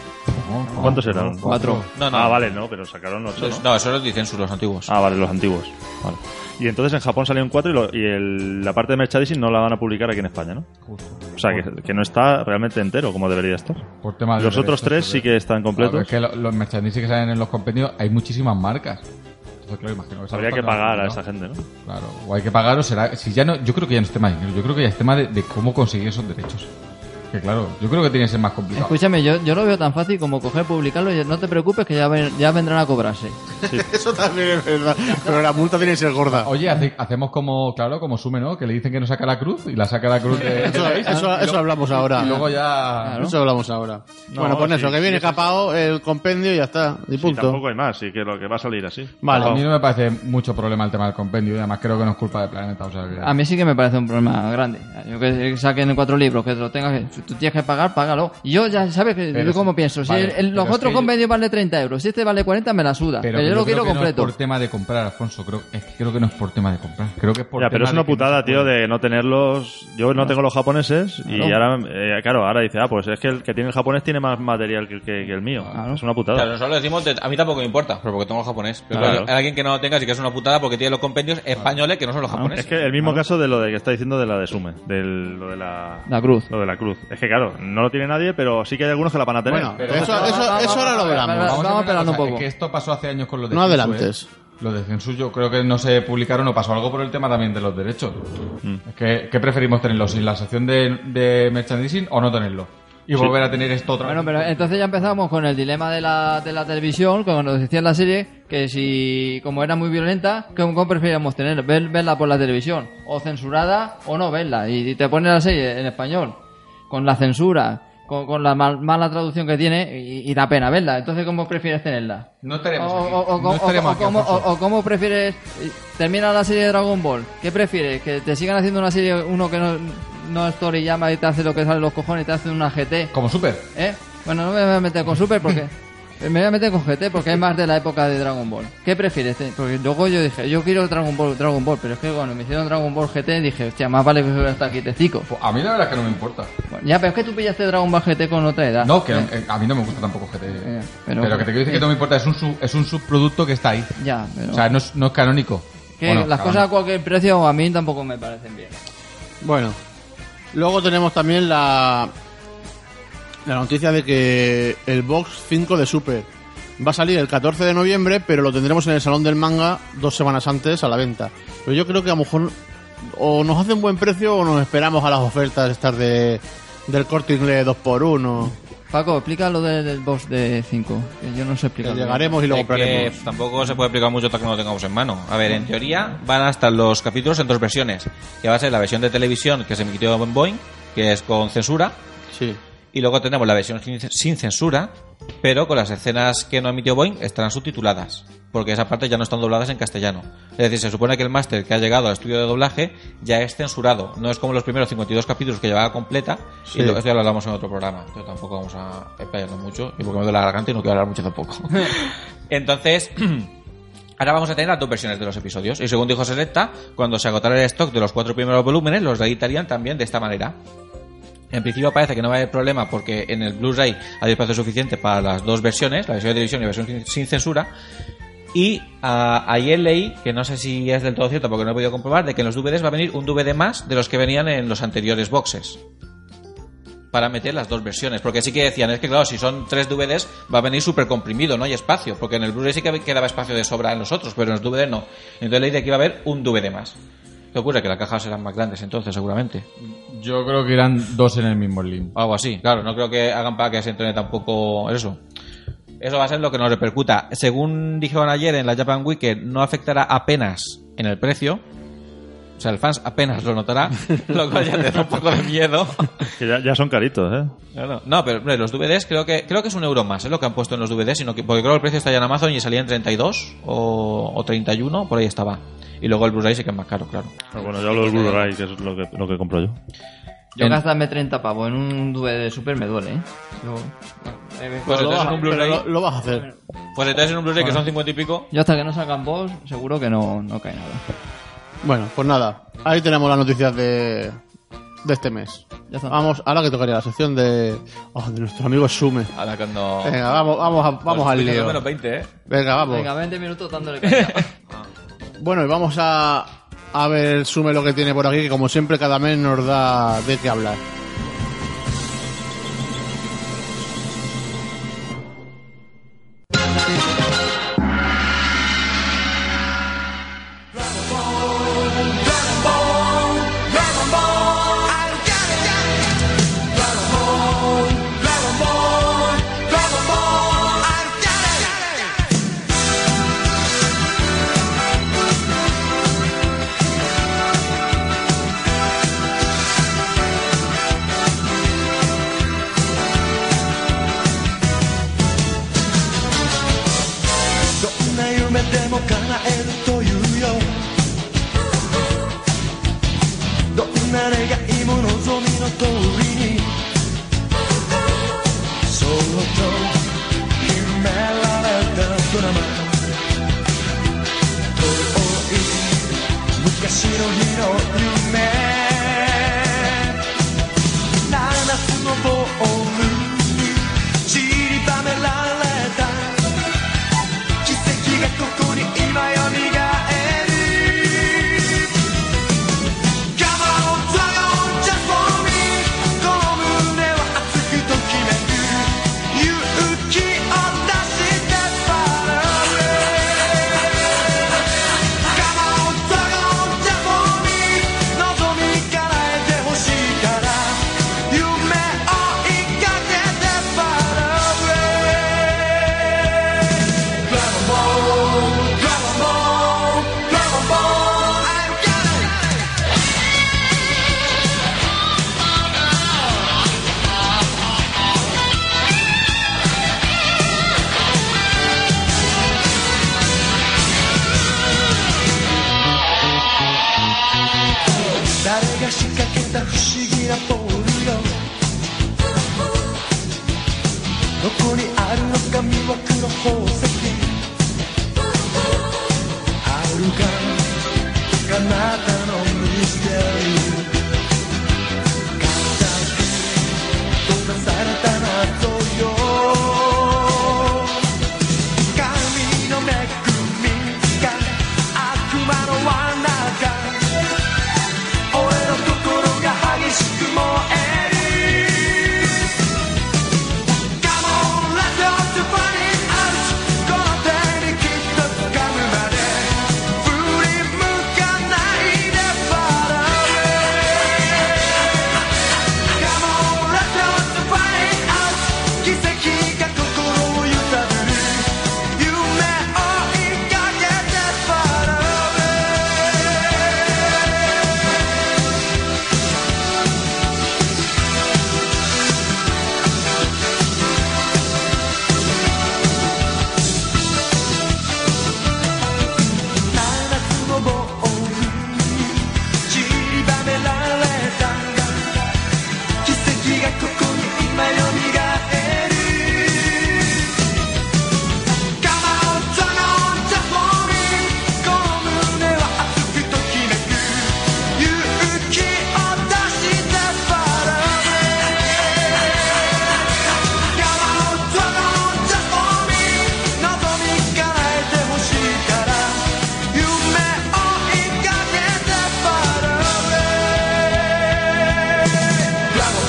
¿Cuántos eran? Cuatro. No, no. Ah, vale, no, pero sacaron ocho, ¿no? No, eso lo dicen sus los antiguos. Ah, vale, los antiguos. Vale. Y entonces en Japón salieron cuatro y, lo- y el- la parte de merchandising no la van a publicar aquí en España, ¿no? Justo. O sea, que, que no está realmente entero como debería estar. Por tema de Los otros derechos, tres pero- sí que están completos. Claro, es que lo- los merchandising que salen en los compendios hay muchísimas marcas. Entonces, claro, imagino que Habría que están pagar a ¿no? esa gente, ¿no? Claro, o hay que pagar o será... Si ya no, yo creo que ya no es tema de dinero, yo creo que ya es tema de, de cómo conseguir esos derechos. Que claro, yo creo que tiene que ser más complicado. Escúchame, yo, yo lo veo tan fácil como coger, publicarlo y no te preocupes que ya, ven- ya vendrán a cobrarse. Eso también es verdad. Pero la multa tiene que ser gorda. Oye, hace- hacemos como, claro, como Sume, ¿no? Que le dicen que no saca la cruz y la saca la cruz de... Eso, de- eso, y eso luego- hablamos ahora. Y luego ya... Claro. Eso hablamos ahora. No, bueno, con sí, eso, que sí, viene eso es- capao el compendio y ya está. Y Sí, punto. tampoco hay más, sí que lo que va a salir así. Vale. A mí no me parece mucho problema el tema del compendio y además creo que no es culpa del planeta, o sea que... A mí sí que me parece un problema grande. Yo que saquen cuatro libros, que te lo tengas que... Si tú tienes que pagar, págalo. Y yo ya sabes que Pero yo sí, como pienso. Si vale, el- el- pero los es otros que yo- convenios vale treinta euros. Si este vale cuarenta, me la suda. Pero, yo, que lo creo quiero que no completo. es por tema de comprar, Alfonso. Creo, es que creo que no es por tema de comprar. Creo que es por Ya, tema pero es de una que no putada, se tío, puede. de no tenerlos. Yo no tengo los japoneses y Claro. ahora, eh, claro, ahora dice, ah, pues es que el que tiene el japonés tiene más material que, que- que el mío. Claro. Es una putada. Claro, nosotros lo decimos, de- a mí tampoco me importa, pero porque tengo el japonés. Pero Claro. claro, hay alguien que no lo tenga sí que es una putada porque tiene los compendios españoles que no son los japoneses. Es que el mismo caso de lo de que está diciendo de la de Sume, de lo de la, La cruz. lo de la cruz. Es que claro, no lo tiene nadie, pero sí que hay algunos que la van a tener. Bueno, Pero eso, vamos, eso, vamos, eso ahora lo vamos, veremos. vamos, Vamos a ver esperando una cosa, un poco. es que esto pasó hace años con lo de No Censu, adelantes. ¿eh? Lo de Censu yo creo que no se publicaron o pasó algo por el tema también de los derechos. Mm. Es que, ¿qué preferimos tenerlo? ¿Sin la sección de, de merchandising o no tenerlo? Y volver a tener esto otra Bueno, vez. pero entonces ya empezamos con el dilema de la, de la televisión, que cuando nos decía en la serie que si, como era muy violenta, ¿cómo, cómo preferíamos tener? Ver, verla por la televisión, o censurada o no verla. Y, y te pones la serie en español, con la censura, con, con la mal- mala traducción que tiene, y, y da pena verla. Entonces, ¿cómo prefieres tenerla? No O, estaremos aquí. o- o- no o- estaremos o- aquí, cómo- Alfonso. o- o cómo prefieres... eh, Termina la serie de Dragon Ball. ¿Qué prefieres? ¿Que te sigan haciendo una serie, uno que no, no es Toriyama y te hace lo que sale los cojones y te hace una G T? Como Super. ¿Eh? Bueno, no me voy a meter con Super porque... me voy a meter con G T porque es más de la época de Dragon Ball. ¿Qué prefieres? Porque luego yo dije, yo quiero Dragon Ball, Dragon Ball, pero es que cuando me hicieron Dragon Ball G T dije, hostia, más vale que hubiera estado aquí tecico. Pues a mí la verdad es que no me importa. Bueno, ya, pero es que tú pillaste Dragon Ball G T con otra edad. No, que ¿Eh? eh, a mí no me gusta tampoco G T. Eh, pero, pero- que te quiero decir que no me importa, es un, sub- es un subproducto que está ahí. Ya, pero... O sea, no es, no es canónico. que Bueno, las canónico. cosas a cualquier precio a mí tampoco me parecen bien. Bueno, luego tenemos también la, la noticia de que el Box cinco de Super va a salir el catorce de noviembre, pero lo tendremos en el Salón del Manga dos semanas antes a la venta. Pero yo creo que a lo mejor o nos hace un buen precio o nos esperamos a las ofertas estas de del Corte Inglés dos por uno. Paco, explica lo de- del boss de cinco, que yo no sé Que explicarlo. llegaremos y lo Es que compraremos. tampoco se puede explicar mucho hasta que no lo tengamos en mano. A ver, en teoría van a estar los capítulos en dos versiones. Que va a ser la versión de televisión que se emitió en Boeing, que es con censura. Sí. Y luego tenemos la versión sin, sin censura, pero con las escenas que no emitió Boeing estarán subtituladas. Porque esa parte ya no están dobladas en castellano. Es decir, se supone que el máster que ha llegado al estudio de doblaje ya es censurado. No es como los primeros cincuenta y dos capítulos que llevaba completa. Sí. Y lo, esto ya lo hablamos en otro programa. Entonces tampoco vamos a explayarnos mucho. Y porque me duele la garganta y no quiero hablar mucho tampoco. Entonces... Ahora vamos a tener las dos versiones de los episodios. Y según dijo Selecta, cuando se agotara el stock de los cuatro primeros volúmenes, los reeditarían también de esta manera. En principio parece que no va a haber problema porque en el Blu-ray hay espacio suficiente para las dos versiones, la versión de televisión y la versión sin, sin censura. Y uh, ayer leí, que no sé si es del todo cierto porque no he podido comprobar, de que en los D V Ds va a venir un D V D más de los que venían en los anteriores boxes. Para meter las dos versiones. Porque sí que decían, es que claro, si son tres D V Ds va a venir súper comprimido, no hay espacio. Porque en el Blu-ray sí que quedaba espacio de sobra en los otros, pero en los D V D no. Entonces leí de que iba a haber un D V D más. ¿Qué ocurre? Que las cajas serán más grandes entonces, seguramente. Yo creo que irán dos en el mismo link. Algo así, claro, no creo que hagan para que se entrene tampoco eso. Eso va a ser lo que nos repercuta. Según dijeron ayer en la Japan Week, que no afectará apenas en el precio. O sea, el fans apenas lo notará, lo cual ya te da un poco de miedo. Que ya, ya son caritos, ¿eh? Claro. No, pero hombre, los D V Ds creo que creo que es un euro más, es lo que han puesto en los D V Ds, sino que, porque creo que el precio está ya en Amazon y salía en treinta y dos o, o treinta y uno, por ahí estaba. Y luego el Blu-ray sí que es más caro, claro. Pero bueno, yo hablo del Blu-ray, que es lo que, lo que compro yo. Yo En- gastarme treinta pavos en un D V D super me duele, ¿eh? Yo, eh, Pues Lo entonces vas, en un pero Blu-ray, lo, lo vas a hacer. pues entonces en un Blu-ray que son cincuenta y pico. yo hasta que no sacan boss, seguro que no, no cae nada. Bueno, pues nada. Ahí tenemos las noticias de, de este mes. Ya está. Vamos, ahora que tocaría la sección de, oh, de nuestro amigo Sume. Ahora cuando... Venga, vamos, vamos, a- vamos Pues al estoy lío. menos veinte, ¿eh? Venga, vamos. Venga, veinte minutos dándole caña. Bueno, y vamos a, a ver Sume lo que tiene por aquí, que como siempre cada mes nos da de qué hablar.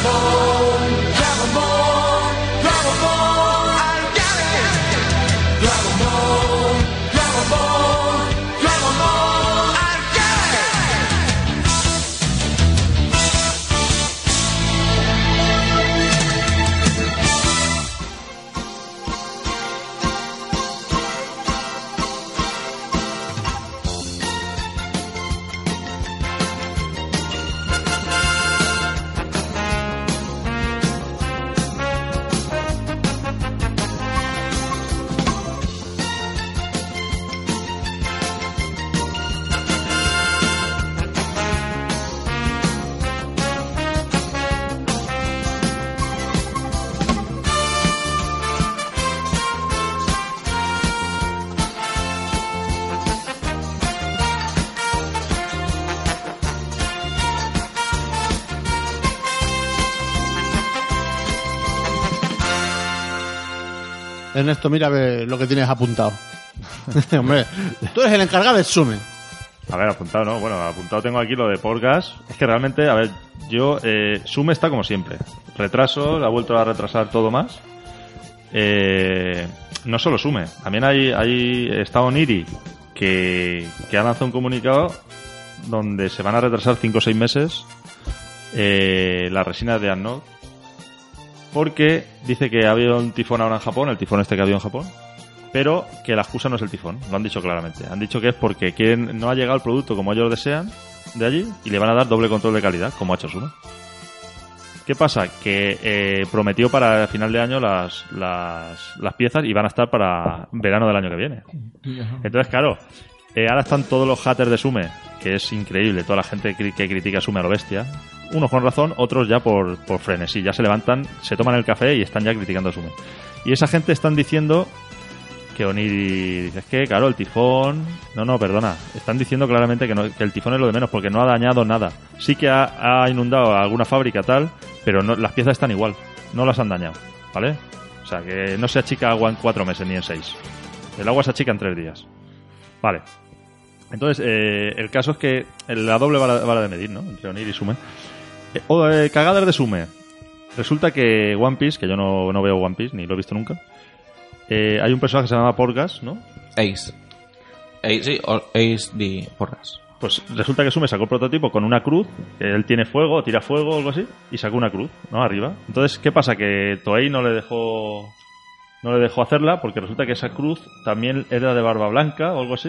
Ernesto, mira ve lo que tienes apuntado. Hombre, tú eres el encargado de Sume. A ver, apuntado, ¿no? Bueno, apuntado tengo aquí lo de podcast. Es que realmente, a ver, yo... Eh, Sume está como siempre. Retrasos, ha vuelto a retrasar todo más. Eh, no solo Sume. También hay, hay está Oniri, que, que ha lanzado un comunicado donde se van a retrasar cinco o seis meses eh, las resinas de Unknown. Porque dice que ha habido un tifón ahora en Japón, el tifón este que ha habido en Japón, pero que la excusa no es el tifón, lo han dicho claramente. Han dicho que es porque quieren, no ha llegado el producto como ellos desean de allí y le van a dar doble control de calidad, como ha hecho Sume. ¿Qué pasa? Que eh, prometió para el final de año las, las, las piezas y van a estar para verano del año que viene. Entonces, claro, eh, ahora están todos los haters de Sume, que es increíble, toda la gente que, que critica a Sume a lo bestia. Unos con razón, otros ya por, por frenesí. Ya se levantan, se toman el café y están ya criticando a Sume. Y esa gente están diciendo que Oniri dice, es que, claro, el tifón... No, no, perdona. Están diciendo claramente que, no, que el tifón es lo de menos porque no ha dañado nada. Sí que ha, ha inundado alguna fábrica tal, pero no, las piezas están igual. No las han dañado, ¿vale? O sea, que no se achica agua en cuatro meses ni en seis. El agua se achica en tres días. Vale. Entonces, eh, el caso es que la doble vara, vara de medir, ¿no? Entre Oniri y Sume. Eh, o, eh, cagadas de Sume. Resulta que One Piece, que yo no, no veo One Piece, ni lo he visto nunca, eh, hay un personaje que se llama Porgas, ¿no? Ace. Ace, sí, o Ace de Porras. Pues resulta que Sume sacó el prototipo con una cruz, que él tiene fuego, tira fuego o algo así, y sacó una cruz, ¿no? Arriba. Entonces, ¿qué pasa? Que Toei no le dejó... No le dejó hacerla porque resulta que esa cruz también era de Barba Blanca o algo así.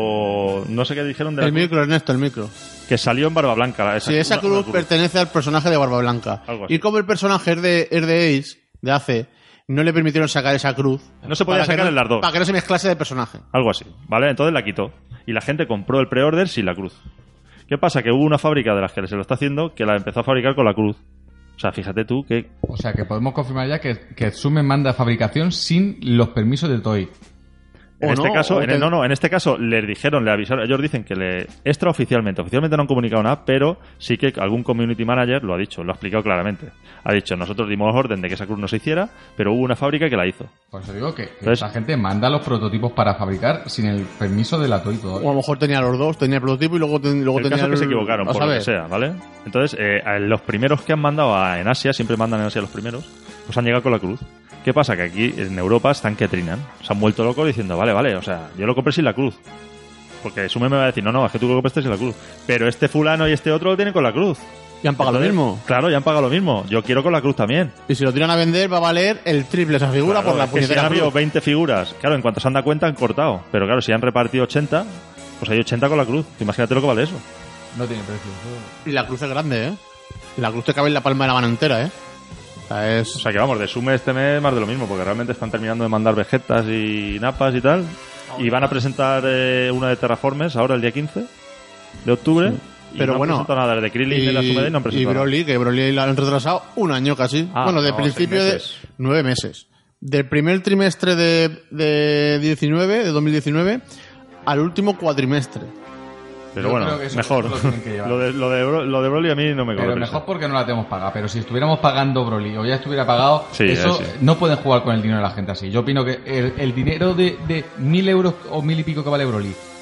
O no sé qué dijeron de la El cruz, micro, Ernesto, el micro. que salió en Barba Blanca. Esa, Sí, esa una- cruz una cruz. pertenece al personaje de Barba Blanca. Algo así. Y como el personaje es de, es de Ace, de Ace, no le permitieron sacar esa cruz. No se podía para que sacar no- en las dos. Para que no se mezclase de personaje. Algo así, ¿vale? Entonces la quitó. Y la gente compró el pre-order sin la cruz. ¿Qué pasa? Que hubo una fábrica de las que se lo está haciendo que la empezó a fabricar con la cruz. O sea, fíjate tú que... O sea, que podemos confirmar ya que, que Sume manda fabricación sin los permisos de Toei. En O este no, caso, o en te- el- no, no, en este caso les dijeron, le avisaron, ellos dicen que le extraoficialmente, oficialmente no han comunicado nada, pero sí que algún community manager lo ha dicho, lo ha explicado claramente. Ha dicho, nosotros dimos orden de que esa cruz no se hiciera, pero hubo una fábrica que la hizo. Por eso digo que, que Entonces- esta gente manda los prototipos para fabricar sin el permiso de la Toei O a todavía. lo mejor tenía los dos, tenía el prototipo y luego, ten- luego El tenía caso es que el- se equivocaron, a por lo que saber. sea, ¿vale? Entonces, eh, a los primeros que han mandado a- en Asia, siempre mandan en Asia los primeros, pues han llegado con la cruz. ¿Qué pasa? Que aquí en Europa están que trinan. Se han vuelto locos diciendo, vale, vale, o sea, yo lo compré sin la cruz. Porque Sume me va a decir, no, no, es que tú lo compraste sin la cruz. Pero este fulano y este otro lo tienen con la cruz. Y han pagado lo Entonces, mismo. Claro, ya han pagado lo mismo. Yo quiero con la cruz también. Y si lo tiran a vender, va a valer el triple esa figura Claro, por la es que si han puñetera habido cruz. veinte figuras, claro, en cuanto se han dado cuenta han cortado. Pero claro, si han repartido ochenta, pues hay ochenta con la cruz. Imagínate lo que vale eso. No tiene precio. eso- Y la cruz es grande, ¿eh? Y la cruz te cabe en la palma de la mano entera, ¿eh? O sea, es... O sea que vamos, de Sume este mes más de lo mismo, porque realmente están terminando de mandar vegetas y napas y tal. Y van a presentar eh, una de Terraformers ahora el día quince de octubre. Y Pero no bueno, han presentado nada de Krillin y de la Sume Day, no han y presentado nada. Broly, que Broly la han retrasado un año casi. Ah, bueno, de no, principio seis de meses. nueve meses. Del primer trimestre de, de diecinueve, de dos mil diecinueve, al último cuatrimestre. Pero Yo bueno, creo que eso- mejor. eso lo tienen que llevar. lo, de, lo, de, Bro- lo de Broly a mí no me Pero convence. mejor porque no la tenemos pagada. Pero si estuviéramos pagando Broly o ya estuviera pagado, Sí, eso sí. no pueden jugar con el dinero de la gente así. Yo opino que el, el dinero de, de mil euros o mil y pico que vale Broly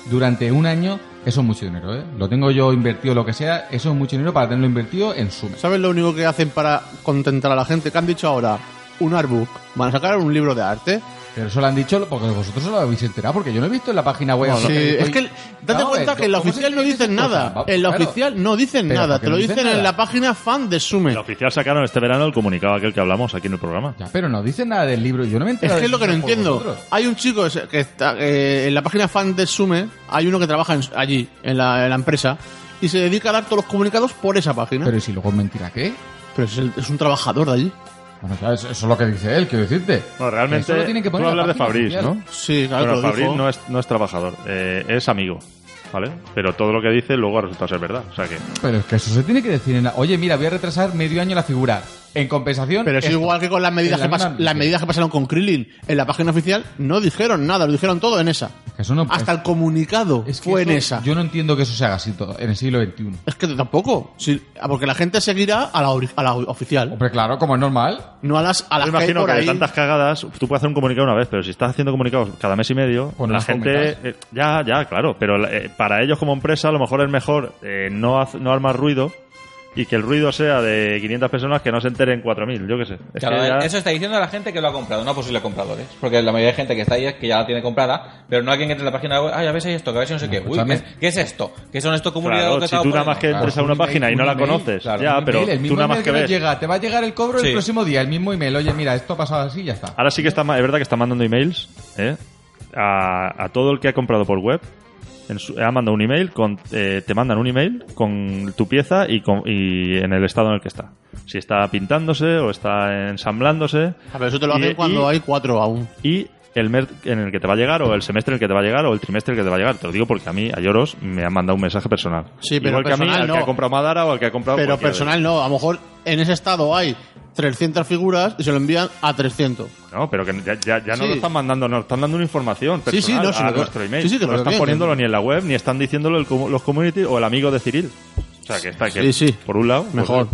durante un año, eso es mucho dinero, ¿eh? Lo tengo yo invertido, lo que sea, eso es mucho dinero para tenerlo invertido en Sume. ¿Sabes lo único que hacen para contentar a la gente? Que han dicho ahora, un artbook. Van a sacar un libro de arte. Pero eso lo han dicho porque vosotros os lo habéis enterado, porque yo no he visto en la página web. Sí, es que date No, cuenta eh, que en la ¿cómo oficial se no dicen dicen esas nada. cosas? En la Claro. oficial no dicen Pero nada. ¿por qué Te lo no dicen dicen en nada? la página fan de Sume. La oficial sacaron este verano el comunicado aquel que hablamos aquí en el programa. Ya, pero no dicen nada del libro. Yo no me he Es enterado que es lo que no de eso por entiendo. vosotros. Hay un chico ese que está eh, en la página fan de Sume, hay uno que trabaja en- allí, en la, en la empresa, y se dedica a dar todos los comunicados por esa página. Pero Pero, ¿y si luego es mentira qué? es, el- es un trabajador de allí. Bueno, claro, eso, eso es lo que dice él, quiero decirte. No, realmente, Eso lo tienen que poner tú en la hablas de página Fabriz, oficial. ¿no? Sí, claro, Bueno, que lo Fabriz dijo. no es, no es trabajador, eh, es amigo, ¿vale? Pero todo lo que dice luego ha resultado ser verdad. O sea que, Pero es que eso se tiene que decir en la... Oye, mira, voy a retrasar medio año la figura. En compensación... Pero es esto. igual que con las medidas En la que, pas- misma- las medidas que pasaron con Krillin. En la página oficial no dijeron nada, lo dijeron todo en esa. Que eso no- Hasta es- el comunicado es que fue en eso- esa. Yo no entiendo que eso se haga así todo, en el siglo veintiuno. Es que tampoco. Sí, porque la gente seguirá a la, ori- a la oficial, Hombre, claro, como es normal. no a las, a las yo que hay imagino por que de ahí. tantas cagadas, tú puedes hacer un comunicado una vez, pero si estás haciendo comunicados cada mes y medio, Pues no la los gente... comentas. eh, ya, ya, claro, pero eh, para ellos como empresa a lo mejor es mejor eh, no, haz- no armar ruido y que el ruido sea de quinientas personas que no se enteren cuatro mil, yo qué sé. Es Claro, que ya- eso está diciendo la gente que lo ha comprado, no posibles compradores. Porque la mayoría de gente que está ahí es que ya la tiene comprada, pero no alguien que entre en la página web, ah, ya ves ahí esto, que a ver si no sé qué. Uy, escúchame. ¿qué, qué es esto? ¿Qué son estos comunicados Claro, que si estamos tú nada más que poniendo? entres a una un página y email, no la un email, conoces, claro, ya, Un pero email, el tú mismo nada más email que nos ves. llega, te va a llegar el cobro Sí. el próximo día, el mismo email. Oye, mira, esto ha pasado así y ya está. Ahora sí que está, ma- es verdad que está mandando emails ¿eh? a, a todo el que ha comprado por web. En su- ha mandado un email, con, eh, te mandan un email con tu pieza y, con, y en el estado en el que está. Si está pintándose o está ensamblándose. A ver, eso te lo Y- hacen cuando y- hay cuatro aún. Y el mes en el que te va a llegar, o el semestre en el que te va a llegar, o el trimestre en el que te va a llegar. Te lo digo porque a mí, a Lloros, me han mandado un mensaje personal. Sí, pero Igual que a mí, personal al no. que ha comprado Madara o al que ha comprado Pero cualquiera de personal no. A lo mejor en ese estado hay trescientas figuras y se lo envían a trescientos. No, pero que ya, ya, ya no Sí. lo están mandando, nos están dando una información Sí, sí, personal no, sí, a lo veo. nuestro email. Sí, sí, que no lo están veo bien, poniéndolo que- ni en la web, ni están diciéndolo el com- los community o el amigo de Cyril. O sea, que está que, Sí, sí. por un lado, pues, Mejor.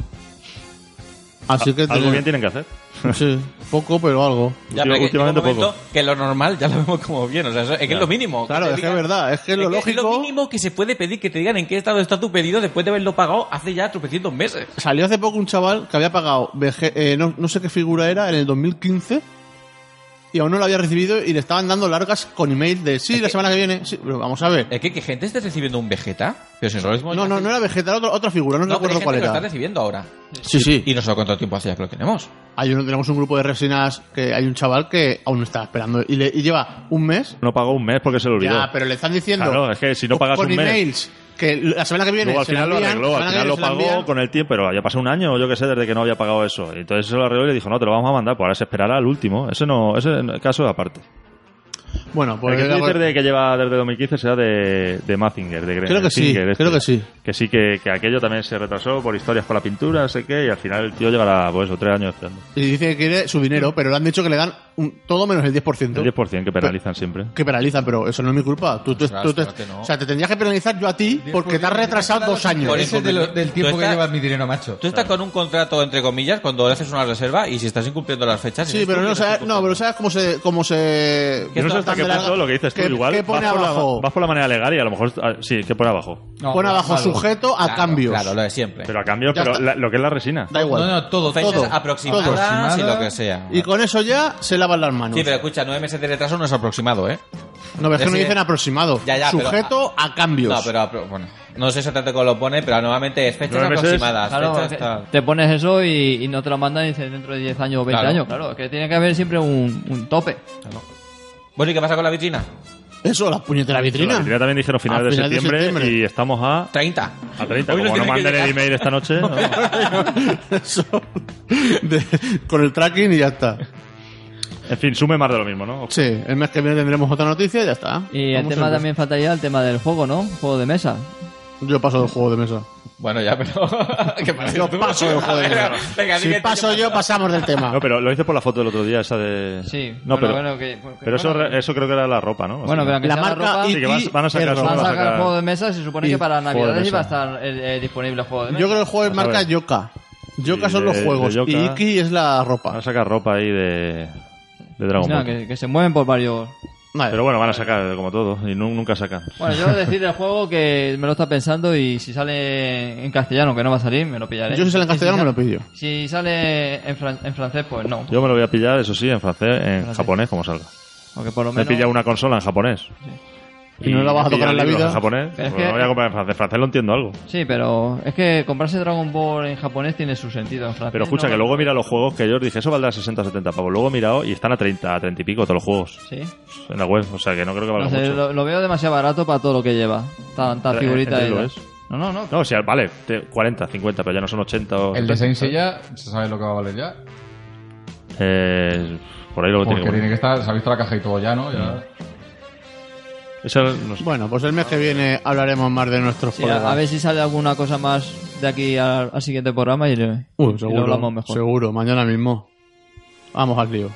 Así que algo tiene- bien tienen que hacer. Sí, poco, pero algo. Ya, Última- pero que llega un últimamente momento poco. que lo normal ya lo vemos como bien. O sea, eso- es que es lo mínimo. Claro, te es que es digan- verdad. Es que es lo Es lógico. lo mínimo que se puede pedir que te digan en qué estado está tu pedido después de haberlo pagado hace ya tropecientos meses. Salió hace poco un chaval que había pagado, V G eh, no, no sé qué figura era, en el dos mil quince y aún no lo había recibido y le estaban dando largas con email de sí, la semana que viene. Sí, pero vamos a ver. Es que, que gente esté recibiendo un Vegeta. Pero si nosotros mismos No, no, no era Vegeta, era otra, otra figura, no, No, pero hay recuerdo gente cuál que lo está era. recibiendo ahora. Sí, sí. Y no sé cuánto tiempo hace ya que lo tenemos. Hay uno, tenemos un grupo de resinas que hay un chaval que aún está esperando y, le, y lleva un mes. No pagó un mes porque se lo olvidó. Ya, pero le están diciendo. Claro, es que si no con- pagas con un mes- emails que la semana que viene Luego al se la final lo envían, arregló, la al semana que final lo viene se la pagó envían. con el tiempo, pero ya pasó un año o yo qué sé desde que no había pagado eso. Y entonces se lo arregló y le dijo, no, te lo vamos a mandar, pues ahora se esperará al último. Ese no, ese caso es aparte. Bueno, pues el que luego- Twitter de que lleva desde dos mil quince será de, de Mazinger, de Gre- Creo que sí, Singer, este. creo que sí. Que sí, que, que aquello también se retrasó por historias con la pintura, no sé qué, y al final el tío llevará, pues eso, tres años esperando. y dice que quiere su dinero, pero le han dicho que le dan un- todo menos el diez por ciento. El diez por ciento que penalizan siempre. Que penalizan, pero eso no es mi culpa. Tú, tú- Ostras, tú te- claro que no. O sea, te tendrías que penalizar yo a ti porque te has retrasado dos años. Por Ese eso, de lo- porque del tú tiempo que estás- llevas mi dinero, macho. Tú estás con un contrato, entre comillas, cuando le haces una reserva y si estás incumpliendo las fechas... Sí, eres pero tú no quien sabes, estás no, pero incumpliendo. sabes cómo se, cómo se. Que Yo no sé esto hasta qué tan de punto larga- lo que dices tú, ¿Qué- igual qué pone vas, por abajo? la, vas por la manera legal y a lo mejor... ah, sí, ¿qué pone abajo? No, Pone abajo claro. sujeto a Claro, cambios. Claro, lo de siempre. Pero a cambio, Ya pero está. la- lo que es la resina. Da igual. No, no, todo, Fechas todo. aproximadas todo. y lo que sea. Y con eso ya se lavan las manos. Sí, pero escucha, nueve meses de retraso no es aproximado, ¿eh? No, es que no Ese- dicen aproximado. Ya, ya, pero- sujeto a cambios. No, pero apro- bueno, no sé exactamente cómo lo pone, pero normalmente es fechas Nueve meses. aproximadas. Claro, fechas que tal. te pones eso y, y no te lo mandan y dicen dentro de diez años o veinte Claro. años. Claro, que tiene que haber siempre un, un tope. Bueno, ¿y qué pasa con la vitrina? Eso, la puñetera La vitrina. vitrina también dijeron finales A de finales de septiembre, septiembre. y estamos a, treinta. a treinta. Hoy nos Como no tiene que manden el llegar. email esta noche... no. Eso. De- con el tracking y ya está. En fin, sume más de lo mismo, ¿no? Sí, el mes que viene tendremos otra noticia y ya está. Y el Vamos tema a ver. también faltaría el tema del juego, ¿no? Juego de mesa. Yo paso del juego de mesa. Bueno, ya, pero... ¿Qué pasa? Yo paso del juego de mesa. Venga, Si dime, paso yo, pasamos del tema. No, pero lo hice por la foto del otro día, esa de... Sí. No, bueno, pero, bueno, que- que- pero eso, bueno, re- eso creo que era la ropa, ¿no? Bueno, pero aunque La sea marca ropa, y- Sí, que van, van a sacar... Erro. van van a a sacar el sacar- juego de mesa, se supone Y que para juego de Navidades mesa. iba a estar eh, eh, disponible el juego de mesa. Yo creo que el juego es Vas a marca ver. Yoka. Yoka Sí, son los de- juegos de Yoka. y Iki es la Van ropa. a sacar ropa ahí de, de Dragon No, Ball. que, que se mueven por varios... Vale. Pero bueno, van a sacar como todo y nu- nunca sacan. Bueno, yo voy a decir el juego que me lo está pensando y si sale en castellano, que no va a salir, me lo pillaré. Yo si sale en Y castellano si me lo sale- pillo. Si sale en, fran- en francés, pues no. Yo me lo voy a pillar, eso sí, en francés, en Francés. japonés, como salga. Porque por lo Me he menos... pillado una consola en japonés. Y no la vas a me he tocar en la pillado libros vida. En japonés, Pero es pues que- lo voy a comprar en francés. Francés lo entiendo algo. Sí, pero es que comprarse Dragon Ball en japonés tiene su sentido. En francés Pero escucha, no- que luego mira los juegos que yo os dije, eso valdrá sesenta o setenta pavos. Luego he mirado y están a treinta, a treinta y pico todos los juegos Sí. en la web. O sea que no creo que valga No sé, mucho. lo, lo veo demasiado barato para todo lo que lleva. Tanta Eh, figurita eh, y lo la- es. No, no, no. No, o sea, vale, te- cuarenta, cincuenta, pero ya no son ochenta o El de setenta, Saint Seiya, ¿se sabe lo que va a valer ya? Eh, por ahí lo tiene Porque que tiene poner. que estar, se ha visto la caja y todo ya, ¿no? Ya. Eso no sé. Bueno, pues el mes que viene hablaremos más de nuestros Sí, colegas. a, a ver si sale alguna cosa más de aquí al, al siguiente programa y, le- Uy, y lo seguro, hablamos mejor. seguro, mañana mismo. Vamos al lío.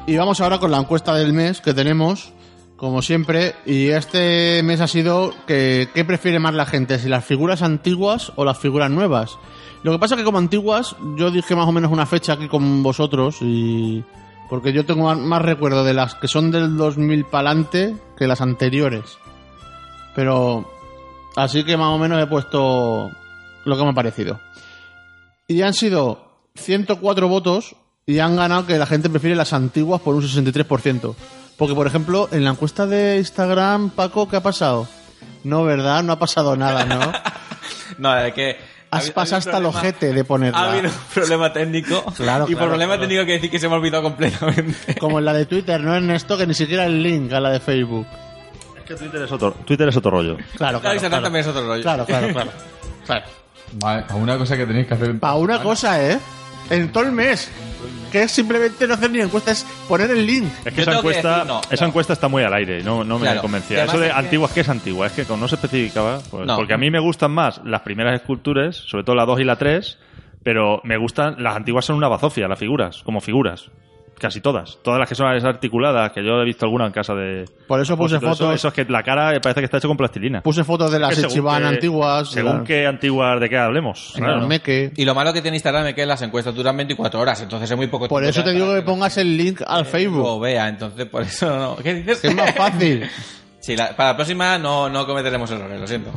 Y vamos ahora con la encuesta del mes que tenemos, como siempre. Y este mes ha sido que, ¿qué prefiere más la gente? ¿Si las figuras antiguas o las figuras nuevas? Lo que pasa es que como antiguas, yo dije más o menos una fecha aquí con vosotros y... Porque yo tengo más recuerdo de las que son del dos mil pa'lante que las anteriores. Pero... Así que más o menos he puesto lo que me ha parecido. Y han sido ciento cuatro votos y han ganado que la gente prefiere las antiguas por un sesenta y tres por ciento. Porque, por ejemplo, en la encuesta de Instagram, Paco, ¿qué ha pasado? No, ¿verdad? No ha pasado nada, ¿no? No, es que... Has ha- pasado ha hasta el habido un ojete problema- de ponerla. Ha habido un problema técnico. Claro, y por claro, problema claro. técnico quiere decir que se me ha olvidado completamente. Como en la de Twitter, ¿no, Ernesto? Que ni siquiera el link a la de Facebook. Es que Twitter es otro, Twitter es otro rollo. Claro, Claro, claro. Instagram también es otro rollo. Claro, claro, claro. claro. Vale, a una cosa que tenéis que hacer... Para una cosa, ¿eh? En todo el mes. Que es simplemente no hacer ni encuesta, es poner el link. Es que Yo esa tengo que encuesta, decir, no, esa no. encuesta está muy al aire, no, no me Claro. convencía. Y además Eso de es que- antiguas, ¿qué es antigua? Es que como no se especificaba, pues, No. porque a mí me gustan más las primeras esculturas, sobre todo la dos y la tres, pero me gustan, las antiguas son una bazofia, las figuras, como figuras. Casi todas. Todas las que son articuladas, que yo he visto alguna en casa de... Por eso puse Eso, fotos. eso es que la cara parece que está hecho con plastilina. Puse fotos de las Que según Ichiban que- antiguas. Según las- qué antiguas de qué hablemos. las claro. Meque. Y lo malo que tiene Instagram es que las encuestas duran veinticuatro horas, entonces es muy poco Por tiempo eso te para digo que la pongas el link al gente Facebook. Lo vea, entonces por eso no. ¿Qué dices? Que es más fácil. Sí, la- para la próxima no, no cometeremos errores, lo siento.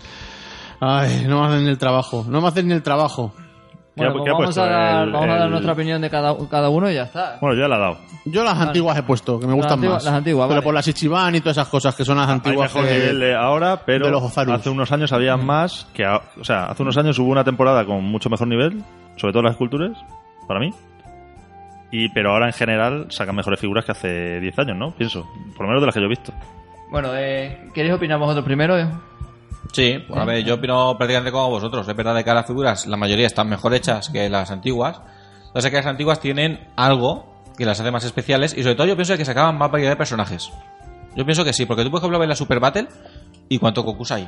Ay, no me hacen ni el trabajo. No me hacen ni el trabajo. ¿Qué ha- Bueno, pues qué ha vamos, puesto? a dar, El- vamos a dar el- nuestra opinión de cada, cada uno y ya está. Bueno, yo ya la he dado. Yo las antiguas he puesto, que me Las gustan antiguas- más. las antiguas, Pero vale. por las Ichiban y todas esas cosas que son las Hay antiguas. mejor que- nivel de ahora, pero de los Ozarus. hace unos años había más que... a- O sea, hace unos años hubo una temporada con mucho mejor nivel, sobre todo las esculturas, para mí. Y pero ahora en general sacan mejores figuras que hace diez años, ¿no? Pienso. Por lo menos de las que yo he visto. Bueno, eh, ¿queréis opinar vosotros primero? eh? Sí, pues a ver, yo opino prácticamente como vosotros. Es verdad de que las figuras, la mayoría están mejor hechas que las antiguas. Entonces que las antiguas tienen algo que las hace más especiales y sobre todo yo pienso que sacaban más variedad de personajes. Yo pienso que sí, porque tú por ejemplo ves la Super Battle y cuántos Gokus hay.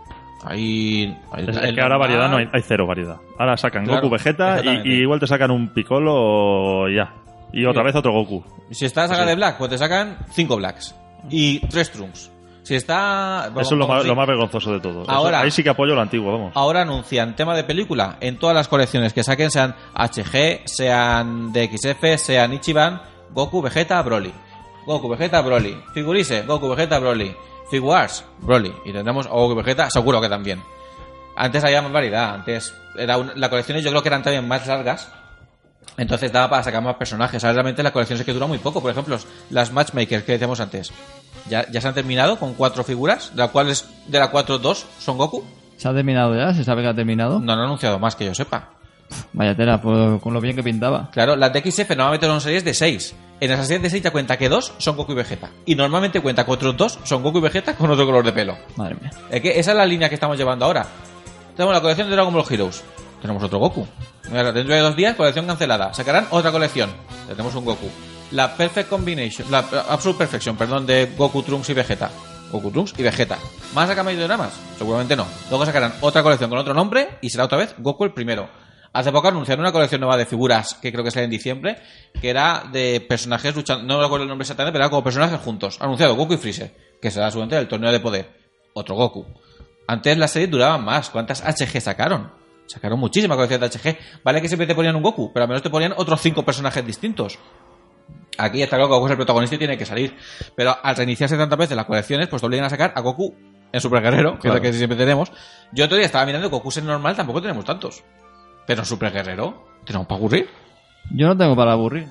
Hay, hay Es, es el que ahora normal. variedad no hay, hay cero variedad. Ahora sacan Claro, Goku, Vegeta y, exactamente. y igual te sacan un Piccolo y ya. Y otra Sí. vez otro Goku. Si está la saga de Black, pues te sacan cinco Blacks y tres Trunks. Si está... Eso es lo más, sí. lo más vergonzoso de todo. Eso- Ahora- ahí sí que apoyo lo antiguo, vamos. Ahora anuncian tema de película en todas las colecciones que saquen, sean H G, sean D X F, sean Ichiban, Goku, Vegeta, Broly. Goku, Vegeta, Broly. Figurise, Goku, Vegeta, Broly. Figuarts, Broly. Y tendremos a Goku y Vegeta, seguro que también. Antes había más variedad, antes era un- las colecciones yo creo que eran también más largas. Entonces daba para sacar más personajes. Ahora realmente las colecciones es que duran muy poco. Por ejemplo, las Matchmakers que decíamos antes. Ya, ya se han terminado con cuatro figuras, de las cuales de las cuatro, dos son Goku. ¿Se ha terminado ya? ¿Se sabe que ha terminado? No han anunciado más que yo sepa. Vaya tela, pues, con lo bien que pintaba. Claro, las de X F normalmente son series de seis. En esas series de seis ya cuenta que dos son Goku y Vegeta. Y normalmente cuenta que otros dos son Goku y Vegeta con otro color de pelo. Madre mía. Es que esa es la línea que estamos llevando ahora. Tenemos la colección de Dragon Ball Heroes. Tenemos otro Goku. Mira, dentro de dos días, colección cancelada. Sacarán otra colección. Tenemos un Goku. La Perfect Combination, la Absolute Perfection, perdón, de Goku, Trunks y Vegeta. Goku, Trunks y Vegeta. ¿Más sacan más dioramas? Seguramente no. Luego sacarán otra colección con otro nombre y será otra vez Goku el primero. Hace poco anunciaron una colección nueva de figuras que creo que sale en diciembre, que era de personajes luchando, no recuerdo el nombre exactamente, pero era como personajes juntos. Anunciado Goku y Freezer, que será seguramente el torneo de poder. Otro Goku. Antes las series duraban más. ¿Cuántas H G sacaron? Sacaron muchísima colección de H G. Vale que siempre te ponían un Goku, pero al menos te ponían otros cinco personajes distintos. Aquí está claro que Goku es el protagonista y tiene que salir. Pero al reiniciarse tantas veces las colecciones, pues te obligan a sacar a Goku en Super Guerrero, que Claro. es el que siempre tenemos. Yo todavía estaba mirando Goku en normal, tampoco tenemos tantos. Pero en Super Guerrero, tenemos para aburrir. Yo no tengo para aburrir.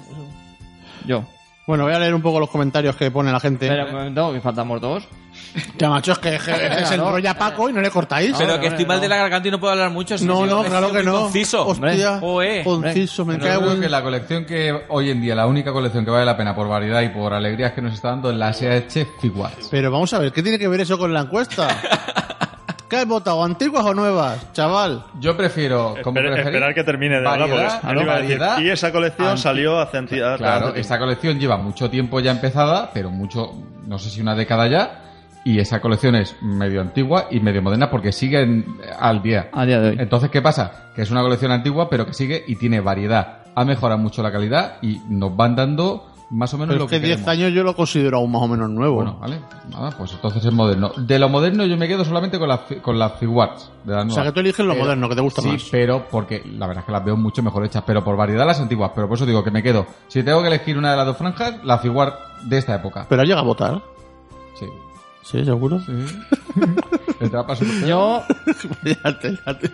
Yo. Bueno, voy a leer un poco los comentarios que pone la gente. Espera un momento, que faltamos dos. Ya, macho, es que, que, que se no. enrolla Paco y no le cortáis. No, pero hombre, que estoy mal no. de la garganta y no puedo hablar mucho. si No, he sido- no, he claro sido que muy no. conciso. Hostia, Joe. conciso, me Pero yo cago creo en... que la colección que hoy en día, la única colección que vale la pena por variedad y por alegrías que nos está dando es la S H Figuarts. Pero vamos a ver, ¿qué tiene que ver eso con la encuesta? ¿Qué has votado, antiguas o nuevas, chaval? Yo prefiero, como Esper- preferís, esperar que termine de hablar, variedad, porque iba a decir, variedad, y esa colección anti- salió hace anti- hace Claro, tiempo. esta colección lleva mucho tiempo ya empezada, pero mucho, no sé si una década ya, y esa colección es medio antigua y medio moderna porque sigue en- al día. A día de hoy. Entonces, ¿qué pasa? Que es una colección antigua, pero que sigue y tiene variedad. Ha mejorado mucho la calidad y nos van dando más o menos Pero lo es que que diez queremos. años yo lo considero aún más o menos nuevo. Bueno, vale. Nada, pues entonces es moderno. De lo moderno yo me quedo solamente con las fi- con las figuarts. De las o sea, nuevas. que tú eliges lo Pero- moderno, que te gusta sí, más. pero porque la verdad es que las veo mucho mejor hechas, pero por variedad las antiguas. Pero por eso digo que me quedo. Si tengo que elegir una de las dos franjas, la figuart de esta época. Pero llega a votar. Sí. Sí, seguro. Sí. El trapa super- Yo, Fíjate, fíjate.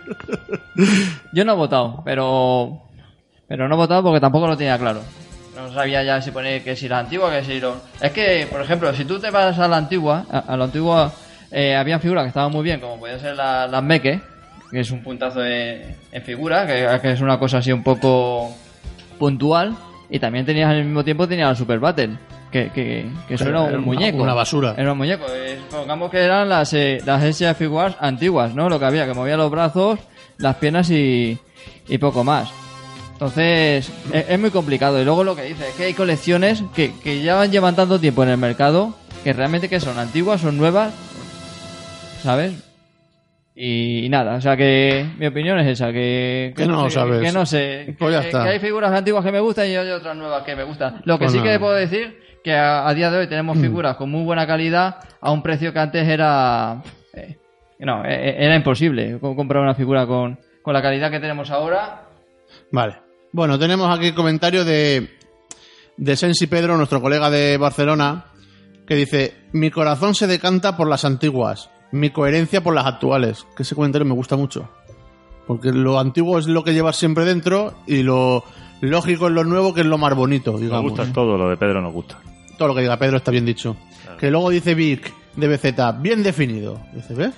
yo no he votado, pero pero no he votado porque tampoco lo tenía claro. No sabía ya si poner que si la antigua, que si lo... Es que, por ejemplo, si tú te vas a la antigua, a, a la antigua eh, había figuras que estaban muy bien, como podían ser la- las Meke, que es un puntazo de- en figura, que, que es una cosa así un poco puntual, y también tenías al mismo tiempo tenías la Super Battle, que, que, que eso Pero era era un una- muñeco. una basura. Era un muñeco. Eh, Pongamos que eran las, eh, las S A figuras antiguas, ¿no? Lo que había, que movía los brazos, las piernas y, y poco más. Entonces, es, es muy complicado. Y luego lo que dice es que hay colecciones que, que ya llevan tanto tiempo en el mercado que realmente que son antiguas, son nuevas, ¿sabes? Y, y nada, o sea que mi opinión es esa, que, Que no que, sabes. que no sé, Pues ya que, está. que hay figuras antiguas que me gustan y hay otras nuevas que me gustan. Lo que Pues sí nada. que puedo decir que a, a día de hoy tenemos Mm. figuras con muy buena calidad a un precio que antes era eh, no, eh, era imposible co- comprar una figura con, con la calidad que tenemos ahora. Vale. Bueno, tenemos aquí el comentario de, de Sensi Pedro, nuestro colega de Barcelona, que dice: mi corazón se decanta por las antiguas, mi coherencia por las actuales. Que ese comentario me gusta mucho. Porque lo antiguo es lo que llevas siempre dentro y lo lógico es lo nuevo, que es lo más bonito, Nos digamos. gusta todo, lo de Pedro nos gusta. Todo lo que diga Pedro está bien dicho. Que luego dice Vic de B Z, bien definido. Dice, ¿ves?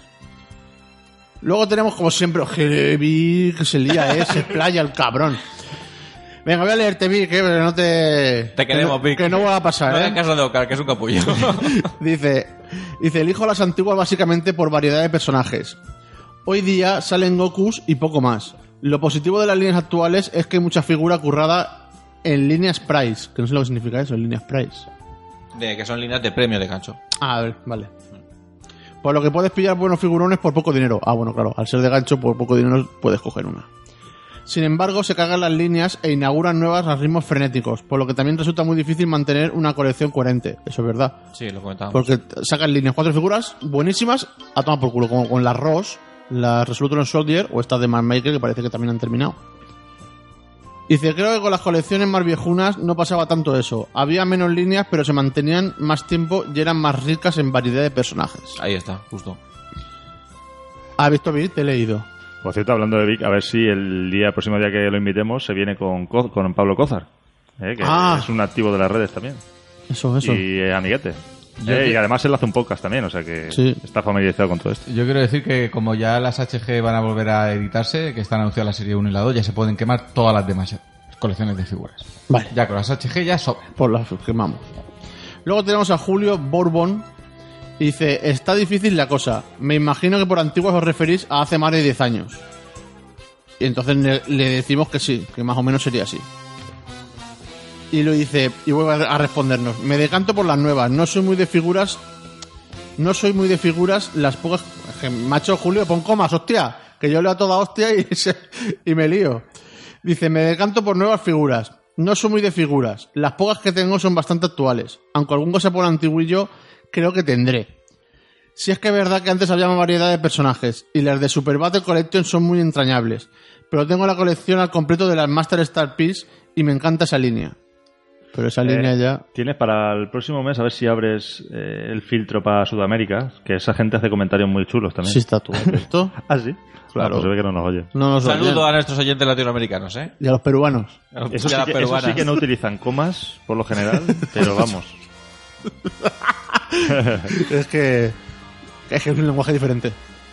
Luego tenemos como siempre, oje, Vic, que se lía, ¿eh? Se playa el cabrón. Venga, voy a leerte, Vic, ¿eh? Pero no te... Te queremos, que no, Vic. Que no va a pasar, No ¿eh? en caso de Ocar, que es un capullo. Dice, dice, elijo las antiguas básicamente por variedad de personajes. Hoy día salen Gokus y poco más. Lo positivo de las líneas actuales es que hay mucha figura currada en líneas price, que no sé lo que significa eso, en líneas price. De que son líneas de premio de gancho. Ah, a ver, vale. Por lo que puedes pillar buenos figurones por poco dinero. Ah, bueno, claro, al ser de gancho por poco dinero puedes coger una. Sin embargo, se cargan las líneas e inauguran nuevas a ritmos frenéticos, por lo que también resulta muy difícil mantener una colección coherente. Eso es verdad. Sí, lo comentábamos. Porque sacan líneas, cuatro figuras buenísimas, a tomar por culo, como con las Ross, las Resolution Soldier o estas de Mark Maker, que parece que también han terminado. Dice, creo que con las colecciones más viejunas no pasaba tanto eso. Había menos líneas, pero se mantenían más tiempo y eran más ricas en variedad de personajes. Ahí está, justo. ¿Has visto Vic? Te he leído. Por cierto, hablando de Vic, a ver si el día el próximo día que lo invitemos se viene con, Co- con Pablo Cózar, ¿eh? Que Ah. es un activo de las redes también. Eso, eso. Y es amiguete. Yo Eh, que- Y además él hace un podcast también, o sea que Sí. está familiarizado con todo esto. Yo quiero decir que como ya las H G van a volver a editarse, que están anunciadas la serie uno y la dos, ya se pueden quemar todas las demás colecciones de figuras. Vale, Ya con las H G ya sobra. por las quemamos. Luego tenemos a Julio Bourbon. Y dice, está difícil la cosa. Me imagino que por antiguas os referís a hace más de diez años. Y entonces le, le decimos que sí, que más o menos sería así. Y lo dice, y vuelve a respondernos, me decanto por las nuevas, no soy muy de figuras, no soy muy de figuras, las pocas... que, macho, Julio, pon comas, hostia, que yo leo a toda hostia y, se- y me lío. Dice, me decanto por nuevas figuras, no soy muy de figuras, las pocas que tengo son bastante actuales, aunque algún cosa por antiguillo creo que tendré. Si es que es verdad que antes había más variedad de personajes, y las de Super Battle Collection son muy entrañables, pero tengo la colección al completo de las Master Star Piece y me encanta esa línea. Pero esa Eh, línea ya... Tienes para el próximo mes a ver si abres eh, el filtro para Sudamérica, que esa gente hace comentarios muy chulos también. Sí está tú, ¿esto? Ah, sí. Claro, Claro. pues se ve que no nos oye. No nos Saludo oyen. a nuestros oyentes latinoamericanos, ¿eh? Y a los peruanos. Eso Y sí, a las que, eso sí peruanas. que no utilizan comas, por lo general, pero vamos. Es que... Es que es un lenguaje diferente.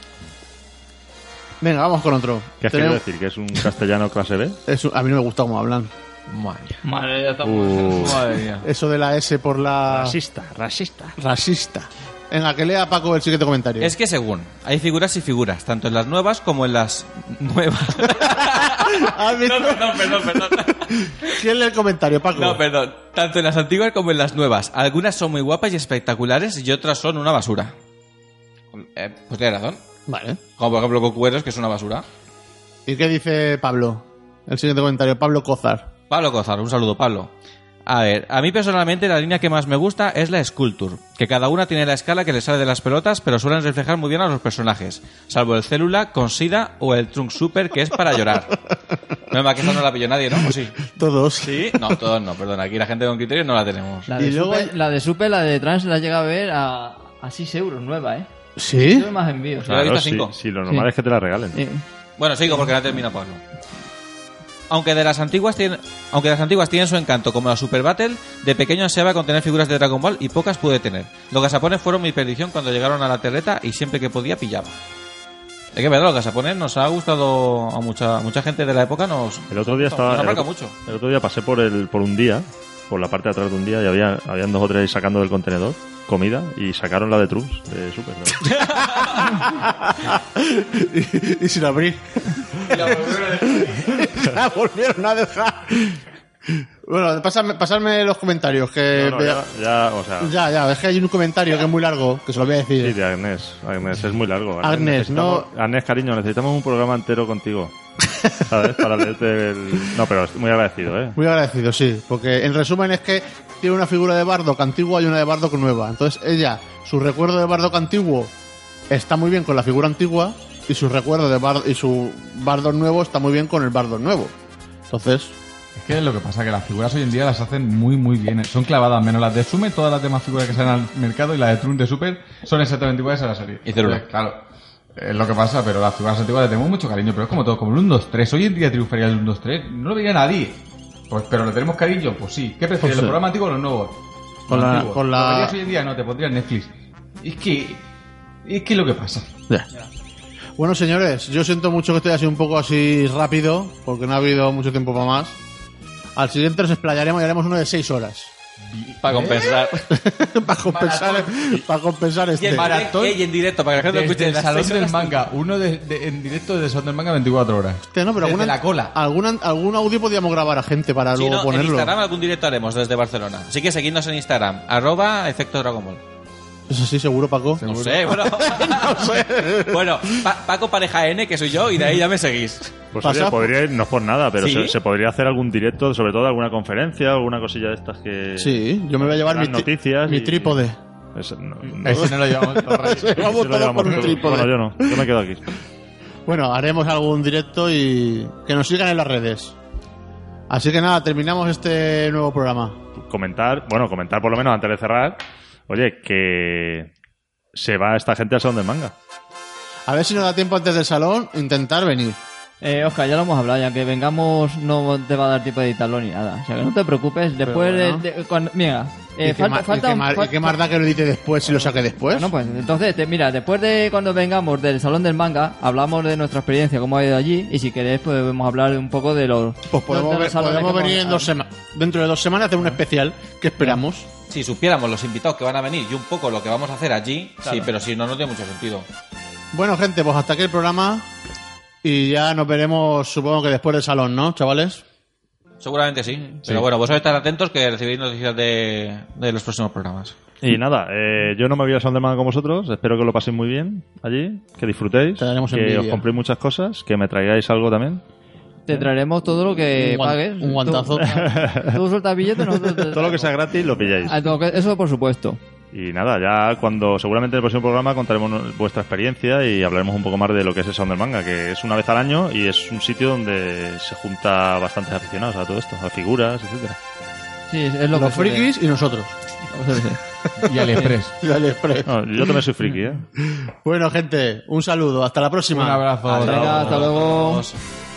Venga, vamos con otro. ¿Qué has querido Tenemos- decir? ¿Que es un castellano clase B? es un- A mí no me gusta cómo hablan. Madre mía. Madre, ya estamos. Uh, Madre mía. Eso de la S por la... racista, racista. Racista. Venga, que lea Paco el siguiente comentario. Es que según, hay figuras y figuras, tanto en las nuevas como en las nuevas. ¿Has visto? No, perdón, perdón, perdón. ¿Quién lee el comentario, Paco? No, perdón. Tanto en las antiguas como en las nuevas. Algunas son muy guapas y espectaculares y otras son una basura. Eh, pues tiene razón. Vale. Como por ejemplo Cocueros, que es una basura. ¿Y qué dice Pablo? El siguiente comentario, Pablo Cózar. Pablo Cozar, un saludo, Pablo. A ver, a mí personalmente la línea que más me gusta es la Sculpture, que cada una tiene la escala que le sale de las pelotas, pero suelen reflejar muy bien a los personajes, salvo el Célula, Consida o el Trunk Super, que es para llorar. No, que esa no la pilló nadie, ¿no? ¿O sí? Todos. ¿Sí? No, todos no, perdón, aquí la gente con criterio no la tenemos. La de, Y luego Super, hay- la de Super, la de Trans, la llega a ver a, a seis euros nueva, ¿eh? ¿Sí? Yo más envíos. Yo la he Claro, visto a sí, cinco. sí, lo normal Sí. es que te la regalen. Eh, Bueno, sigo porque no termina Pablo. Aunque de las antiguas tienen, aunque las antiguas tienen su encanto, como la Super Battle, de pequeño ansiaba con tener figuras de Dragon Ball y pocas pude tener. Los gasapones fueron mi perdición cuando llegaron a la terreta y siempre que podía pillaba. Es que verdad, los gasapones nos ha gustado a mucha mucha gente de la época, nos, El otro día nos estaba. ha El marcado otro, mucho. el otro día pasé por el por un día, por la parte de atrás de un día, y había habían dos o tres sacando del contenedor comida y sacaron la de Trunks de Super. ¿no? y, y sin abrir. La volvieron a dejar. Bueno, pasarme, pasarme los comentarios. Que No, no, ya, ya, o sea, ya, ya, es que hay un comentario que es muy largo, que se lo voy a decir. sí, de Agnes. Agnes es muy largo. Agnes, necesitamos- no- Agnes, cariño, necesitamos un programa entero contigo. ¿Sabes? Para leerte el. No, pero estoy muy agradecido, ¿eh? Muy agradecido, sí. Porque en resumen es que tiene una figura de Bardock antigua y una de Bardock nueva. Entonces ella, su recuerdo de Bardock antiguo está muy bien con la figura antigua y su recuerdo de Bardock y su Bardock nuevo está muy bien con el Bardock nuevo. Entonces, Es que lo que pasa es que las figuras hoy en día las hacen muy muy bien. Son clavadas, menos las de Sume, todas las demás figuras que salen al mercado y las de Trunks de Super son exactamente iguales a la serie. Y Célula. Entonces, claro, es lo que pasa, pero las figuras antiguas le tenemos mucho cariño, pero es como todo, como el uno dos tres. Hoy en día triunfaría el uno dos tres, no lo vería nadie. Pues, pero le tenemos cariño, pues sí. ¿Qué prefieres, Pues sí. los programas antiguos o los nuevos? Con Los la- antiguos. con la- ¿Lo verías hoy en día? No, te pondrías Netflix. Es que... Es que es lo que pasa. ya. Bueno, señores, yo siento mucho que estoy así un poco así rápido, porque no ha habido mucho tiempo para más. Al siguiente nos explayaremos y haremos uno de seis horas. Para compensar. para compensar, para compensar Y este. en, Maratón y en directo, para que la gente lo Desde escuche. el las Salón seis del horas. Manga, uno de, de- en directo desde el Salón del Manga veinticuatro horas. Hostia, no, pero Desde alguna, la cola. alguna- algún audio podíamos grabar a gente para Sí, luego no, en ponerlo. Instagram algún directo haremos desde Barcelona. Así que seguidnos en Instagram, arroba efecto Dragon Ball. Eso sí, seguro, Paco. No sé, bueno. no sé. Bueno, Pa- Paco Pareja N, que soy yo, y de ahí ya me seguís. Pues Pasa- oye, podría ir, no es por nada, pero ¿Sí? se, se podría hacer algún directo, sobre todo alguna conferencia, alguna cosilla de estas que. Sí, yo me voy a llevar Las mi, tri- noticias mi y- trípode. Eso, no, no- Ese no lo llevamos todo el rato. Vamos sí lo todos llevamos por un todo. trípode. Bueno, yo no, yo me quedo aquí. Bueno, haremos algún directo y que nos sigan en las redes. Así que nada, terminamos este nuevo programa. Comentar, bueno, comentar por lo menos antes de cerrar, oye, que se va esta gente al Salón del Manga. A ver si nos da tiempo antes del salón intentar venir. Eh, Oscar, ya lo hemos hablado, ya que vengamos no te va a dar tiempo de editarlo ni nada. O sea, que no te preocupes. Después bueno. de, de- cuando, mira, eh, ¿Y, qué falta, ma- y falta qué un- mar- y fal- qué más da que lo edite después si lo saque después? Bueno, pues entonces, te- mira, después de cuando vengamos del Salón del Manga, hablamos de nuestra experiencia, cómo ha ido allí, y si queréis podemos hablar un poco de los... Pues podemos, de los ver- salones podemos que venir en hemos- dos semanas. Dentro de dos semanas hacer un especial que esperamos. Si supiéramos los invitados que van a venir y un poco lo que vamos a hacer allí, sí, pero si no, no tiene mucho sentido. Bueno, gente, pues hasta aquí el programa. Y ya nos veremos, supongo que después del salón, ¿no, chavales? Seguramente sí. Pero bueno, vosotros estar atentos que recibís noticias de, de los próximos programas. Y nada, eh, yo no me voy al Salón del Manga con vosotros, espero que lo paséis muy bien allí, que disfrutéis, Te daremos que envidia. os compréis muchas cosas, que me traigáis algo también. Te traeremos todo lo que Un guan- pagues. un guantazo. Tú, tú sueltas billetes, nosotros te- Todo lo que sea gratis lo pilláis. Ah, todo que- Eso por supuesto. Y nada, ya cuando seguramente en el próximo programa contaremos vuestra experiencia y hablaremos un poco más de lo que es el Salón del Manga, que es una vez al año y es un sitio donde se junta bastantes aficionados a todo esto, a figuras, etcétera. Sí, es, es lo Los que suele- frikis y nosotros. suele ser. Y AliExpress. Y AliExpress. No, yo también soy friki, ¿eh? Bueno, gente, un saludo. Hasta la próxima. Un abrazo. Venga, hasta luego. Adiós.